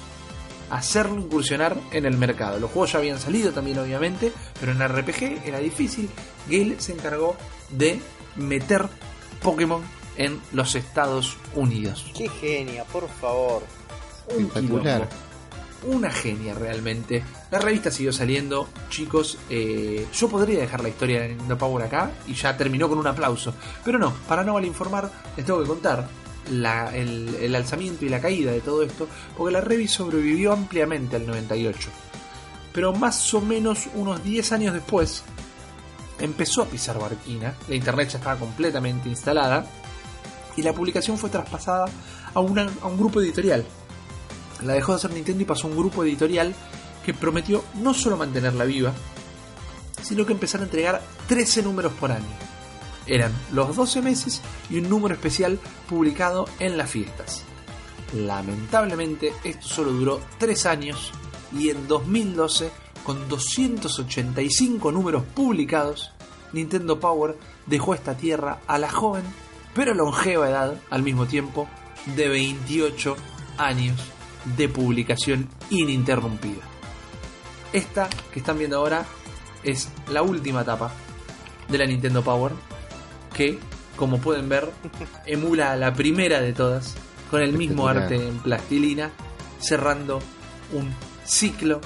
hacerlo incursionar en el mercado. Los juegos ya habían salido también, obviamente, pero en R P G era difícil. Gail se encargó de meter Pokémon en los Estados Unidos. ¡Qué genia, por favor! Un quilombo. Una genia realmente. La revista siguió saliendo, chicos. eh, Yo podría dejar la historia de Nintendo Power acá y ya terminó con un aplauso, pero no, para no malinformar les tengo que contar la, el, el alzamiento y la caída de todo esto, porque la revista sobrevivió ampliamente al noventa y ocho, pero más o menos unos diez años después empezó a pisar barquina. La internet ya estaba completamente instalada y la publicación fue traspasada a, una, a un grupo editorial. La dejó de hacer Nintendo y pasó a un grupo editorial que prometió no solo mantenerla viva, sino que empezar a entregar trece números por año. Eran los doce meses y un número especial publicado en las fiestas. Lamentablemente esto solo duró tres años y en dos mil doce, con doscientos ochenta y cinco números publicados, Nintendo Power dejó esta tierra a la joven pero longeva edad al mismo tiempo de veintiocho años de publicación ininterrumpida. Esta que están viendo ahora es la última etapa de la Nintendo Power, que, como pueden ver, emula a la primera de todas, con el mismo arte en plastilina, cerrando un ciclo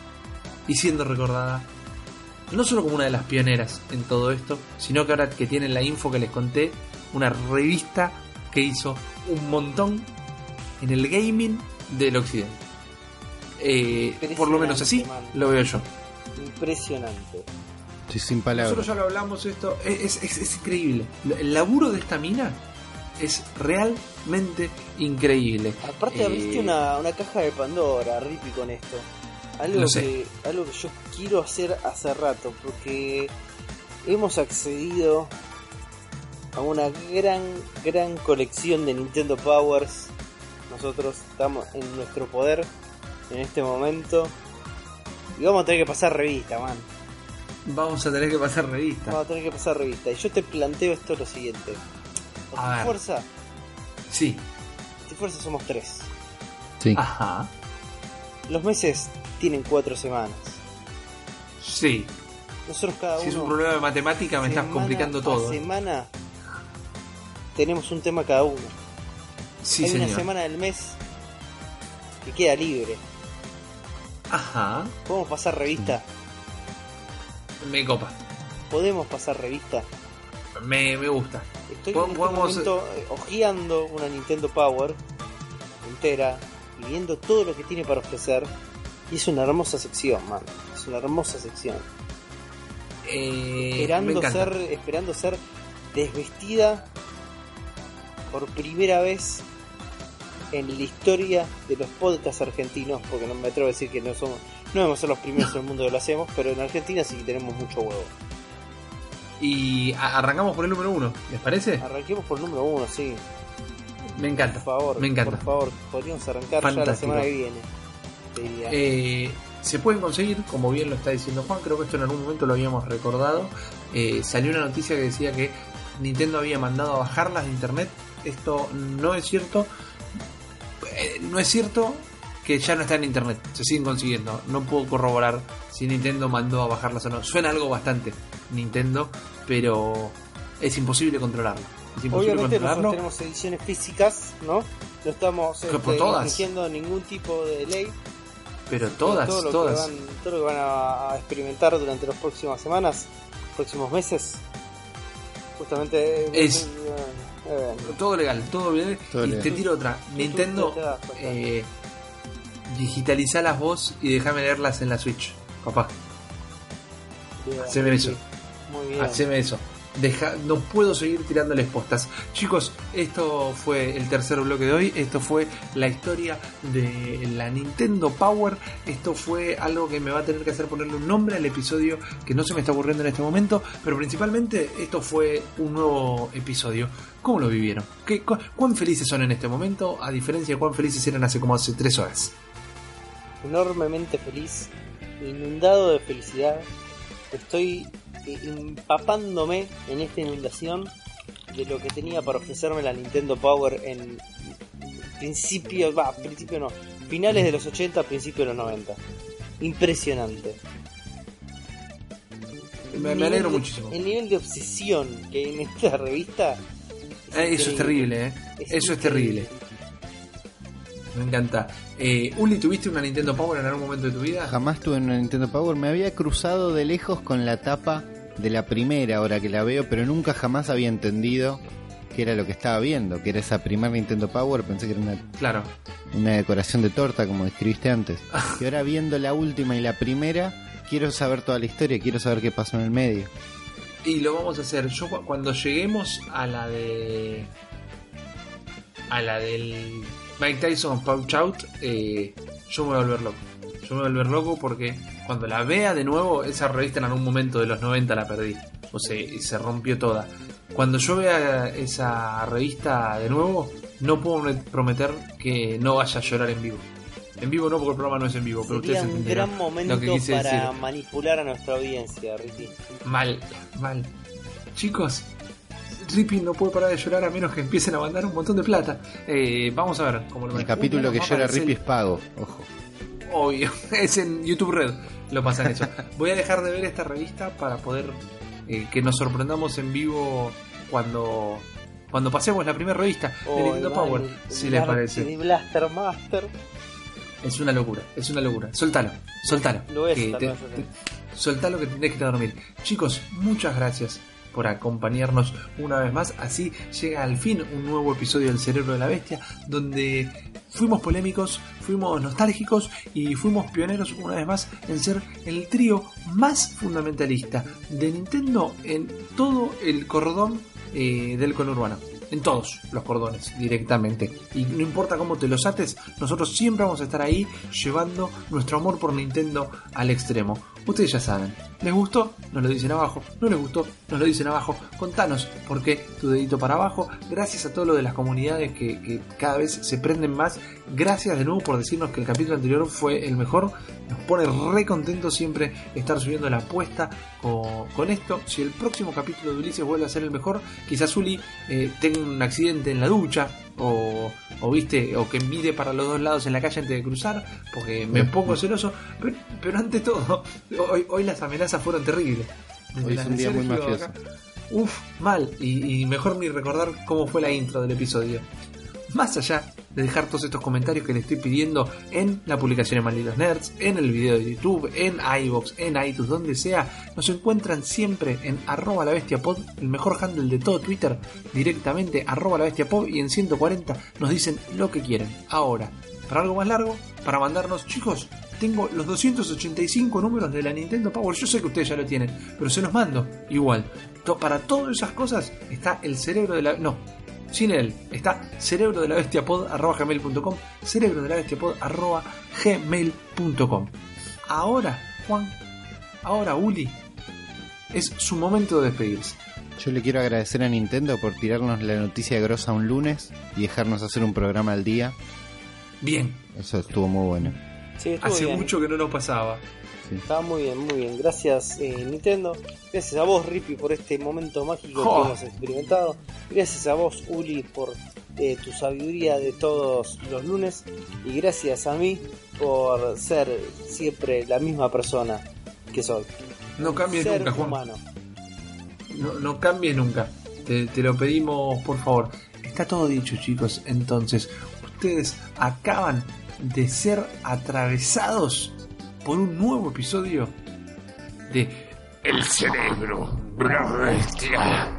y siendo recordada no solo como una de las pioneras en todo esto, sino que ahora que tienen la info que les conté, una revista que hizo un montón en el gaming del occidente. Eh, por lo menos así man. Lo veo yo. Impresionante. Sí, sin palabras. Nosotros ya lo hablamos esto, es, es, es increíble. El laburo de esta mina es realmente increíble. Aparte Eh, abriste una, una caja de Pandora, Rippy, con esto. Algo Lo que, sé. algo que yo quiero hacer hace rato, porque hemos accedido a una gran, gran colección de Nintendo Powers. Nosotros estamos en nuestro poder en este momento. Y vamos a tener que pasar revista, man. Vamos a tener que pasar revista. Vamos a tener que pasar revista. Y yo te planteo esto lo siguiente. A ver. Fuerza, Sí. Fuerza somos tres. Sí. Ajá. Los meses tienen cuatro semanas. Sí. Nosotros cada Si uno... es un problema de matemática me estás semana complicando a todo. ¿eh? semana tenemos un tema cada uno. Sí, Hay señor. una semana del mes que queda libre. Ajá. ¿Podemos pasar revista? Me copa. ¿Podemos pasar revista? Me, me gusta. Estoy Pod- en este podemos- momento eh, hojeando una Nintendo Power entera y viendo todo lo que tiene para ofrecer. Y es una hermosa sección, man. Es una hermosa sección. Eh, me Esperando encanta. ser, esperando ser desvestida por primera vez en la historia de los podcasts argentinos, porque no me atrevo a decir que no somos, no debemos ser los primeros en el mundo que lo hacemos, pero en Argentina sí que tenemos mucho huevo. Y a- arrancamos por el número uno, ¿les parece? Arranquemos por el número uno, sí. Me encanta. Por favor, Me encanta. por favor, podríamos arrancar ya la Fantástico. semana que viene. Te diría. Eh, se pueden conseguir, como bien lo está diciendo Juan, creo que esto en algún momento lo habíamos recordado. Eh, salió una noticia que decía que Nintendo había mandado a bajarlas de internet. Esto no es cierto. Eh, no es cierto que ya no está en internet. Se siguen consiguiendo. No puedo corroborar si Nintendo mandó a bajarlas o no. Suena algo bastante Nintendo, pero es imposible controlarlo. Es imposible Obviamente nosotros controlarlo. tenemos ediciones físicas, ¿no? No estamos Que por este, todas. infringiendo ningún tipo de ley. Pero todas, todo lo todas. Que van, todo lo que van a, a experimentar durante las próximas semanas, próximos meses, justamente Es- eh, eh, Todo legal, todo legal. Todo y legal. te tiro otra. Nintendo, te das cuenta. eh, digitalizá las vos y déjame leerlas en la Switch, papá. bien, Haceme eso. muy bien. Haceme eso. Deja, no puedo seguir tirándoles postas. Chicos, esto fue el tercer bloque de hoy. Esto fue la historia de la Nintendo Power. Esto fue algo que me va a tener que hacer ponerle un nombre al episodio que no se me está ocurriendo en este momento. Pero principalmente esto fue un nuevo episodio. ¿Cómo lo vivieron? ¿Qué, cu- ¿Cuán felices son en este momento? A diferencia de cuán felices eran hace como hace tres horas. Enormemente feliz, inundado de felicidad. Estoy eh, empapándome en esta inundación de lo que tenía para ofrecerme la Nintendo Power en principio, va, principio no, finales de los ochenta, principios de los noventa. Impresionante. El Me, me nivel alegro de- muchísimo. El nivel de obsesión que hay en esta revista. Eh, eso es terrible, ¿eh? Eso es terrible. Me encanta. Eh, Uli, ¿tuviste una Nintendo Power en algún momento de tu vida? Jamás tuve una Nintendo Power. Me había cruzado de lejos con la tapa de la primera ahora que la veo, pero nunca jamás había entendido qué era lo que estaba viendo, que era esa primera Nintendo Power. Pensé que era una, Claro. una decoración de torta, como describiste antes. Y ahora viendo la última y la primera, quiero saber toda la historia, quiero saber qué pasó en el medio. Y lo vamos a hacer. Yo cu- cuando lleguemos a la de. A la del Mike Tyson Punch Out, eh, yo me voy a volver loco. Yo me voy a volver loco porque cuando la vea de nuevo, esa revista en algún momento de los noventa la perdí. O sea, y se rompió toda. Cuando yo vea esa revista de nuevo, no puedo prometer que no vaya a llorar en vivo. En vivo no, porque el programa no es en vivo, pero Sería ustedes un entenderán gran momento lo que quise para decir. manipular a nuestra audiencia, Ricky. Mal, mal. Chicos, Rippy no puede parar de llorar a menos que empiecen a mandar un montón de plata. Eh, vamos a ver cómo lo El capítulo que llora Rippy es pago, ojo. Obvio, es en YouTube Red. Lo pasan eso. Voy a dejar de ver esta revista para poder eh, que nos sorprendamos en vivo cuando cuando pasemos la primera revista de Oh, Nintendo el Power, man, el si les Blaster- parece. el Blaster Master. Es una locura, es una locura. Soltalo, soltalo. Lo voy a Que soltar, te- lo voy a soltar. te- soltalo que tenés que ir a dormir. Chicos, muchas gracias por acompañarnos una vez más. Así llega al fin un nuevo episodio del Cerebro de la Bestia, donde fuimos polémicos, fuimos nostálgicos y fuimos pioneros una vez más en ser el trío más fundamentalista de Nintendo en todo el cordón eh, del conurbano. En todos los cordones directamente, y no importa cómo te los ates, nosotros siempre vamos a estar ahí llevando nuestro amor por Nintendo al extremo. Ustedes ya saben, ¿les gustó? Nos lo dicen abajo. ¿No les gustó? Nos lo dicen abajo. Contanos por qué tu dedito para abajo. Gracias a todo lo de las comunidades que, que cada vez se prenden más. Gracias de nuevo por decirnos que el capítulo anterior fue el mejor. Nos pone re contentos siempre estar subiendo la apuesta con, con esto. Si el próximo capítulo de Ulises vuelve a ser el mejor, quizás Uli eh, tenga un accidente en la ducha, o, o viste, o que mire para los dos lados en la calle antes de cruzar, porque me pongo celoso. Pero, pero ante todo, hoy, hoy las amenazas fueron terribles. Desde hoy es un día muy mafioso. Uf, mal, y, y mejor ni recordar cómo fue la intro del episodio. Más allá de dejar todos estos comentarios que le estoy pidiendo en la publicación de Malditos Nerds, en el video de YouTube, en iVoox, en iTunes, donde sea, nos encuentran siempre en arroba la bestia pod, el mejor handle de todo Twitter, directamente arroba la bestia pod, y en ciento cuarenta nos dicen lo que quieren. Ahora, para algo más largo, para mandarnos, chicos, tengo los doscientos ochenta y cinco números de la Nintendo Power. Yo sé que ustedes ya lo tienen, pero se los mando igual. To- para todas esas cosas está el cerebro de la... No, sin él, está cerebro de la bestia pod arroba gmail punto com, cerebro de la bestia pod arroba gmail punto com. Ahora, Juan, ahora Uli, es su momento de despedirse. Yo le quiero agradecer a Nintendo por tirarnos la noticia grosa un lunes y dejarnos hacer un programa al día. Bien. Eso estuvo muy bueno. Sí, estuvo Hace bien. mucho que no nos pasaba. Sí. Estaba muy bien, muy bien. Gracias eh, Nintendo. Gracias a vos, Rippy, por este momento mágico Oh. que hemos experimentado. Gracias a vos, Uli, por eh, tu sabiduría de todos los lunes. Y gracias a mí por ser siempre la misma persona que soy. No cambies Ser nunca, Juan. humano. No, no cambies nunca. Te, te lo pedimos, por favor. Está todo dicho, chicos. Entonces, ustedes acaban de ser atravesados por un nuevo episodio de El Cerebro de la Bestia.